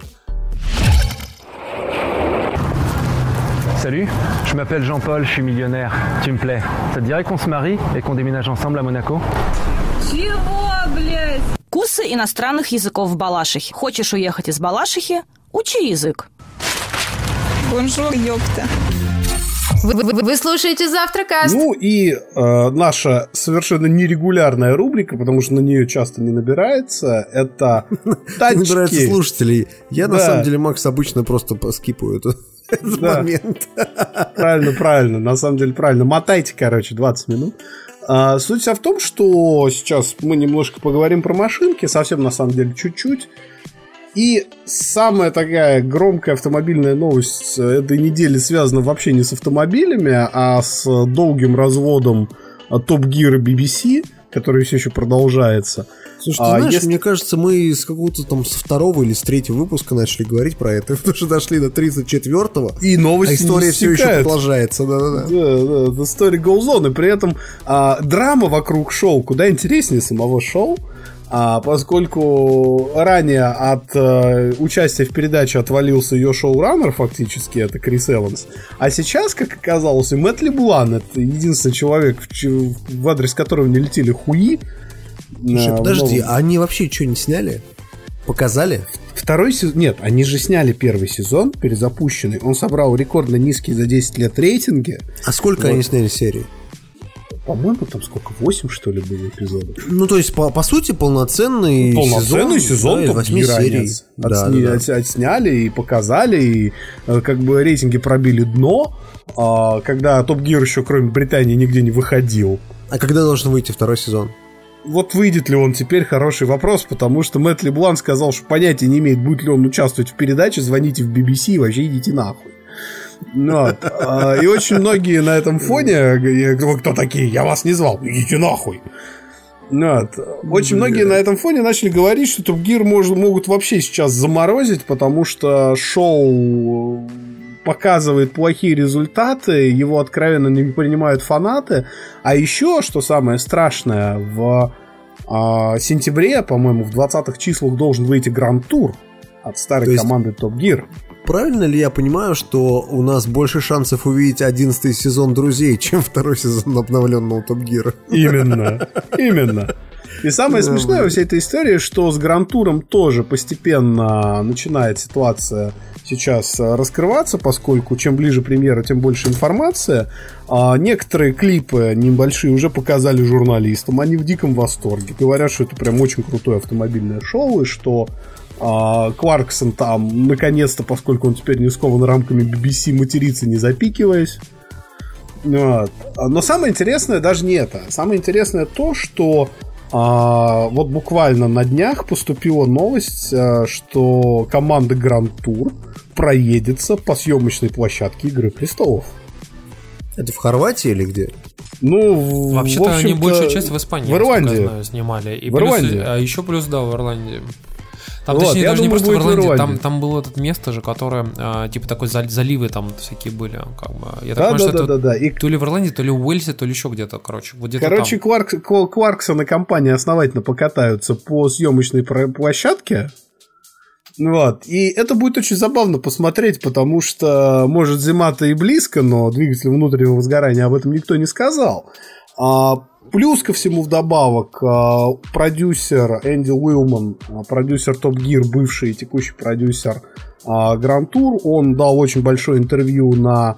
Salut, je m'appelle Jean-Paul, je suis millionnaire. Tu me plais. Ça te dirait qu'on se marie et qu'on déménage ensemble à Monaco? Чего, блядь? Курсы иностранных языков в Балашихе. Хочешь уехать из Балашихи? Учи язык. Бонжур, ёпта. Вы слушаете Завтракаст. Ну и наша совершенно нерегулярная рубрика, потому что на нее часто не набирается, это тачки. Не набирается слушателей. Я на самом деле, Макс, обычно просто скипаю этот момент. Правильно, на самом деле правильно. Мотайте, короче, 20 минут. Суть вся в том, что сейчас мы немножко поговорим про машинки, совсем на самом деле чуть-чуть. И самая такая громкая автомобильная новость этой недели связана вообще не с автомобилями, а с долгим разводом Top Gear и BBC, который все еще продолжается. Слушай, ты знаешь, мне кажется, мы с какого-то там со второго или с третьего выпуска начали говорить про это, потому что дошли до 34-го, и новость, а история все еще продолжается. Да, история goes on, и при этом драма вокруг шоу куда интереснее самого шоу. поскольку ранее от участия в передаче отвалился ее шоураннер, фактически, это Крис Эванс, а сейчас, как оказалось, и Мэтт Леблан, это единственный человек, в адрес которого не летели хуи. Слушай, подожди, а они вообще что, не сняли? Показали? Второй сезон... Нет, они же сняли первый сезон, перезапущенный. Он собрал рекордно низкие за 10 лет рейтинги. А сколько они сняли серий? По-моему, там сколько? 8, что ли, было эпизодов? Ну, то есть, по сути, полноценный сезон Топ Гира отсняли и показали, и как бы рейтинги пробили дно, когда Топ Гир еще кроме Британии нигде не выходил. А когда должен выйти второй сезон? Вот выйдет ли он теперь, хороший вопрос, потому что Мэтт Леблан сказал, что понятия не имеет, будет ли он участвовать в передаче, звоните в BBC и вообще идите нахуй. Вот. И очень многие на этом фоне, кто такие, я вас не звал, идите нахуй. Вот. Очень многие на этом фоне начали говорить, что Топ Гир могут вообще сейчас заморозить, потому что шоу показывает плохие результаты, его откровенно не принимают фанаты. А еще, что самое страшное, в сентябре, по-моему, в 20-х числах должен выйти Гранд-тур от старой команды Топ Гир. Правильно ли я понимаю, что у нас больше шансов увидеть 11-й сезон «Друзей», чем второй сезон обновленного Топ Гира? Именно. И самое смешное во всей этой истории, что с Гранд-туром тоже постепенно начинает ситуация сейчас раскрываться, поскольку чем ближе премьера, тем больше информации. Некоторые клипы небольшие уже показали журналистам, они в диком восторге. Говорят, что это прям очень крутое автомобильное шоу, и что Кларксон там, наконец-то, поскольку он теперь не скован рамками BBC, матерится, не запикиваясь. Вот. Но самое интересное даже не это. Самое интересное то, что вот буквально на днях поступила новость, что команда Grand Tour проедется по съемочной площадке «Игры престолов». Это в Хорватии или где? Ну, вообще-то они большую часть в Испании, в Ирландии. Я знаю, снимали. И в Ирландии. А еще плюс, да, в Ирландии. Там, вот, точнее, даже думаю, не просто в Ирландии, там было это место же, которое, типа, такой заливы там всякие были, как бы. Я так понимаю, что это то ли в Ирландии, то ли в Уэльсе, то ли еще где-то, короче. Вот где-то короче, Кларксон и компания основательно покатаются по съемочной площадке. Вот. И это будет очень забавно посмотреть, потому что, может, зима-то и близко, но двигатель внутреннего сгорания об этом никто не сказал. Плюс ко всему вдобавок продюсер Энди Уилман, продюсер Топ Гир, бывший и текущий продюсер Grand Tour, он дал очень большое интервью на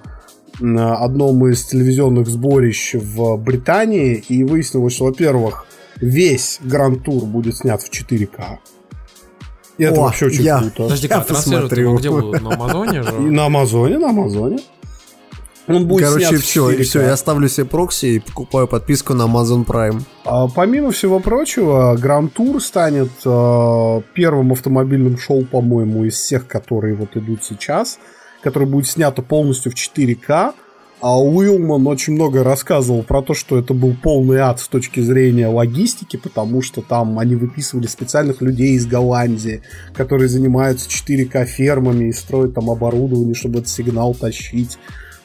одном из телевизионных сборищ в Британии, и выяснилось, что, во-первых, весь Grand Tour будет снят в 4К. И это вообще очень круто. Подожди, как транслируют его где будут? На Амазоне же? На Амазоне. Он будет короче, снят все, я ставлю себе прокси и покупаю подписку на Amazon Prime. Помимо всего прочего, Grand Tour станет первым автомобильным шоу, по-моему, из всех, которые вот идут сейчас, которое будет снято полностью в 4К. А Уилман очень много рассказывал про то, что это был полный ад с точки зрения логистики, потому что там они выписывали специальных людей из Голландии, которые занимаются 4К фермами и строят там оборудование, чтобы этот сигнал тащить.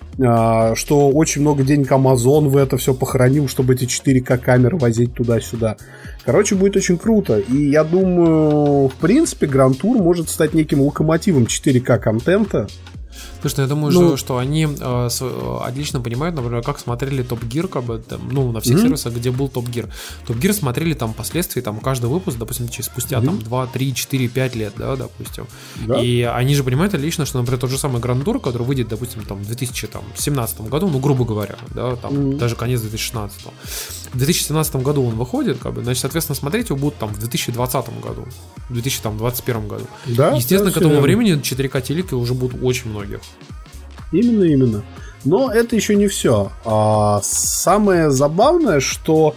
Что очень много денег Amazon в это все похоронил, чтобы эти 4К камеры возить туда-сюда. Короче, будет очень круто. И я думаю, в принципе, Grand Tour может стать неким локомотивом 4К контента. Слушай, я думаю, что они отлично понимают, например, как смотрели Топ Гир, как бы, там, ну, на всех сервисах, где был Топ Гир. Топ Гир смотрели там впоследствии, там, каждый выпуск, допустим, спустя там 2, 3, 4, 5 лет, да, допустим. Да. И они же понимают отлично, что, например, тот же самый Grand Tour, который выйдет, допустим, там, в 2017 году, ну, грубо говоря, да, там, даже конец 2016. В 2017 году он выходит, как бы, значит, соответственно, смотреть его будут там в 2020 году, в 2021 году. Да, естественно, к этому времени 4К телеки уже будут очень многих. Именно. Но это еще не все. Самое забавное, что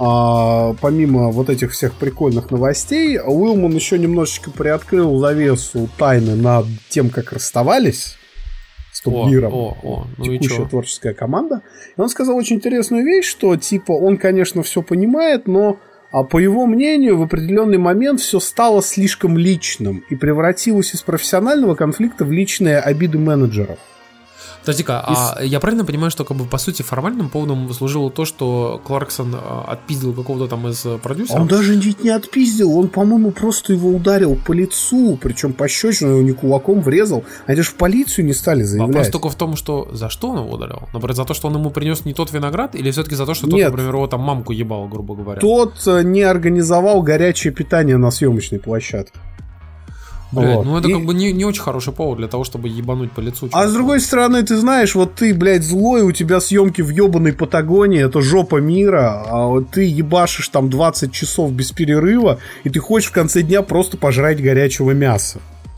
помимо вот этих всех прикольных новостей, Уилман еще немножечко приоткрыл завесу тайны над тем, как расставались с Топ Гиром текущая творческая команда. И он сказал очень интересную вещь, что типа он, конечно, все понимает, но по его мнению, в определенный момент все стало слишком личным и превратилось из профессионального конфликта в личные обиды менеджеров. Подожди-ка, я правильно понимаю, что как бы по сути формальным поводом служило то, что Кларксон отпиздил какого-то там из продюсеров? Он даже не отпиздил, он, по-моему, просто его ударил по лицу, причем пощечину его не кулаком врезал. Они же в полицию не стали заявлять. Вопрос только в том, что за что он его ударил? Например, за то, что он ему принес не тот виноград, или все-таки за то, что тот, например, его там мамку ебал, грубо говоря? Тот не организовал горячее питание на съемочной площадке. Блядь, вот. Ну это как бы не очень хороший повод для того, чтобы ебануть по лицу. А с другой стороны, ты знаешь, вот ты, блядь, злой, у тебя съемки в ебаной Патагонии, это жопа мира, а вот ты ебашишь там 20 часов без перерыва, и ты хочешь в конце дня просто пожрать горячего мяса.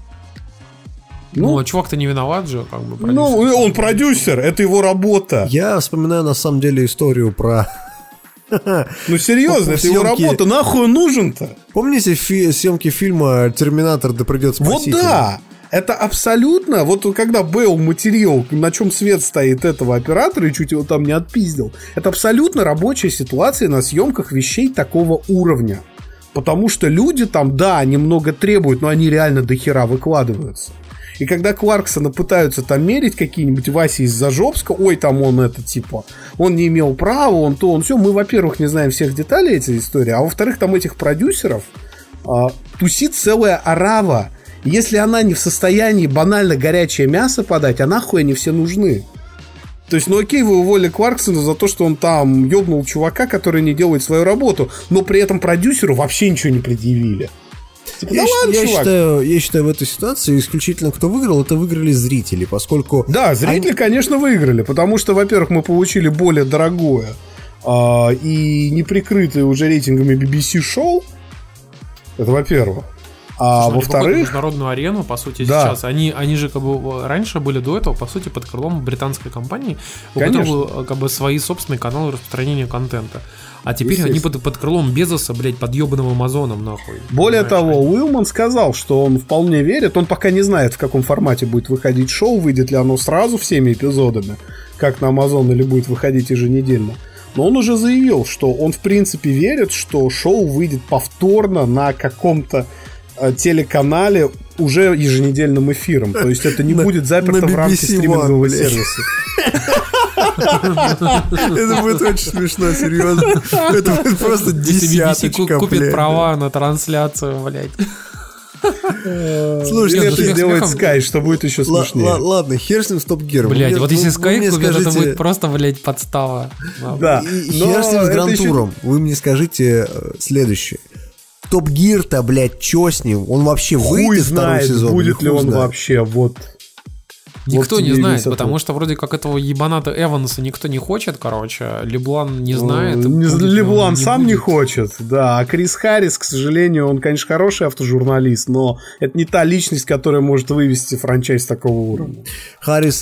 Ну, а чувак-то не виноват же, как бы. Ну, он продюсер, это его работа. Я вспоминаю на самом деле историю про... Ну серьезно, это его работа, нахуй он нужен-то? Помните съемки фильма «Терминатор, да придет спаситель»? Вот да, это абсолютно, вот когда Бейл материл, на чем свет стоит этого оператора и чуть его там не отпиздил, это абсолютно рабочая ситуация на съемках вещей такого уровня. Потому что люди там, да, немного требуют, но они реально до хера выкладываются. И когда Кларксона пытаются там мерить какие-нибудь Васи из Зажопска, ой, там он это типа, он не имел права, он то, он все, мы, во-первых, не знаем всех деталей этой истории, а во-вторых, там этих продюсеров тусит целая орава. Если она не в состоянии банально горячее мясо подать, а нахуй они все нужны? То есть, ну окей, вы уволили Кларксона за то, что он там ёбнул чувака, который не делает свою работу, но при этом продюсеру вообще ничего не предъявили. Типа, я считаю, в этой ситуации исключительно кто выиграл, это выиграли зрители, поскольку... Да, зрители, конечно, выиграли, потому что, во-первых, мы получили более дорогое и неприкрытое уже рейтингами BBC шоу. Это во-первых. А во-вторых... Международную арену, по сути, да. Сейчас. Они же как бы раньше были до этого, по сути, под крылом британской компании, у которой как бы свои собственные каналы распространения контента. А теперь они под крылом Безоса, блядь, под ебаным Амазоном, нахуй. Более того, Уилман сказал, что он вполне верит, он пока не знает, в каком формате будет выходить шоу, выйдет ли оно сразу всеми эпизодами, как на Амазон, или будет выходить еженедельно. Но он уже заявил, что он в принципе верит, что шоу выйдет повторно на каком-то телеканале уже еженедельным эфиром. То есть это не будет заперто в рамки стримингового сервиса. Это будет очень смешно, серьезно. Это будет просто десяточка, BBC купит права на трансляцию, блядь. Слушай, это сделает Sky, что будет еще смешнее. Ладно, хер с ним с Топ Гиром. Блядь, вот если Sky купит, это будет просто, блядь, подстава. Да. Хер с ним с Гранд-туром. Вы мне скажите следующее. Топ Гир-то, блядь, чё с ним? Он вообще выйдет второй сезон? Будет ли он вообще, вот... Никто не знает, потому что вроде как этого ебаната Эванса никто не хочет, короче. Леблан не знает. Леблан сам не хочет, да. А Крис Харрис, к сожалению, он, конечно, хороший автожурналист, но это не та личность, которая может вывести франчайз такого уровня. Харрис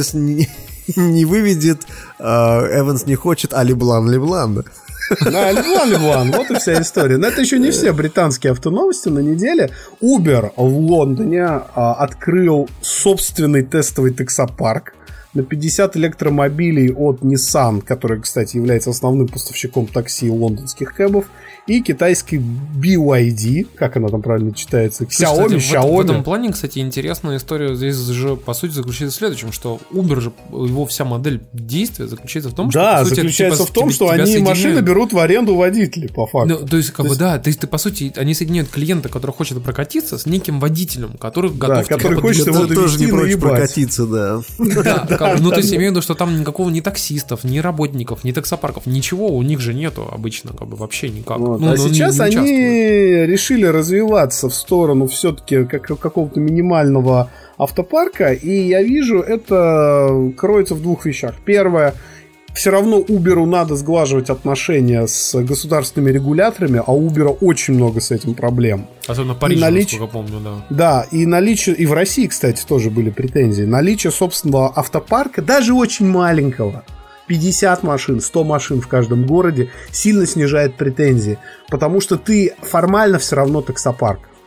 не выведет, Эванс не хочет, а Леблан. Да, Леблан, вот и вся история. Но это еще не все британские автоновости. На неделе Uber в Лондоне открыл собственный тестовый таксопарк на 50 электромобилей от Nissan, который, кстати, является основным поставщиком такси лондонских кэбов, и китайский BYD, как она там правильно читается, Xiaomi. В этом плане, кстати, интересная история здесь же, по сути, заключается в следующем, что Uber же, его вся модель действия заключается в том, что... Да, заключается в том, что они машины берут в аренду водителей, по факту. Ну, то есть, как бы, да, то есть, ты, по сути, они соединяют клиента, который хочет прокатиться, с неким водителем, который готов... Да, который хочет его тоже не прочь прокатиться, да. Ну, то есть, имею в виду, что там никакого ни таксистов, ни работников, ни таксопарков, ничего у них же нету обычно, как бы, вообще никак. А сейчас они решили развиваться в сторону все-таки какого-то минимального автопарка, и я вижу, это кроется в двух вещах. Первое, все равно Uber'у надо сглаживать отношения с государственными регуляторами, а у Uber'а очень много с этим проблем. Особенно в Париже, насколько помню, да. Да, и в России, кстати, тоже были претензии. Наличие собственного автопарка, даже очень маленького, 50 машин, 100 машин в каждом городе, сильно снижает претензии, потому что ты формально все равно таксопарк.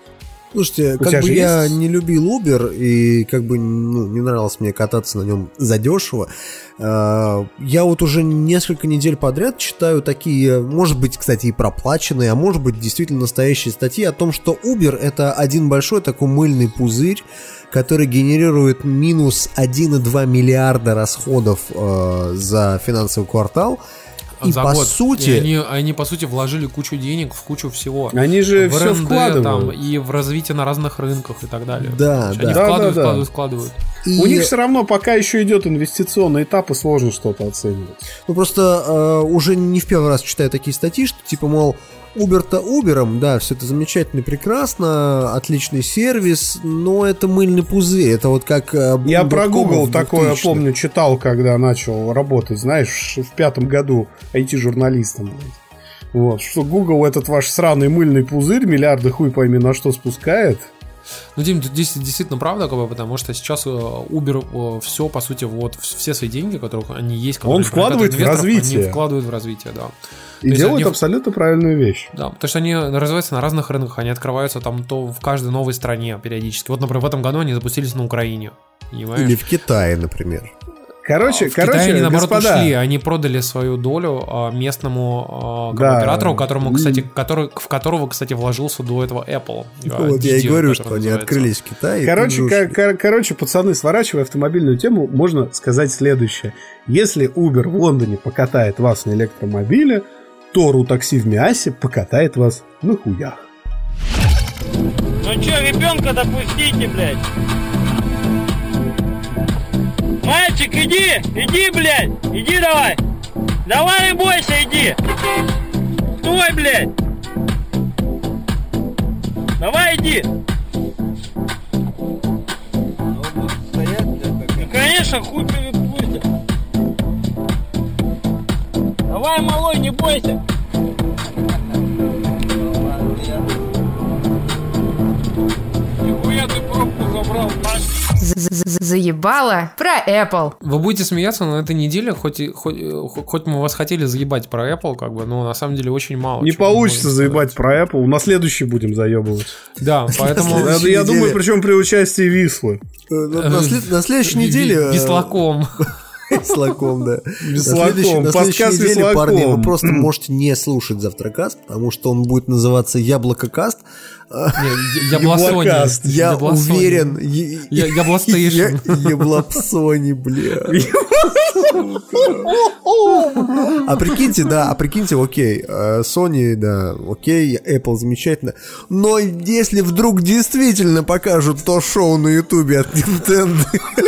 Слушайте, как бы я не любил Uber, и как бы не нравилось мне кататься на нем задешево, я вот уже несколько недель подряд читаю такие, может быть, кстати, и проплаченные, а может быть, действительно настоящие статьи о том, что Uber — это один большой такой мыльный пузырь, который генерирует минус 1,2 миллиарда расходов за финансовый квартал. И за по год. сути... И они, по сути, вложили кучу денег в кучу всего. Они же в все R&D, вкладывают. Там, и в развитие на разных рынках и так далее. Да, Они да. вкладывают. И... У них все равно пока еще идет инвестиционный этап, и сложно что-то оценивать. Ну, просто уже не в первый раз читаю такие статьи, что типа, мол, Uber-то Uber'ом, да, все это замечательно и прекрасно, отличный сервис, но это мыльный пузырь, это вот как... Я про Google такое, помню, читал, когда начал работать, знаешь, в 5-м году IT-журналистом. Вот, что Google этот ваш сраный мыльный пузырь, миллиарды хуй пойми на что спускает. Ну, Дим, тут здесь действительно правда, потому что сейчас Uber все, по сути, вот все свои деньги, которых они есть, он вкладывает в развитие. Они вкладывают в развитие, да. И делают абсолютно правильную вещь. Да, потому что они развиваются на разных рынках, они открываются там то в каждой новой стране периодически. Вот, например, в этом году они запустились на Украине. Понимаешь? Или в Китае, например. В Китае они, наоборот, ушли. Они продали свою долю местному оператору, в которого, кстати, вложился до этого Apple. Вот я и говорю, что они открылись в Китае. Короче, пацаны, сворачивая автомобильную тему, можно сказать следующее. Если Uber в Лондоне покатает вас на электромобиле, то Рутакси в Миасе покатает вас на хуях. Ну чё, ребенка допустите, блядь. Мальчик, иди, блядь, иди давай. Давай, не бойся, иди. Стой, блядь. Давай, иди. Ну, конечно, хуй перепустят. Давай, малой, не бойся. Нихуя ты пробку забрал, Заебало про Apple. Вы будете смеяться, но на этой неделе, хоть мы вас хотели заебать про Apple, как бы, но на самом деле очень мало. Не получится заебать про Apple, на следующий будем заебывать. Да, поэтому... Я думаю, причем при участии Вислы. На следующей неделе... Вислаком. Вислаком, да. Вислаком, на следующей подкаст неделе, Вислаком. парни, вы просто можете не слушать Завтракаст, потому что он будет называться Яблококаст. Яблосони. Я уверен. Яблостейшн. Яблопсони, бля. А прикиньте, окей, Sony, да, окей, Apple замечательно. Но если вдруг действительно покажут то шоу на Ютубе от Nintendo...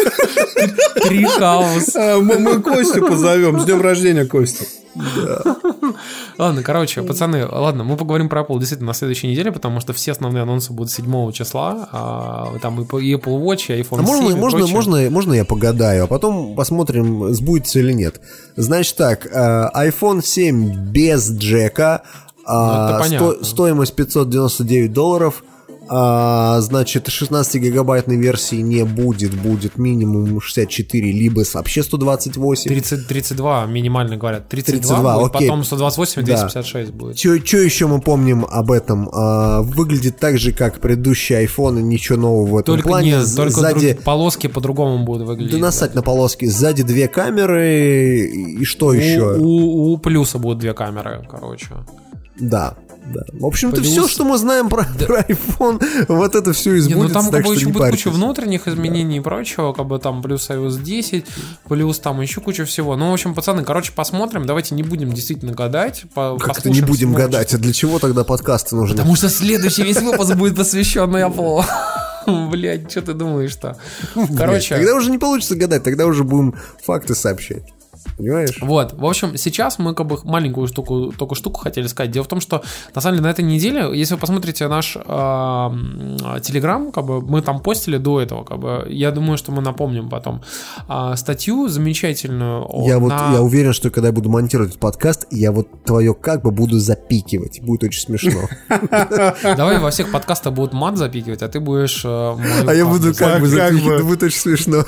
Трикаус. Мы Костю позовем. С днем рождения, Костя. Да. Ладно, короче, пацаны, ладно, мы поговорим про Apple действительно на следующей неделе, потому что все основные анонсы будут 7 числа. Там и Apple Watch, и iPhone 7. Можно я погадаю, а потом посмотрим, сбудется или нет. Значит так, iPhone 7 без джека, стоимость $599. Значит, 16-гигабайтной версии не будет. Будет минимум 64, либо вообще 128. 32 минимально говорят. 32 будет, окей. Потом 128 и 256 будет. Что еще мы помним об этом? Выглядит так же, как предыдущий iPhone, ничего нового в этом плане. Нет, только сзади... полоски по-другому будут выглядеть. Да насать на полоски. Сзади 2 камеры. И что еще? У плюса будут 2 камеры, короче. Да. Да. В общем-то, все, что мы знаем про iPhone, вот это все избудется. Ну там так как бы еще будет куча внутренних изменений и прочего, как бы там плюс iOS 10, плюс там еще куча всего. Ну, в общем, пацаны, короче, посмотрим. Давайте не будем действительно гадать. Как это не будем гадать? А для чего тогда подкасты нужны? Потому что следующий весь выпуск будет посвящен Apple. Блядь, что ты думаешь-то? Короче... Тогда уже не получится гадать, тогда уже будем факты сообщать. Понимаешь? Вот, в общем, сейчас мы как бы маленькую только штуку хотели сказать. Дело в том, что на самом деле на этой неделе, если вы посмотрите наш Telegram, как бы мы там постили до этого, как бы я думаю, что мы напомним потом статью замечательную. Я уверен, что когда я буду монтировать подкаст, я вот твое как бы буду запикивать. Будет очень смешно. Давай во всех подкастах будут мат запикивать, а ты будешь... А я буду как бы запикивать. Будет очень смешно.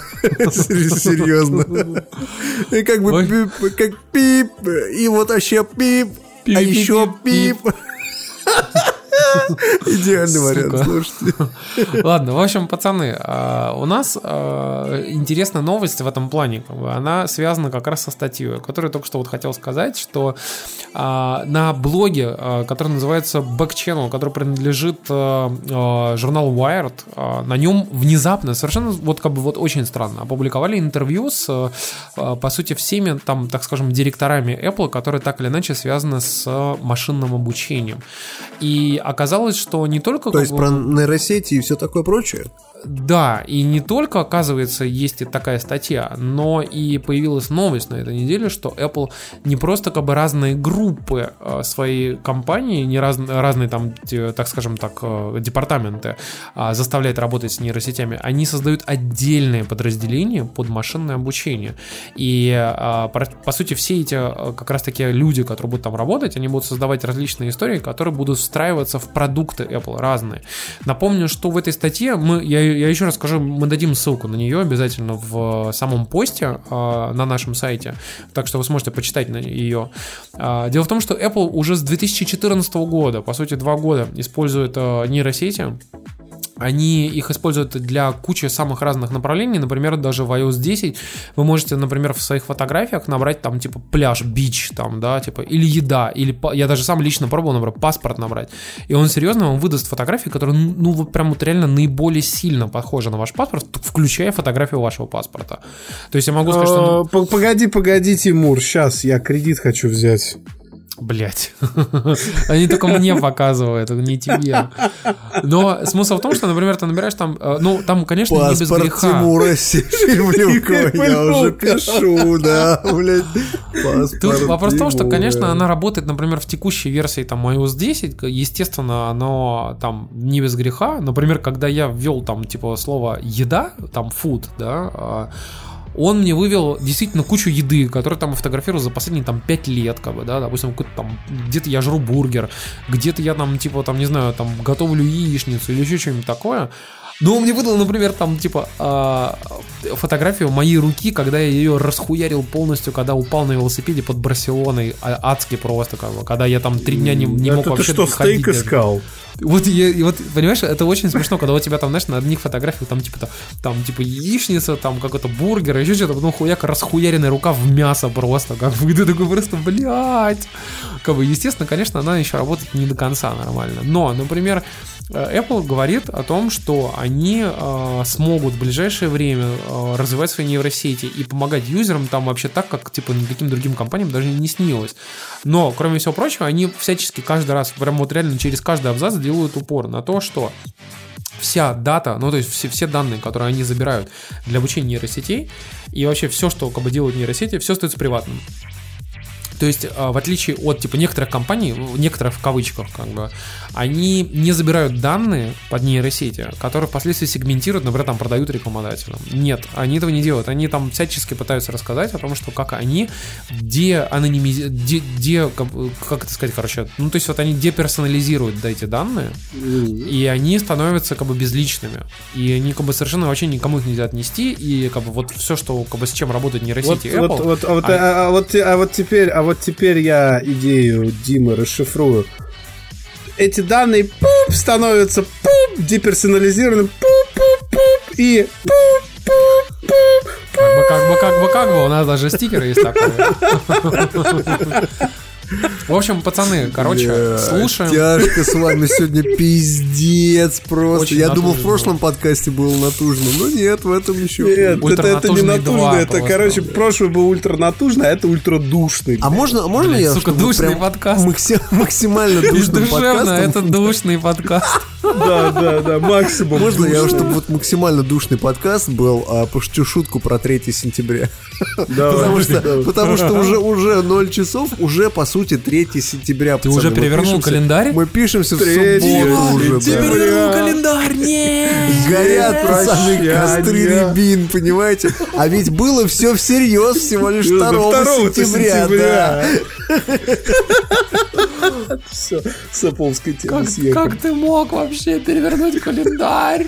Серьезно. И как бы как пип, и вот вообще пип, а еще пип. Идеальный вариант, слушайте. Ладно, в общем, пацаны, у нас интересная новость в этом плане. Она связана как раз со статьей, которую я только что вот хотел сказать, что на блоге, который называется Back Channel, который принадлежит журналу Wired, на нем внезапно, совершенно вот как бы вот очень странно, опубликовали интервью с, по сути, всеми там, так скажем, директорами Apple, которые так или иначе связаны с машинным обучением. И оказалось, что не только... То есть про нейросети и все такое прочее? Да, и не только, оказывается, есть и такая статья, но и появилась новость на этой неделе, что Apple не просто как бы разные группы своей компании, не разные там, так скажем так, департаменты заставляет работать с нейросетями, они создают отдельные подразделения под машинное обучение. И, по сути, все эти как раз-таки люди, которые будут там работать, они будут создавать различные истории, которые будут встраиваться в продукты Apple, разные. Напомню, что в этой статье я еще раз скажу, мы дадим ссылку на нее обязательно в самом посте на нашем сайте, так что вы сможете почитать на ее. Дело в том, что Apple уже с 2014 года, по сути 2 года, использует нейросети. Они их используют для кучи самых разных направлений. Например, даже в iOS 10 вы можете, например, в своих фотографиях набрать там типа пляж, бич, там, да, типа, или еда, или я даже сам лично пробовал, например, паспорт набрать. И он серьезно вам выдаст фотографии, которые, ну, вот прям вот реально наиболее сильно похожи на ваш паспорт, включая фотографию вашего паспорта. То есть я могу сказать, что... Погоди, Тимур, сейчас я кредит хочу взять. Блять, они только мне показывают, не тебе. Но смысл в том, что, например, ты набираешь там, ну, там, конечно, не без греха. Паспорт Тимура Фильмлюка, я уже пишу, да, блядь. Тут вопрос в том, что, конечно, она работает, например, в текущей версии там iOS 10, естественно, оно там не без греха. Например, когда я ввел там, типа, слово «еда», там «food», да, он мне вывел действительно кучу еды, которую там фотографировал за последние там 5 лет, как бы, да, допустим, какой-то там, где-то я жру бургер, где-то я там, типа, там, не знаю, там, готовлю яичницу или еще что-нибудь такое. Но он мне выдал, например, там, типа, фотографию моей руки, когда я ее расхуярил полностью, когда упал на велосипеде под Барселоной, адски просто, как бы, когда я там 3 дня не мог вообще ходить. Ты что, стейк искал? Вот, вот, понимаешь, это очень смешно, когда у тебя там, знаешь, на одних фотографиях там, типа яичница, там, какой-то бургер, еще что-то, потом хуяка, расхуяренная рука в мясо просто, как бы, и ты такой просто, блядь. Как бы, естественно, конечно, она еще работает не до конца нормально. Но, например, Apple говорит о том, что они смогут в ближайшее время развивать свои нейросети и помогать юзерам там вообще так, как, типа, никаким другим компаниям даже не снилось. Но, кроме всего прочего, они всячески каждый раз, прям вот реально через каждый абзац делают упор на то, что вся дата, ну то есть все данные, которые они забирают для обучения нейросетей, и вообще все, что как бы делают нейросети, все остается приватным. То есть, в отличие от типа некоторых компаний, некоторых в кавычках, как бы, они не забирают данные под нейросети, которые впоследствии сегментируют, например, там продают рекламодателям. Нет, они этого не делают. Они там всячески пытаются рассказать о том, что как они как это сказать, короче, ну то есть вот они деперсонализируют, да, эти данные, и они становятся как бы безличными. И они как бы совершенно вообще никому их нельзя отнести, и как бы вот все, что как бы с чем работают нейросети Apple. Вот теперь я идею Димы расшифрую. Эти данные становятся деперсонализированным и как бы у нас даже стикеры есть такой. В общем, пацаны, короче, слушаем. Тяжко с вами сегодня, пиздец просто. Очень я натужно. думал, в прошлом подкасте было натужно, но нет, в этом еще. Нет, это не натужно, 2 это, просто. короче, прошлый был ультранатужно, а это ультрадушный. А можно я, сука, чтобы душный прям подкаст. Максимально душным Душевно, подкастом? это душный подкаст. Да, максимум. Можно я, душный. чтобы вот максимально душный подкаст был, пошутил шутку про 3 сентября? Потому что уже 0 часов, уже по сути 3 сентября. Ты уже перевернул календарь? Мы пишемся в субботу уже. Ты перевернул календарь, нет! Горят, пацаны, костры рябин, понимаете? А ведь было все всерьез всего лишь 2 сентября, да. Все, с Apple-ской темы съехали. Как ты мог вообще перевернуть календарь?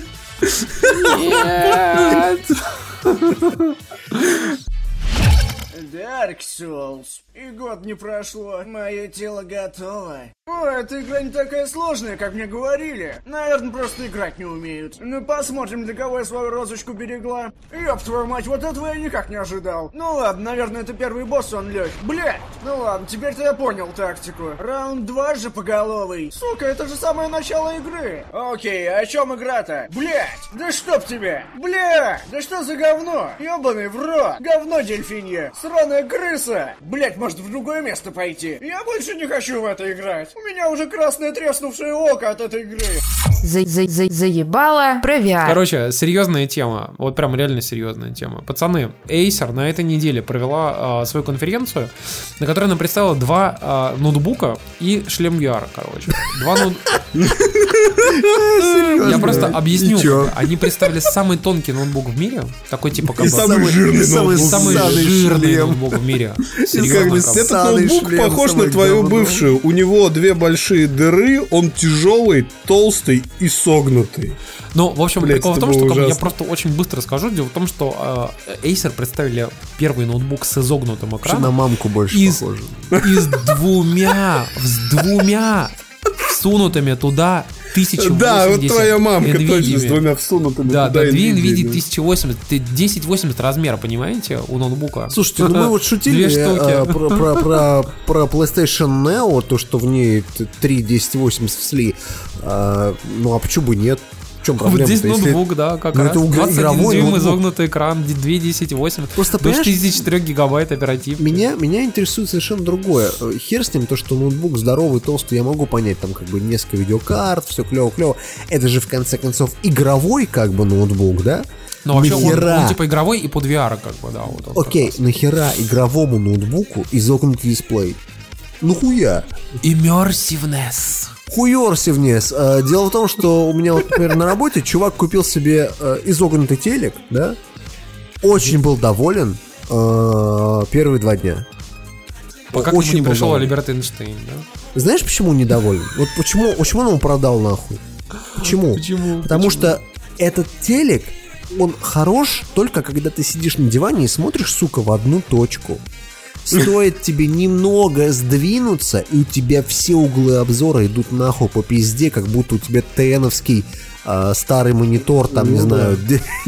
Нет! Dark Souls. И год не прошло. Мое тело готово. О, эта игра не такая сложная, как мне говорили. Наверное, просто играть не умеют. Ну, посмотрим, для кого я свою розочку берегла. Ёб твою мать, вот этого я никак не ожидал. Ну ладно, наверное, это первый босс, он лёг. Блядь! Ну ладно, теперь-то я понял тактику. Раунд 2 же поголовый. Сука, это же самое начало игры. Окей, о чем игра-то? Блядь! Да чтоб тебя! Блядь! Да что за говно? Ёбаный в рот! Говно дельфинье! Сраная крыса! Блядь, может в другое место пойти? Я больше не хочу в это играть. У меня уже красное треснувшее око от этой игры. Заебало про VR. Короче, серьезная тема. Вот прям реально серьезная тема. Пацаны, Acer на этой неделе провела свою конференцию, на которой она представила 2 ноутбука и шлем VR, короче. 2 ноутбука. Я просто объясню. Они представили самый тонкий ноутбук в мире. Такой типа как бы... Самый жирный ноутбук в мире. Серьезно. Этот ноутбук похож на твою бывшую. У него 2 большие дыры, он тяжелый, толстый и согнутый. Ну, в общем, прикол в том, что я просто очень быстро скажу. Дело в том, что Acer представили первый ноутбук с изогнутым экраном. На мамку больше похоже. И с двумя всунутыми туда 1080. Да, вот твоя мамка точно с 2 всунутыми. Да, 2 NVIDIA 1080, 1080 размера, понимаете, у ноутбука. Слушайте, ну мы вот шутили про PlayStation Neo, то, что в ней 3 1080 всли. Ну а почему бы нет? В чем проблема? Вот здесь ноутбук, да, как раз. 21 дюйм, изогнутый экран, 2 1080, просто, до 64 гигабайт оперативки. Меня интересует совершенно другое. Хер с ним, то, что ноутбук здоровый, толстый, я могу понять, там как бы несколько видеокарт, все клево-клево. Это же в конце концов игровой как бы ноутбук, да? Ну вообще он типа игровой и под VR как бы, да. Вот окей, нахера игровому ноутбуку изогнутый дисплей? Ну хуя? Immersiveness. Хуёрсивнес. Дело в том, что у меня вот, например, на работе чувак купил себе изогнутый телек, да? Очень был доволен первые 2 дня. Пока к нему не пришел Альберт Эйнштейн, да? Знаешь, почему недоволен? Вот почему он его продал нахуй? Почему? Потому что этот телек, он хорош только когда ты сидишь на диване и смотришь, сука, в одну точку. Стоит тебе немного сдвинуться, и у тебя все углы обзора идут нахуй по пизде, как будто у тебя ТНовский старый монитор, там, не знаю,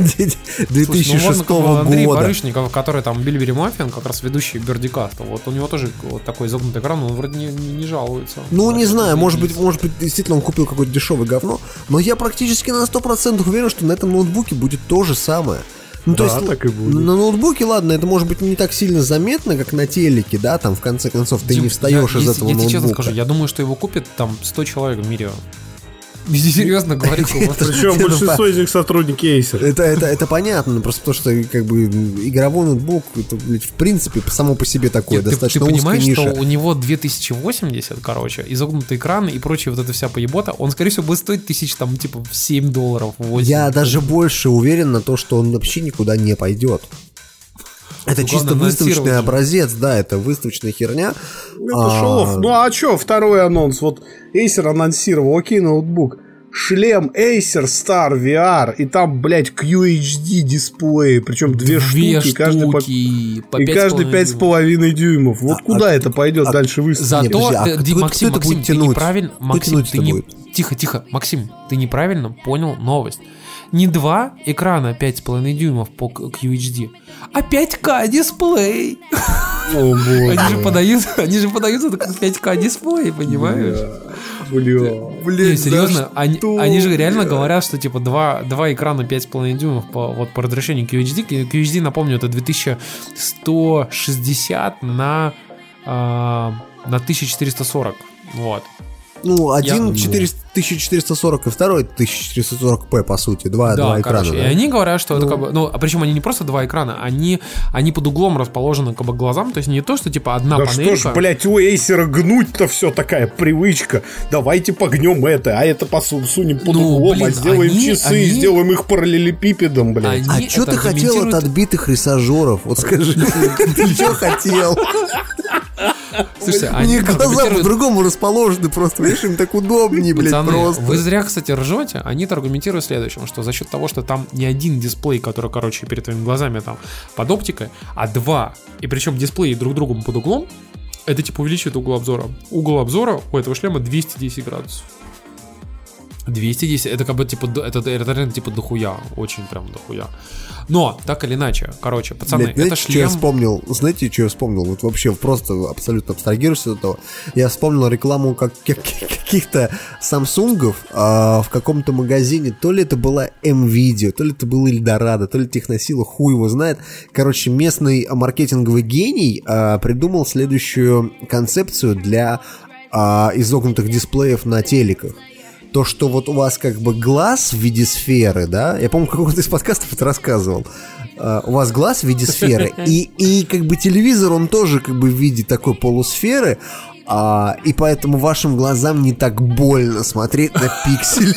2006 года. Андрей Барышников, который там Бильбери Маффин, как раз ведущий Бердикаста, вот у него тоже вот такой изогнутый экран, он вроде не жалуется. Ну, не знаю, может быть, действительно он купил какое-то дешевое говно, но я практически на 100% уверен, что на этом ноутбуке будет то же самое. Ну, да, то есть, так и будет. На ноутбуке, ладно, это может быть не так сильно заметно, как на телеке, да, там в конце концов ты не встаешь из этого ноутбука. Я тебе честно скажу, я думаю, что его купит там 100 человек в мире. Серьезно говорю. Причем большинство из них сотрудники Acer. Это понятно, просто потому что как бы игровой ноутбук, это, в принципе, само по себе такое достаточно узкая ниша. Ты понимаешь, что у него 2080, короче, изогнутый экран и прочая вот эта вся поебота, он, скорее всего, будет стоить $1000, там, типа, $7, 8. Я даже больше уверен на то, что он вообще никуда не пойдет. Это чисто выставочный образец, да, это выставочная херня. Это шоу. Ну а что, второй анонс? Вот Acer анонсировал, окей, ноутбук. Шлем Acer Star VR, и там, блядь, QHD дисплей, причем 2 штуки, каждый 5,5 дюймов. Вот куда это пойдет дальше выставить? Зато, Максим, ты неправильно... Максим, ты не... Тихо, Максим, ты неправильно понял новость. Не 2 экрана 5,5 дюймов по QHD, а 5К дисплей. О, боже. Они же подают это как 5К дисплей, понимаешь? Бля, серьезно, они же реально говорят, что типа 2 экрана 5,5 дюймов по разрешению QHD. QHD, напомню, это 2160 на 1440. Вот. Ну, один 1440 и второй 1440p, по сути, два экрана. Короче, да? И они говорят, что это как бы... Ну, а причем они не просто 2 экрана, они под углом расположены как бы глазам, то есть не то, что типа одна панелька. Да что ж, блядь, у Acer гнуть-то все такая привычка. Давайте погнем это, а это сунем под углом, а сделаем часы, сделаем их параллелепипедом, блядь. А что ты хотел от отбитых ресажеров? Вот скажи, ты что хотел? Слушайте, у них глаза по-другому расположены просто, видишь, им так удобнее, блядь, пацаны, просто. Вы зря, кстати, ржете. Они-то аргументируют следующим, что за счет того, что там не один дисплей, который, короче, перед твоими глазами там под оптикой, а 2. И причем дисплеи друг другу под углом, это типа увеличивает угол обзора. Угол обзора у этого шлема 210 градусов. 210, это как бы типа, это реально типа дохуя, очень прям дохуя. Но, так или иначе, короче, пацаны, Блядь, это шлем... Знаете, что я вспомнил? Вот вообще просто абсолютно абстрагируюсь от этого. Я вспомнил рекламу каких-то Самсунгов в каком-то магазине. То ли это была М-Видео, то ли это был Эльдорадо, то ли Техносила, хуй его знает. Короче, местный маркетинговый гений придумал следующую концепцию для изогнутых дисплеев на телеках. То, что вот у вас как бы глаз в виде сферы, да, я, по-моему, в каком-то из подкастов это рассказывал, у вас глаз в виде сферы, и как бы телевизор, он тоже как бы в виде такой полусферы, и поэтому вашим глазам не так больно смотреть на пиксель.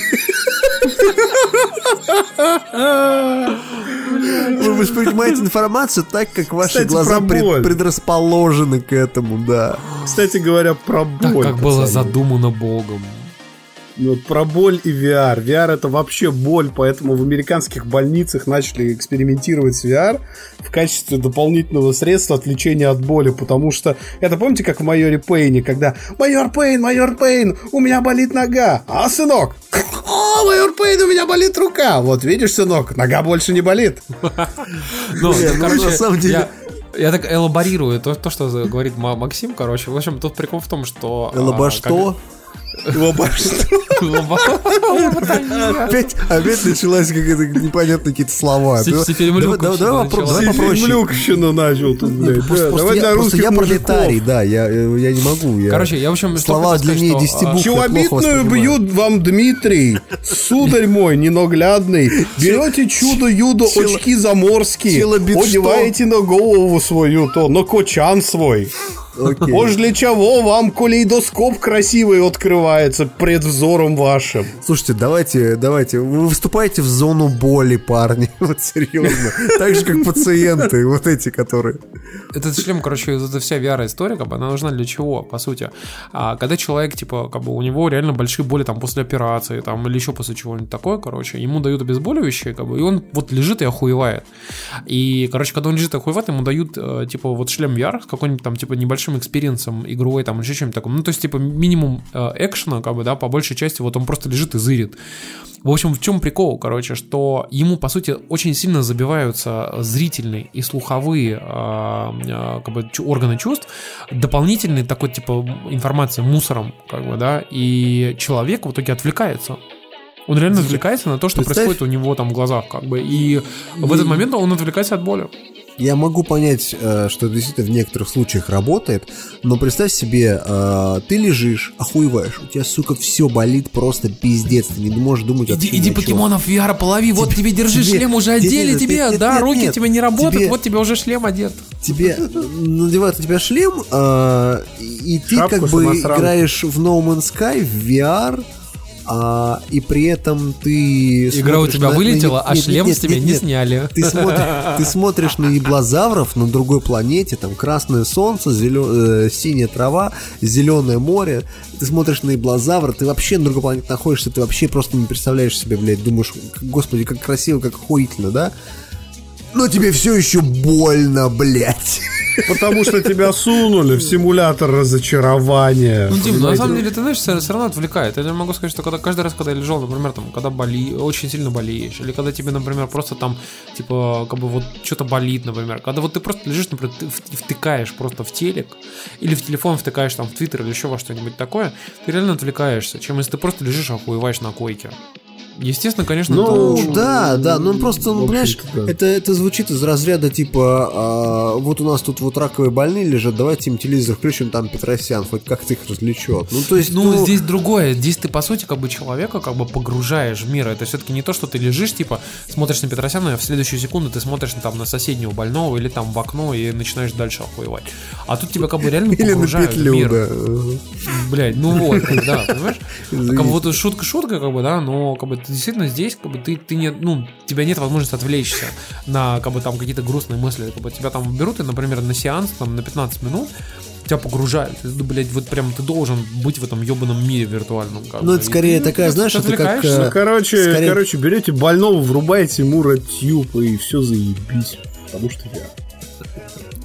Вы воспринимаете информацию так, как ваши глаза предрасположены к этому, да. Кстати говоря, про боль. Так, как было задумано Богом. Вот про боль и VR. VR это вообще боль, поэтому в американских больницах начали экспериментировать с VR в качестве дополнительного средства отвлечения от боли, потому что это помните, как в «Майоре Пейне», когда «Майор Пейн, у меня болит нога», а сынок, «О, Майор Пейн, у меня болит рука». Вот видишь, сынок, нога больше не болит. Ну, короче, на самом деле... Я так элаборирую то, что говорит Максим, короче. В общем, тут прикол в том, что... Что? Опять началась какая-то непонятные какие-то слова. Давай попроще. Люкщину начал тут, блядь. Просто я пролетарий, да, я не могу. Короче, я в общем... Слова длиннее 10 букв. Челобитную бьют вам, Дмитрий, сударь мой ненаглядный. Берете чудо-юдо очки заморские, одеваете на голову свою, на кочан свой. Может, для чего вам калейдоскоп красивый открывается пред взором вашим? Слушайте, давайте. Вы выступаете в зону боли, парни. Вот серьезно. Так же, как пациенты, вот эти, которые... Этот шлем, короче, это вся VR-история, как бы, она нужна для чего, по сути? Когда человек, типа, как бы, у него реально большие боли, там, после операции, там, или еще после чего-нибудь такое, короче, ему дают обезболивающее, как бы, и он вот лежит и охуевает. И, короче, когда он лежит и охуевает, ему дают, типа, вот шлем VR с какой-нибудь там, типа, небольшим экспириенсом игровой, там, еще чем-то таком. Ну, то есть, типа, минимум экшена, как бы, да, по большей части, вот он просто лежит и зырит. В общем, в чем прикол, короче, что ему, по сути, очень сильно забиваются зрительные и слуховые как бы, органы чувств, дополнительной такой, типа, информации мусором, как бы, да, и человек в итоге отвлекается. Он реально отвлекается на то, что происходит у него там в глазах, как бы, и в этот момент он отвлекается от боли. Я могу понять, что это действительно в некоторых случаях работает, но представь себе, ты лежишь, охуеваешь, у тебя, сука, все болит просто пиздец, ты не можешь думать вообще. Иди покемонов VR полови, вот тебе держи шлем, уже одели тебе, да, руки тебе не работают, вот тебе уже шлем одет. Тебе надевают у тебя шлем, и ты как бы играешь в No Man's Sky в VR, и при этом ты... Игра у тебя вылетела, а шлем с тебя не сняли. Ты смотришь на еблозавров на другой планете, там красное солнце, синяя трава, зеленое море. Ты смотришь на еблозавра, ты вообще на другой планете находишься, ты вообще просто не представляешь себе, блядь, думаешь, господи, как красиво, как охуительно, да? Но тебе все еще больно, блядь. Потому что тебя сунули в симулятор разочарования. Ну, Дим, на самом деле, ты знаешь, все равно отвлекает. Я могу сказать, что каждый раз, когда я лежал, например, там, когда очень сильно болеешь, или когда тебе, например, просто там, типа, как бы вот что-то болит, например, когда вот ты просто лежишь, например, ты втыкаешь просто в телек, или в телефон втыкаешь там в Твиттер или еще во что-нибудь такое, ты реально отвлекаешься, чем если ты просто лежишь и охуеваешь на койке. Естественно, конечно, да, ну просто, понимаешь, это звучит из разряда типа, вот у нас тут вот раковые больные лежат, давайте им телевизор включим, там Петросян, хоть как-то их развлечет. Ну, то есть, здесь другое, здесь ты, по сути, как бы человека как бы погружаешь в мир, это все-таки не то, что ты лежишь, типа, смотришь на Петросяна, а в следующую секунду ты смотришь там на соседнего больного или там в окно и начинаешь дальше охуевать. А тут тебя как бы реально погружают в мир. Да. Блядь, ну вот, да, понимаешь? Как бы вот шутка, как бы, да, но как бы действительно здесь как бы ты не, ну, тебя нет возможности отвлечься на как бы там какие-то грустные мысли, как бы тебя там берут и, например, на сеанс там на 15 минут тебя погружают, блядь, вот прям ты должен быть в этом ебаном мире виртуальном. Как ну, это скорее такая, знаешь, это как... Короче, берете больного, врубаете ему ротюб и все заебись, потому что я...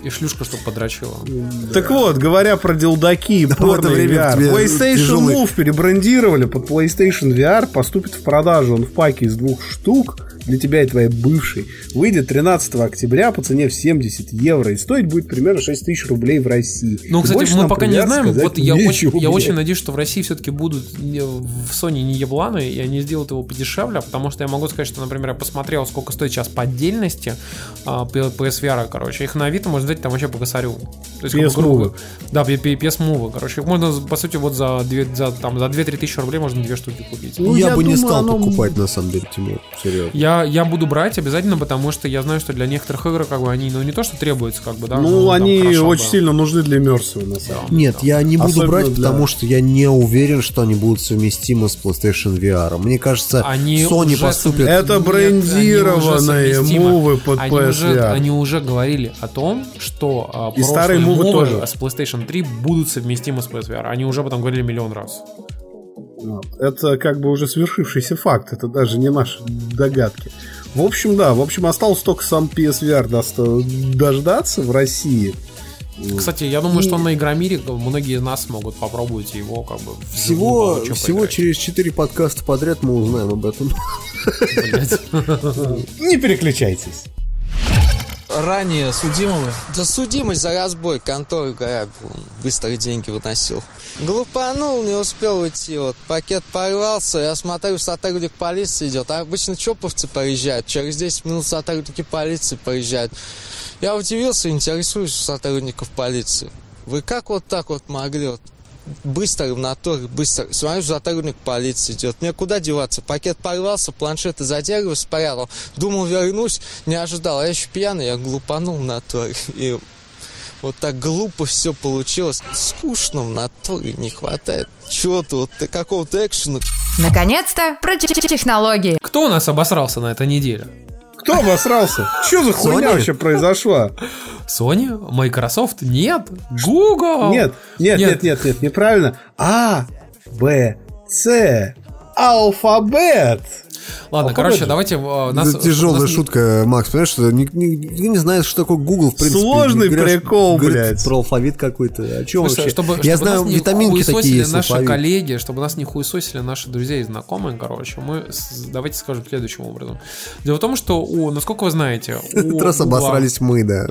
и шлюшка, чтобы подрочила. Так вот, говоря про дилдаки и порно VR, PlayStation Move перебрандировали под PlayStation VR, поступит в продажу он в паке из 2 штук для тебя и твоей бывшей. Выйдет 13 октября по цене в 70 евро и стоить будет примерно 6 тысяч рублей в России. Ну, кстати, мы пока не знаем. Вот я очень надеюсь, что в России все-таки будут в Sony не ебланы, и они сделают его подешевле, потому что я могу сказать, что, например, я посмотрел, сколько стоит сейчас по отдельности PSVR, короче. Их на Авито можно взять там вообще по косарю. PS Move. Да, PS Move, короче. Их можно, по сути, вот за 2-3 тысячи рублей можно 2 штуки купить. Ну, я бы не стал покупать, на самом деле, Тимур. Серьезно. Я буду брать обязательно, потому что я знаю, что для некоторых игр, как бы, они, ну, не то, что требуются, как бы, да. Ну, они очень сильно нужны для иммерсива, на самом деле. Нет, я не буду брать, потому что я не уверен, что они будут совместимы с PlayStation VR. Мне кажется, Sony поступит... Это брендированные мувы под PSVR. Они уже говорили о том, что и старые мувы тоже с PlayStation 3 будут совместимы с PSVR. Они уже об этом говорили миллион раз. Это как бы уже свершившийся факт. Это даже не наши догадки. В общем, да. В общем, осталось только сам PSVR дождаться в России. Кстати, я думаю, что на Игромире многие из нас могут попробовать его как бы всего через 4 подкаста подряд мы узнаем об этом. Не переключайтесь. Ранее судимого? Да судимость за разбой, конторы грабил, быстро деньги выносил. Глупанул, не успел уйти, вот пакет порвался, я смотрю, сотрудник полиции идет. А обычно чоповцы проезжают, через 10 минут сотрудники полиции проезжают. Я удивился, интересуюсь у сотрудников полиции. Вы как вот так вот могли? Вот быстро, в натуре, быстро. Смотрю, сотрудник полиции идет. Мне куда деваться? Пакет порвался, планшет из-за дерева спрятал. Думал, вернусь, не ожидал. А я еще пьяный, я глупанул в натуре. И вот так глупо все получилось. Скучно в натуре, не хватает чего-то, вот какого-то экшена. Наконец-то про технологии. Кто у нас обосрался на этой неделе? Кто обосрался? Что за хуйня вообще произошла? Sony? Microsoft? Нет. Google? Нет, неправильно. А, Б, С. Алфабет. Ладно, короче, давайте... Это тяжелая шутка, Макс, понимаешь, что никто не знает, что такое Google, в принципе. Сложный прикол, блядь. Про алфавит какой-то. О чем вообще? Чтобы я знаю, витаминки такие есть. Наши коллеги, чтобы нас не хуесосили наши друзья и знакомые, короче, мы давайте скажем следующим образом. Дело в том, что, насколько вы знаете... В раз обосрались мы, да.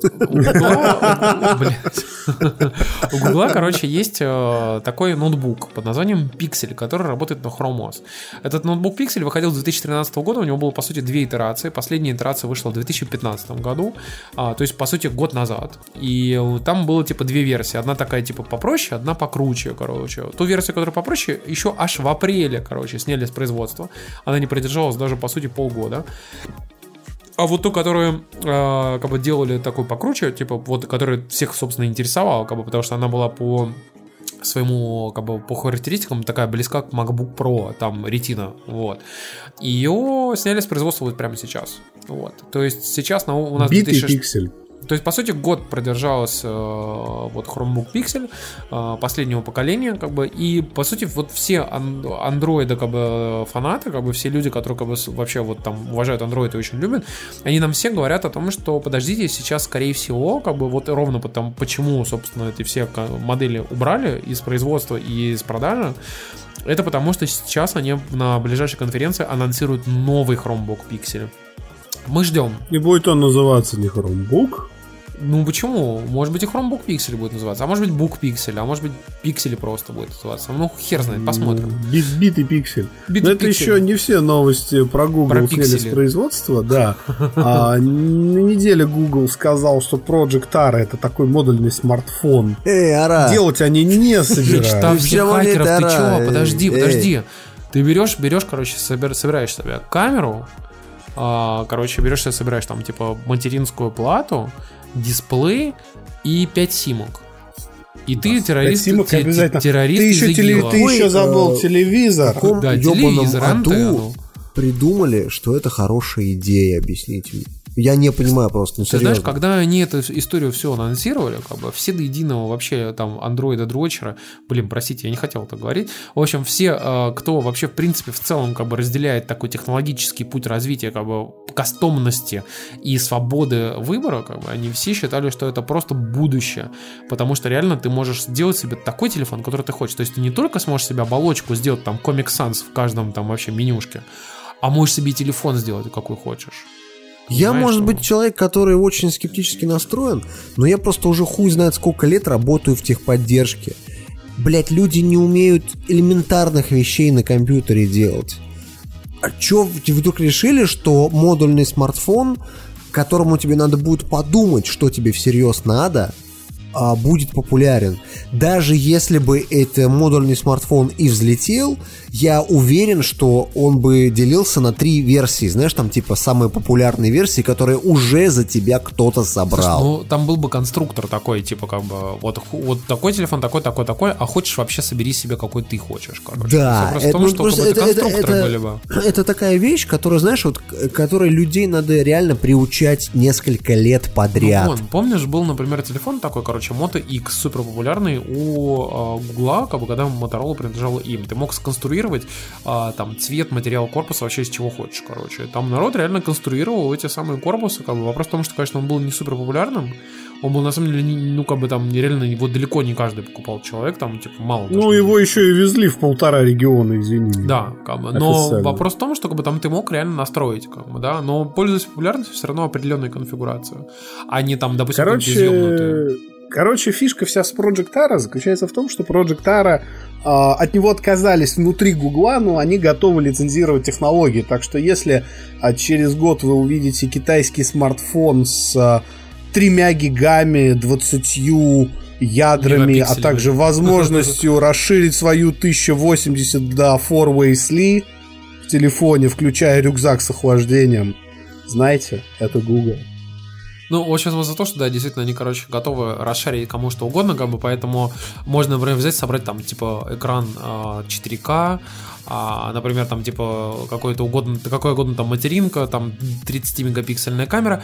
У Гугла, короче, есть такой ноутбук под названием Pixel, который работает на Chrome OS. Этот ноутбук Pixel выходил с 2013 года, у него было, по сути, 2 итерации. Последняя итерация вышла в 2015 году, то есть, по сути, год назад. И там было, типа, 2 версии. Одна такая, типа, попроще, одна покруче, короче. Ту версию, которая попроще, еще аж в апреле, короче, сняли с производства. Она не продержалась даже, по сути, полгода. А вот ту, которую как бы делали такой покруче, типа, вот, которая всех, собственно, интересовала, как бы, потому что она была по своему, как бы, по характеристикам такая близка к MacBook Pro, там, Retina, вот. Ее сняли с производства вот прямо сейчас, вот. То есть сейчас у нас... Битый пиксель. То есть, по сути, год продержалась вот Chromebook Pixel последнего поколения, как бы, и, по сути, вот все андроиды, как бы, фанаты, как бы, все люди, которые, как бы, вообще вот там уважают Android и очень любят, они нам все говорят о том, что, подождите, сейчас, скорее всего, как бы, вот ровно потому, почему, собственно, эти все модели убрали из производства и из продажи, это потому, что сейчас они на ближайшей конференции анонсируют новый Chromebook Pixel. Мы ждем. И будет он называться не Chromebook? Ну почему? Может быть и Chromebook Pixel будет называться, а может быть Book Pixel, а может быть Pixel просто будет называться. Ну хер знает, посмотрим. Битый пиксель. Но это еще не все новости про Google сняли с производства, да. На неделе Google сказал, что Project Ara — это такой модульный смартфон. Ара. Делать они не собираются. Штаб всех хакеров, ты чего? Подожди. Ты берешь, короче, собираешь себе камеру, короче, берешь себе, собираешь там типа материнскую плату, дисплей и 5 симок. И ты террорист, террорист из ИГИЛа. Ты еще забыл телевизор. В каком ёбаном аду придумали, что это хорошая идея, объясните мне. Я не понимаю просто, ну Ты серьезно. знаешь, когда они эту историю все анонсировали, как бы все до единого вообще там андроида, дрочера, простите, я не хотел это говорить. В общем, все, кто вообще в принципе в целом как бы разделяет такой технологический путь развития, как бы кастомности и свободы выбора, как бы они все считали, что это просто будущее, потому что реально ты можешь сделать себе такой телефон, который ты хочешь. То есть ты не только сможешь себе оболочку сделать там Comic Sans в каждом там вообще менюшке, а можешь себе телефон сделать какой хочешь. Я, Понимаешь, может что? быть, человек, который очень скептически настроен, но я просто уже хуй знает сколько лет работаю в техподдержке. Блять, люди не умеют элементарных вещей на компьютере делать. А чё, вы вдруг решили, что модульный смартфон, которому тебе надо будет подумать, что тебе всерьез надо, будет популярен? Даже если бы это модульный смартфон и взлетел, я уверен, что он бы делился на 3 версии. Знаешь, там типа самые популярные версии, которые уже за тебя кто-то собрал. Слушай, ну там был бы конструктор такой, типа как бы вот такой телефон, такой, а хочешь вообще собери себе какой ты хочешь, короче. Да, Вопрос в том, что как бы это конструкторы были бы. Это такая вещь, которая, знаешь, вот, которой людей надо реально приучать несколько лет подряд. Ну, помнишь, был, например, телефон такой, короче, Moto X, супер популярный у Гугла, как бы, когда Motorola принадлежала им. Ты мог сконструировать там цвет, материал корпуса вообще из чего хочешь, короче. Там народ реально конструировал эти самые корпусы, как бы. Вопрос в том, что, конечно, он был не супер популярным. Он был, на самом деле, ну, как бы там, реально, его далеко не каждый покупал человек, там, типа, мало. Ну, его еще и везли в 1,5 региона, извини. Да, как бы. Но вопрос в том, что, как бы, там ты мог реально настроить, как бы, да, но пользуясь популярностью, все равно определенную конфигурацию, а не там, допустим, Короче, фишка вся с Project Ara заключается в том, что Project Ara от него отказались внутри Гугла, но они готовы лицензировать технологии. Так что если через год вы увидите китайский смартфон с 3 гигами, 20 ядрами, а также возможностью расширить свою 1080 до 4-way SLI в телефоне, включая рюкзак с охлаждением, знаете, это Google. Ну, вот сейчас вот за то, что, да, действительно, они, короче, готовы расширить кому что угодно, как бы, поэтому можно, например, взять, собрать там, типа, экран 4К, например, там, типа, какая угодно там материнка, там, 30-мегапиксельная камера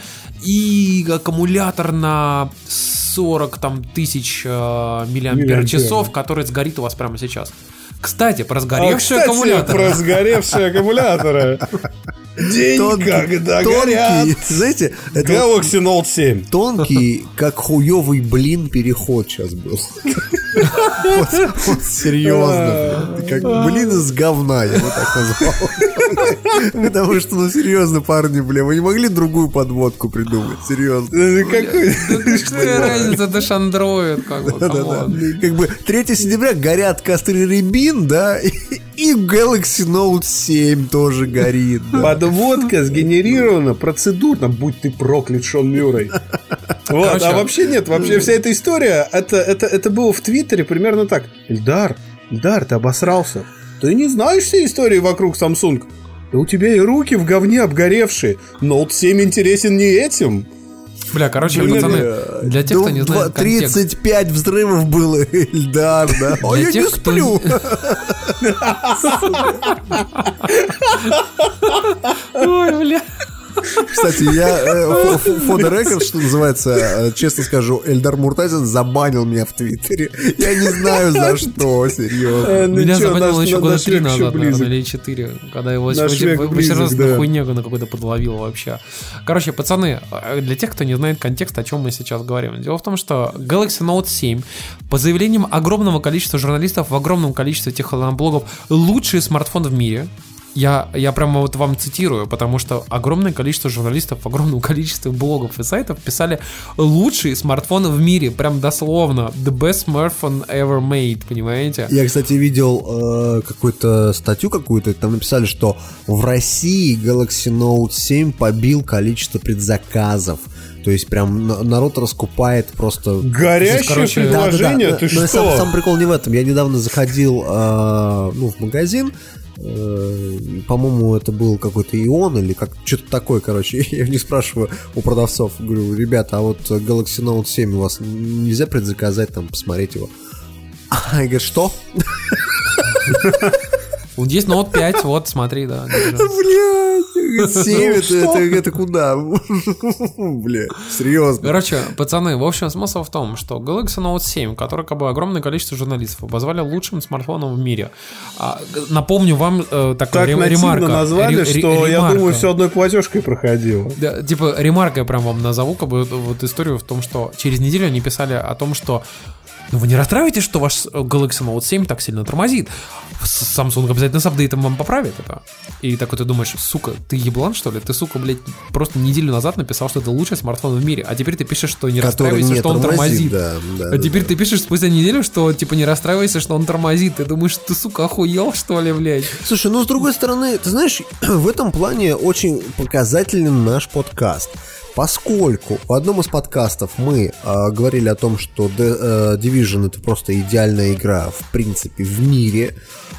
и аккумулятор на 40 там, тысяч миллиампер-часов, который сгорит у вас прямо сейчас. Кстати, про сгоревшие аккумуляторы. Про сгоревшие аккумуляторы. День, когда горят. Знаете, это Galaxy Note 7. Тонкий, как хуёвый блин, переход сейчас был. Вот серьезно. Как блин из говна, я бы так назвал. Потому что, ну серьезно, парни, бля, вы не могли другую подводку придумать? Серьезно. Какая разница, это ж андроид, как бы. Как бы 3 сентября горят костры Рябин, да, и Galaxy Note 7 тоже горит. Подводка сгенерирована процедурно, будь ты проклят, Шон Мюррей. Вот, а вообще нет, вообще вся эта история, это было в Твиттере примерно так. Эльдар, ты обосрался. Ты не знаешь всей истории вокруг Samsung. Да у тебя и руки в говне обгоревшие. Note 7 интересен не этим. Бля, короче, пацаны, для тех, кто не знает контекст. 35 взрывов было, Эльдар, да? А я не сплю. Ой, бля. Кстати, я for the record, что называется, честно скажу, Эльдар Муртазин забанил меня в Твиттере. Я не знаю за что, серьезно. Меня забанил еще года 3 назад, наверное, или 4, когда его серьезно хуйню на какой-то подловил вообще. Короче, пацаны, для тех, кто не знает контекст, о чем мы сейчас говорим. Дело в том, что Galaxy Note 7, по заявлениям огромного количества журналистов в огромном количестве техноблогов, лучший смартфон в мире. Я прямо вот вам цитирую, потому что огромное количество журналистов в огромном количестве блогов и сайтов писали лучший смартфон в мире, прям дословно, the best smartphone ever made, понимаете? Я, кстати, видел какую-то статью какую-то, там написали, что в России Galaxy Note 7 побил количество предзаказов. То есть прям народ раскупает просто... Горящее предложение? Да. Ты Но что? сам прикол не в этом. Я недавно заходил в магазин. По-моему, это был какой-то Ион или как что-то такое, короче. Я не спрашиваю у продавцов, говорю, ребята, а вот Galaxy Note 7 у вас нельзя предзаказать, там, посмотреть его? А я говорю, что? Вот есть Note 5, вот, смотри, да. Блядь, это куда? Бля, серьезно. Короче, пацаны, в общем, смысл в том, что Galaxy Note 7, который как бы огромное количество журналистов обозвали лучшим смартфоном в мире. Напомню вам такая ремарка. Назвали, что, я думаю, все одной платежкой проходило. Да, типа, ремарка я прям вам назову, как бы вот историю в том, что через неделю они писали о том, что вы не расстраиваетесь, что ваш Galaxy Note 7 так сильно тормозит. Samsung обязательно с апдейтом вам поправит это. И такой ты думаешь, сука, ты еблан, что ли? Ты, сука, блядь, просто неделю назад написал, что это лучший смартфон в мире, а теперь ты пишешь, что не расстраивайся, что он тормозит. А теперь ты пишешь спустя неделю, что, типа, не расстраивайся, что он тормозит. Ты думаешь, ты, сука, охуел, что ли, блядь? Слушай, ну, с другой стороны, ты знаешь, в этом плане очень показателен наш подкаст. Поскольку в одном из подкастов мы говорили о том, что Division это просто идеальная игра в принципе в мире,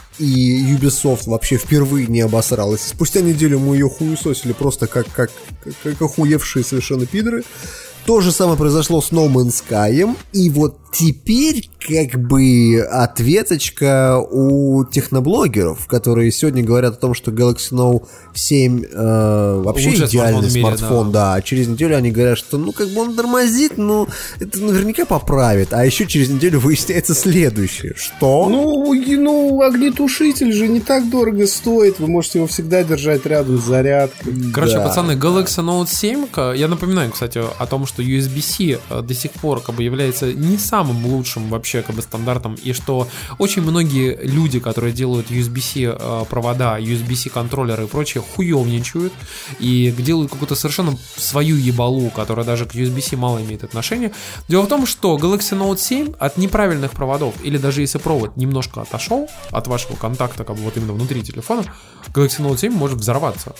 и Ubisoft вообще впервые не обосралась. Спустя неделю мы ее хуесосили просто как охуевшие совершенно пидоры. То же самое произошло с No Man's Sky, и вот теперь как бы ответочка у техноблогеров, которые сегодня говорят о том, что Galaxy Note 7 вообще лучший идеальный смартфон, да. А через неделю они говорят, что ну как бы он тормозит, ну это наверняка поправит, а еще через неделю выясняется следующее, что? Ну огнетушитель же не так дорого стоит, вы можете его всегда держать рядом с зарядкой. Короче, пацаны, Galaxy Note 7, я напоминаю, кстати, о том, что USB-C до сих пор как бы является не самым лучшим вообще как бы стандартом, и что очень многие люди, которые делают USB-C провода, USB-C контроллеры и прочее, хуёвничают и делают какую-то совершенно свою ебалу, которая даже к USB-C мало имеет отношения. Дело в том, что Galaxy Note 7 от неправильных проводов, или даже если провод немножко отошел от вашего контакта, как бы вот именно внутри телефона, Galaxy Note 7 может взорваться.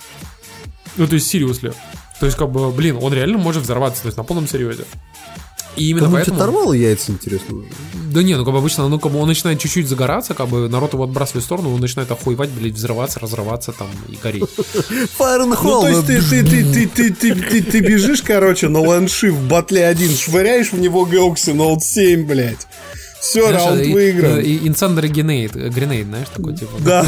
Ну, то есть, seriously. То есть, как бы, блин, он реально может взорваться, то есть, на полном серьезе. И именно поэтому... оторвало яйца, интересно? Да не, ну как бы обычно, ну как бы он начинает чуть-чуть загораться, как бы народ его отбрасывает в сторону, он начинает охуевать, блядь, взрываться, разрываться там и гореть. Ну то есть ты бежишь, короче, на ланши в батле 1, швыряешь в него Galaxy Note 7, блядь. Все, раунд выигран. Incendiary Grenade, знаешь, такой типа. Да.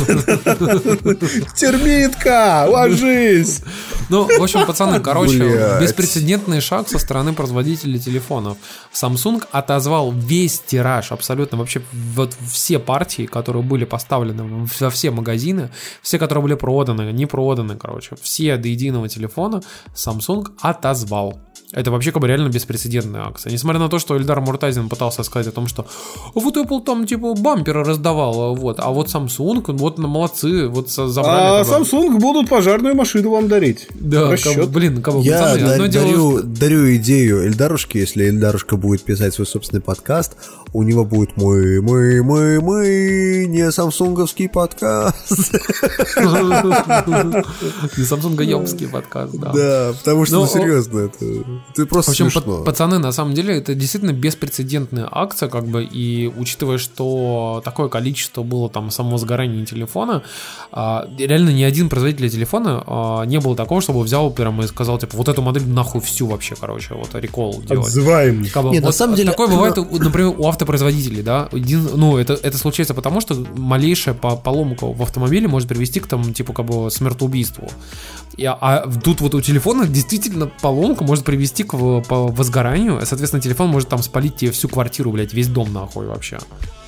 Термитка, ложись. Ну, в общем, пацаны, короче, беспрецедентный шаг со стороны производителей телефонов. Samsung отозвал весь тираж, абсолютно вообще вот все партии, которые были поставлены во все магазины, все, которые были проданы, не проданы, короче, все до единого телефона Samsung отозвал. Это вообще как бы реально беспрецедентная акция. Несмотря на то, что Эльдар Муртазин пытался сказать о том, что вот Apple там типа бамперы раздавал, вот, а вот Samsung, вот молодцы, вот забрали. А Samsung будут пожарную машину вам дарить. Да, как, блин, как бы, я пацаны, дарю идею Эльдарушке, если Эльдарушка будет писать свой собственный подкаст, у него будет мы, не самсунговский подкаст. Не самсунговский подкаст, да. Да, потому что, ну, серьезно, это просто смешно. В общем, пацаны, на самом деле, это действительно беспрецедентная акция, как бы, и учитывая, что такое количество было там самого сгорания телефона, реально ни один производитель телефона не было такого, чтобы взял прямо и сказал, типа, вот эту модель нахуй всю вообще, короче, вот рекол делать. Отзываем. Нет, вот на самом деле... Такое бывает, например, у автопроизводителей, да, ну, это случается потому, что малейшая поломка в автомобиле может привести к тому, типа, как бы, смертоубийству. А тут вот у телефона действительно поломка может привести к возгоранию, соответственно, телефон может там спалить тебе всю квартиру, блядь, весь дом нахуй вообще.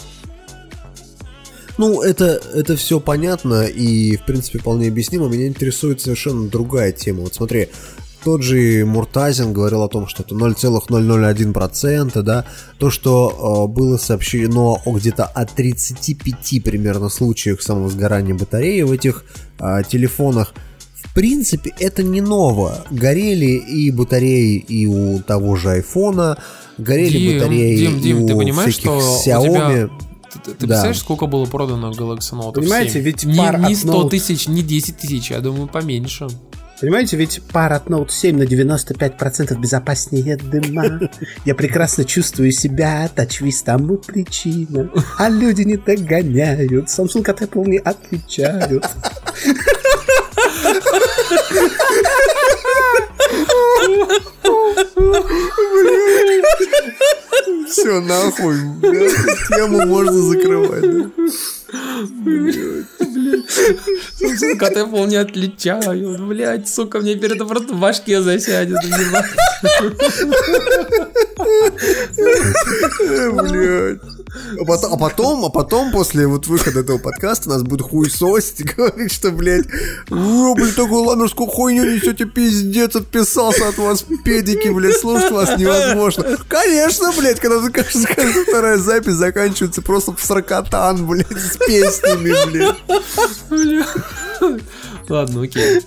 Ну, это все понятно и, в принципе, вполне объяснимо. Меня интересует совершенно другая тема. Вот смотри, тот же Муртазин говорил о том, что это 0,001%, да, то, что было сообщено где-то о 35 примерно случаях самовозгорания батареи в этих телефонах. В принципе, это не ново. Горели и батареи и у того же айфона, горели батареи Дим, и ты у понимаешь, всяких что Xiaomi. Ты представляешь, сколько было продано Galaxy Note 7? Понимаете, ведь не 100 тысяч, не 10 тысяч, я думаю, поменьше. Понимаете, ведь пар от Note 7 на 95% безопаснее дыма. Я прекрасно чувствую себя, TouchWiz тому причина. А люди не догоняют. Samsung от Apple не отличают. Все, нахуй. Тему можно закрывать, да? Сука, ты пол не отличаю. Блядь, сука, мне теперь это просто в башке засядет. Блядь. А потом, после вот выхода этого подкаста, нас будет хуесосить и говорить, что, блядь, блядь, такую ламерскую хуйню несете, пиздец, отписался от вас, педики, блядь, слушать вас невозможно. Конечно, блядь, когда каждая вторая запись заканчивается просто в сракотан, блядь, с песнями, блядь. Ладно, окей.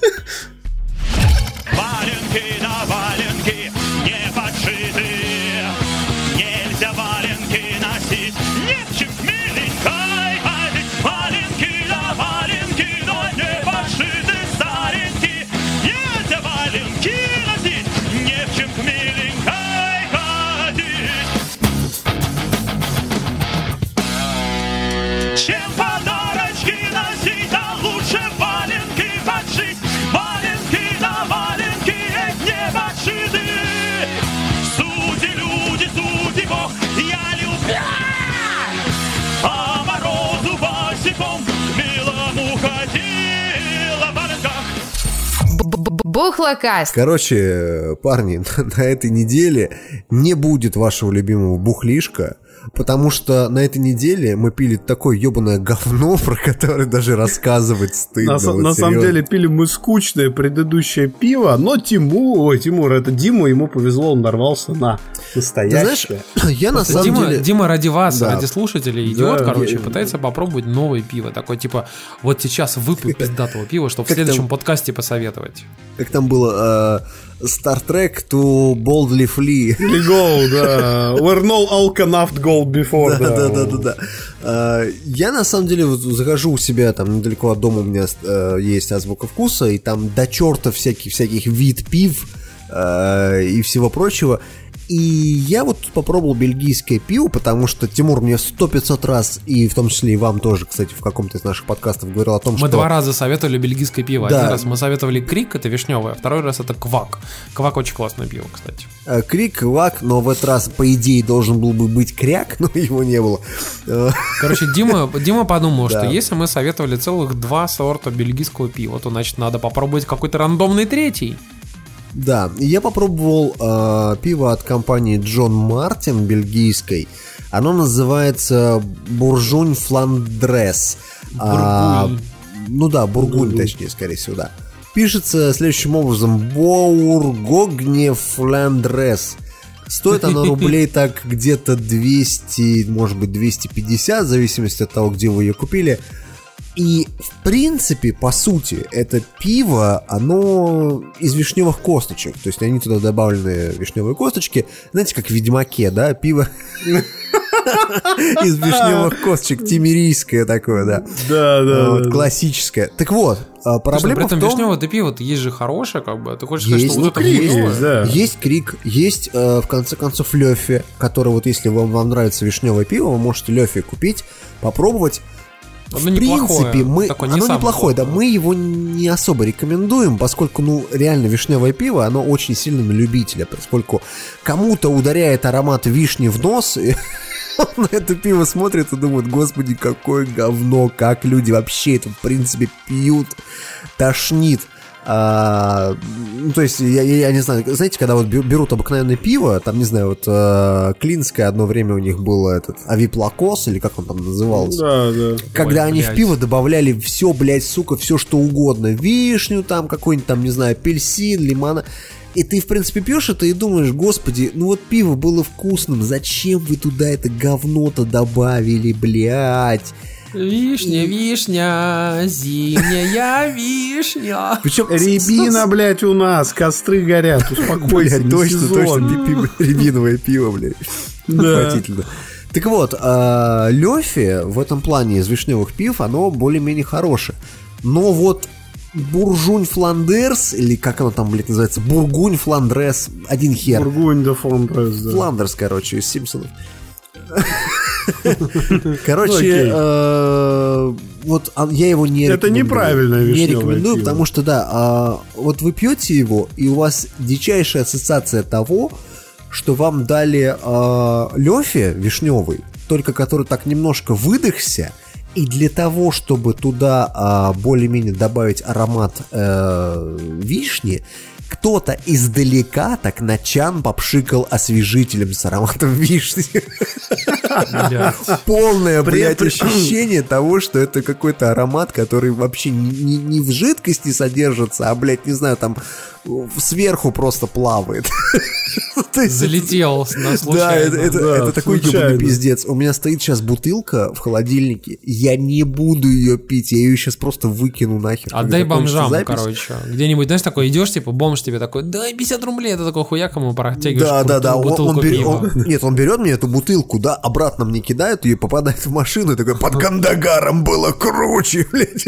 Валенки на валенки не подшитые, нельзя валенки носить, не в чем миленькой ходить. Валенки на валенки, но не подшиты старенькие, нельзя валенки носить, не в чем миленькой ходить. Чем подарочки носить, а лучше валенки подшить. Валенки на валенки не подшиты. Судьи люди, судьи Бог, я люблю. А морозу босиком к милому ходила в валенках. Бухлокаст. Короче, парни, на этой неделе не будет вашего любимого бухлишка, потому что на этой неделе мы пили такое ебаное говно, про которое даже рассказывать стыдно. На самом деле пили мы скучное предыдущее пиво, но Тимур, это Дима, ему повезло, он нарвался на настоящее. Ты знаешь, я на самом деле... Дима ради вас, Да. ради слушателей, идиот, Да, короче, пытается попробовать новое пиво. Такой, типа, вот сейчас выпью пиздатого пива, чтобы в следующем подкасте посоветовать. Как там было... Star Trek to boldly flee. Go, да. Where no alchanaut go before. Да. Я на самом деле вот захожу у себя там недалеко от дома, у меня есть азбука вкуса, и там до черта всяких вид пив и всего прочего. И я вот попробовал бельгийское пиво, потому что Тимур мне 100-500 раз, и в том числе и вам тоже, кстати, в каком-то из наших подкастов говорил о том, что... Мы 2 раза советовали бельгийское пиво. Да. Один раз мы советовали Крик, это вишневое, а второй раз это Квак. Квак очень классное пиво, кстати. Крик, Квак, но в этот раз, по идее, должен был бы быть Кряк, но его не было. Короче, Дима подумал, Да. что если мы советовали целых 2 сорта бельгийского пива, то, значит, надо попробовать какой-то рандомный третий. Да, и я попробовал пиво от компании Джон Мартин бельгийской. Оно называется Буржунь Фландрес. Ну да, Бургунь, точнее, скорее всего, да. Пишется следующим образом: Боургогне Фландрес. Стоит оно рублей так где-то 200, может быть 250, в зависимости от того, где вы ее купили. И, в принципе, по сути, это пиво, оно из вишневых косточек. То есть они туда добавлены вишневые косточки. Знаете, как в Ведьмаке, да? Пиво из вишневых косточек. Тимирийское такое, да. Да. Классическое. Так вот, проблема в том... При этом вишневое пиво-то есть же хорошее, как бы. Ты хочешь сказать, что вот это Крик, вишневое? есть Крик, есть, в конце концов, Лёфи, который вот, если вам нравится вишневое пиво, вы можете Лёфи купить, попробовать. В принципе, оно неплохое, да, мы его не особо рекомендуем, поскольку, ну, реально вишневое пиво, оно очень сильно на любителя, поскольку кому-то ударяет аромат вишни в нос, и он на это пиво смотрит и думает: господи, какое говно, как люди вообще это, в принципе, пьют, тошнит. Ну, то есть, я не знаю, знаете, когда вот берут обыкновенное пиво, там, не знаю, вот Клинское одно время у них было этот Авиплакос, или как он там назывался. Да. Когда они в пиво добавляли все, блядь, сука, все что угодно. Вишню там, какой-нибудь там, не знаю, апельсин, лимона. И ты, в принципе, пьешь это и думаешь: господи, ну вот пиво было вкусным, зачем вы туда это говно-то добавили, блядь? Вишня, зимняя вишня. Причем рябина, блядь, у нас, костры горят, успокойся. Блядь, точно, рябиновое пиво, блядь. Отвратительно. Так вот, Лёфи в этом плане из вишневых пив, оно более-менее хорошее. Но вот Буржунь Фландерс, или как оно там, блядь, называется, Бургунь Фландрес, один хер. Бургунь де Фландрес, да. Фландерс, короче, из Симпсонов. Короче, вот я его не рекомендую. Это неправильное вишневое не рекомендую, пиво. потому что, да, вот вы пьете его, и у вас дичайшая ассоциация того, что вам дали Лёфи вишневый, только который так немножко выдохся, И для того, чтобы туда более-менее добавить аромат вишни, кто-то издалека так на чан попшикал освежителем с ароматом вишни. Полное, блядь, ощущение того, что это какой-то аромат, который вообще не в жидкости содержится, а, блядь, не знаю, там сверху просто плавает. Залетел на случайно. Да, это такой ебаный пиздец. У меня стоит сейчас бутылка в холодильнике, я не буду ее пить, я ее сейчас просто выкину нахер. Отдай бомжам, короче. Где-нибудь, знаешь, такой идешь, типа, бомж тебе такой, дай 50 рублей, это такой хуяк ему протягиваешь бутылку пива. Нет, он берет мне эту бутылку, да, обратно мне кидает ее, попадает в машину и такой, под Кандагаром было круче, блядь.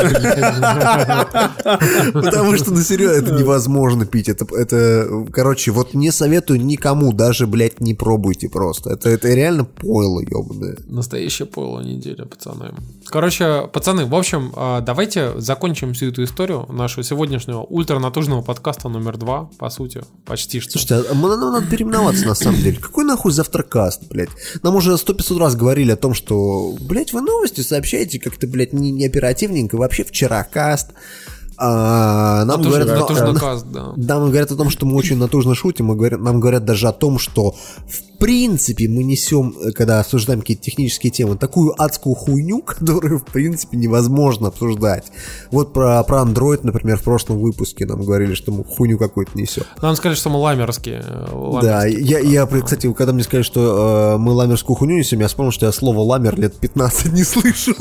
Потому что, ну, серьезно, это невозможно пить. Это, короче, вот не советую никому, даже, блядь, не пробуйте просто. Это реально пойло, ебаное. Настоящее пойло неделя, пацаны. Короче, пацаны, в общем, давайте закончим всю эту историю нашего сегодняшнего ультранатужного подкаста номер 2, по сути, почти что. Слушайте, нам надо переименоваться, на самом деле. Какой нахуй завтракаст, блядь? Нам уже 100-500 раз говорили о том, что, блядь, вы новости сообщаете как-то, блядь, не оперативненько. Вообще вчера каст. Нам говорят, нам говорят о том, что мы очень натужно шутим, нам говорят даже о том, что в принципе мы несем, когда обсуждаем какие-то технические темы, такую адскую хуйню, которую в принципе невозможно обсуждать. Вот про Android, например, в прошлом выпуске нам говорили, что мы хуйню какую-то несем. Нам сказали, что мы ламерские. Да, я, кстати, когда мне сказали, что мы ламерскую хуйню несем, я вспомнил, что я слово ламер лет 15 не слышал.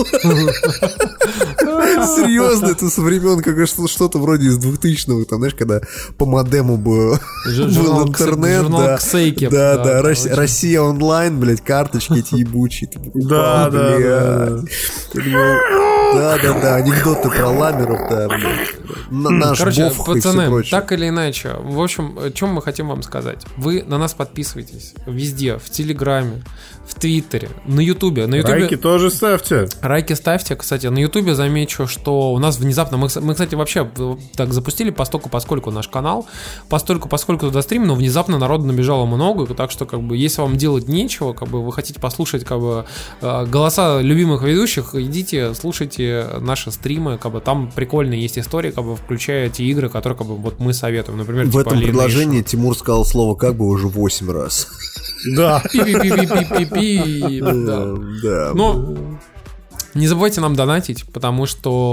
Серьезно, это со времен что-то вроде из 2000-х, там, знаешь, когда по модему был интернет. Журнал Ксейки. Да, Россия онлайн, блядь, карточки эти ебучие. Да. Да, анекдоты про ламеров, да, блядь. Короче, пацаны, так или иначе, в общем, о чем мы хотим вам сказать. Вы на нас подписывайтесь везде, в Телеграме, в Твиттере, на Ютубе. Лайки тоже ставьте. Лайки ставьте, кстати. На Ютубе замечу, что у нас внезапно... Мы, кстати, вообще так запустили поскольку наш канал, поскольку туда стрим, но внезапно народу набежало много, так что, как бы, если вам делать нечего, как бы, вы хотите послушать, как бы, голоса любимых ведущих, идите, слушайте наши стримы, как бы, там прикольные есть истории, как бы, включая те игры, которые, как бы, вот мы советуем. Например, в этом предложении Тимур сказал слово «как бы» уже 8 раз. Да. Пи-пи-пи-пи-пи-пи. Да. Но не забывайте нам донатить, потому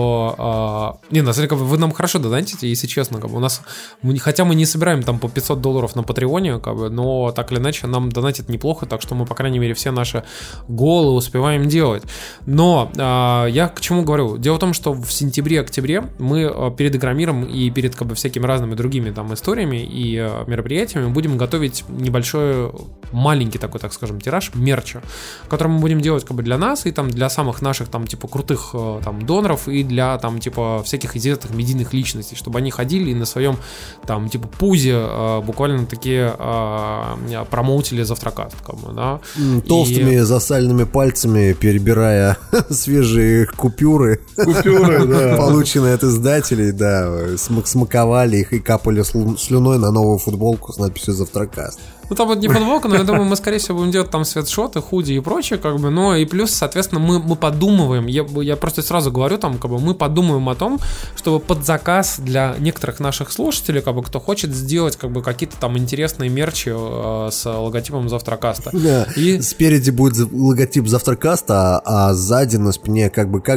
что... на самом деле, вы нам хорошо донатите, если честно. Как бы, у нас, хотя мы не собираем там по $500 на Патреоне, как бы, но так или иначе нам донатят неплохо, так что мы, по крайней мере, все наши голы успеваем делать. Но я к чему говорю? Дело в том, что в сентябре-октябре мы перед Игромиром и перед, как бы, всякими разными другими там историями и мероприятиями будем готовить небольшой, маленький такой, так скажем, тираж мерча, который мы будем делать, как бы, для нас и там для самых наших там, типа, крутых там доноров и для там, типа, всяких известных медийных личностей, чтобы они ходили и на своем там, типа, пузе буквально такие промоутили завтракаст, как бы, да. Толстыми засаленными пальцами перебирая свежие купюры, да, полученные от издателей, да, смаковали их и капали слюной на новую футболку с надписью «Завтракаст». Ну, там вот не футболка, но я думаю, мы, скорее всего, будем делать там свитшоты, худи и прочее, как бы, но и плюс, соответственно, мы подумываем, я просто сразу говорю, там, как бы, мы подумаем о том, чтобы под заказ для некоторых наших слушателей, как бы, кто хочет сделать, как бы, какие-то там интересные мерчи с логотипом Завтракаста. Да, и спереди будет логотип Завтракаста, а сзади на спине как бы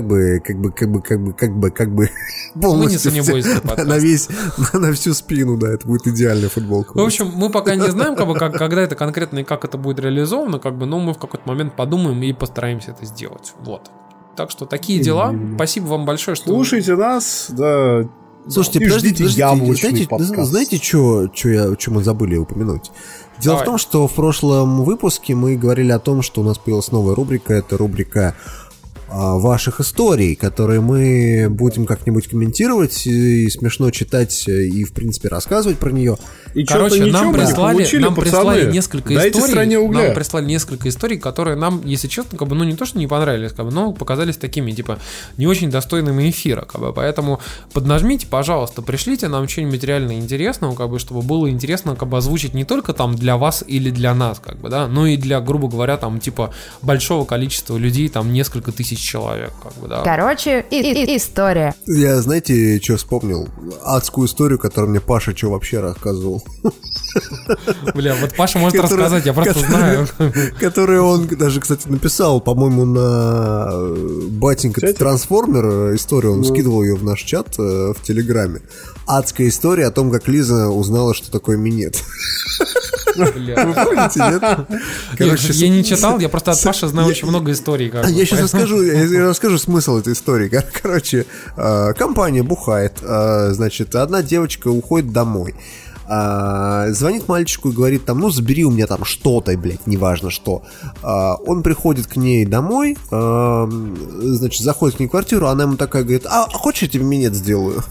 полностью на всю спину, да, это будет идеальная футболка. В общем, мы пока не знаем, как бы, когда это конкретно и как это будет реализовано, как бы, но мы в какой-то момент подумаем и постараемся это сделать. Вот. Так что такие дела. Спасибо вам большое, что... Слушайте нас, да. Слушайте, подождите, знаете, что мы забыли упомянуть? Дело в том, что в прошлом выпуске мы говорили о том, что у нас появилась новая рубрика. Это рубрика ваших историй, которые мы будем как-нибудь комментировать и смешно читать, и, в принципе, рассказывать про нее. И короче, что-то нам прислали несколько Дайте стране историй. угля. Нам прислали несколько историй, которые нам, если честно, как бы, ну не то, что не понравились, как бы, но показались такими, типа, не очень достойными эфира, как бы. Поэтому поднажмите, пожалуйста, пришлите нам что-нибудь реально интересного, как бы, чтобы было интересно, как бы, озвучить не только там для вас или для нас, как бы, да, но и для, грубо говоря, там, типа, большого количества людей, там, несколько тысяч человек, как бы, да. Короче, история. Я, знаете, что вспомнил? Адскую историю, которую мне Паша что вообще рассказывал. Бля, вот Паша может рассказать, я просто знаю. Которую он даже, кстати, написал, по-моему, на батенька Трансформер историю, он скидывал ее в наш чат в Телеграме. Адская история о том, как Лиза узнала, что такое минет. Бля. Вы помните, нет? Короче, я не читал, я просто от Паши знаю очень много историй. Я сейчас расскажу смысл этой истории. Короче, компания бухает, значит, одна девочка уходит домой. Звонит мальчику и говорит там, ну забери у меня там что-то, блядь, неважно что. Он приходит к ней домой, значит, заходит к ней в квартиру, она ему такая говорит, а хочешь я тебе минет сделаю?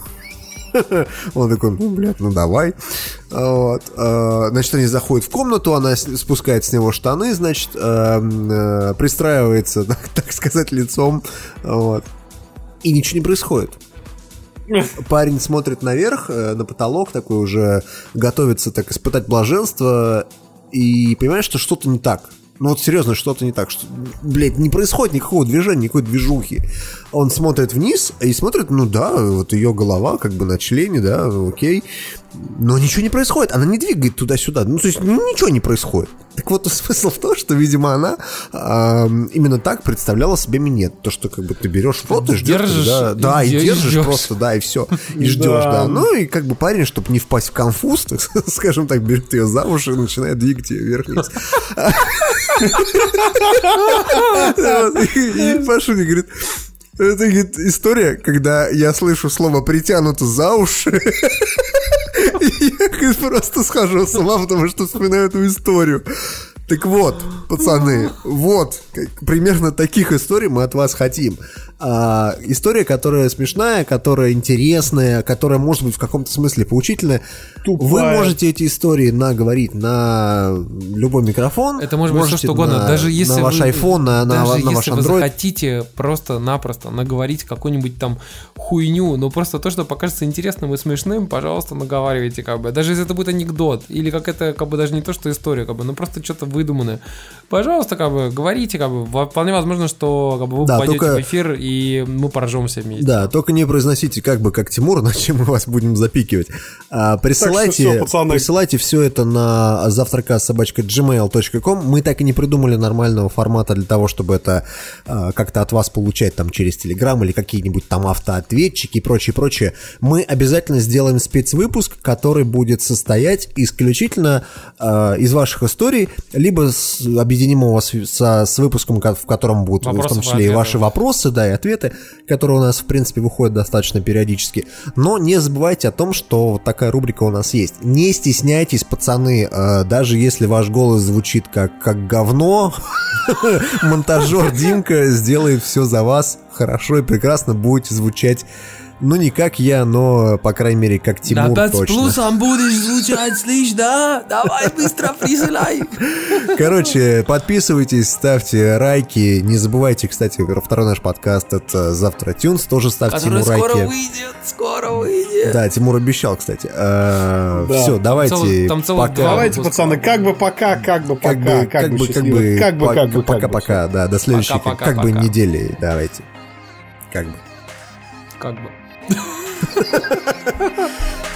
Он такой, ну, блядь, ну давай. Вот. Значит, они заходят в комнату, она спускает с него штаны, значит, пристраивается, так сказать, лицом. Вот. И ничего не происходит. Парень смотрит наверх, на потолок, такой уже готовится так испытать блаженство, и понимает, что что-то не так. Ну вот серьезно, что-то не так. Что, блядь, не происходит никакого движения, никакой движухи. Он смотрит вниз и смотрит, ну да, вот ее голова как бы на члене, да, окей. Но ничего не происходит, она не двигает туда-сюда. Ну то есть ничего не происходит. Так вот, смысл в том, что, видимо, она именно так представляла себе минет. То, что как бы ты берешь в рот и ждешь, когда... Да, и держишь просто, да, и все. И ждешь, да. Ну и как бы парень, чтобы не впасть в конфуз, скажем так, берет ее за уши и начинает двигать ее вверх-вниз. И Паша мне говорит, это история, когда я слышу слово «притянуто за уши», я просто схожу с ума, потому что вспоминаю эту историю. Так вот, пацаны, вот, примерно таких историй мы от вас хотим. История, которая смешная, которая интересная, которая может быть в каком-то смысле поучительная. Тупая. Вы можете эти истории наговорить на любой микрофон. Это может быть все что угодно. Даже если на ваш iPhone, на ваш Android. Вы захотите просто-напросто наговорить какую-нибудь там хуйню, но просто то, что покажется интересным и смешным, пожалуйста, наговаривайте, как бы. Даже если это будет анекдот, или как это, как бы, даже не то, что история, как бы, но просто что-то выдуманное. Пожалуйста, как бы, говорите, как бы. Вполне возможно, что как бы, вы попадете в эфир, и мы поржемся вместе. Да, только не произносите как бы как Тимур, иначе мы вас будем запикивать. Присылайте все это на завтракас@gmail.com. Мы так и не придумали нормального формата для того, чтобы это как-то от вас получать там через Telegram или какие-нибудь там автоответчики и прочее. Мы обязательно сделаем спецвыпуск, который будет состоять исключительно из ваших историй, либо объединим его с выпуском, в котором будут в том числе и ваши вопросы, да, и ответы, которые у нас, в принципе, выходят достаточно периодически. Но не забывайте о том, что вот такая рубрика у нас есть. Не стесняйтесь, пацаны, даже если ваш голос звучит как говно, монтажер Димка сделает все за вас хорошо и прекрасно, будете звучать. Ну, не как я, но, по крайней мере, как Тимур, да, точно. плюсом будешь звучать, слышь, да? Давай быстро присылай. Короче, подписывайтесь, ставьте лайки. Не забывайте, кстати, про второй наш подкаст, это «Завтра Тюнс», тоже ставьте ему лайки. Скоро выйдет. Да, Тимур обещал, кстати. Все, давайте. Пока. Давайте, пацаны, как бы пока. Пока-пока, да, до следующей, как бы, недели. Давайте. Как бы.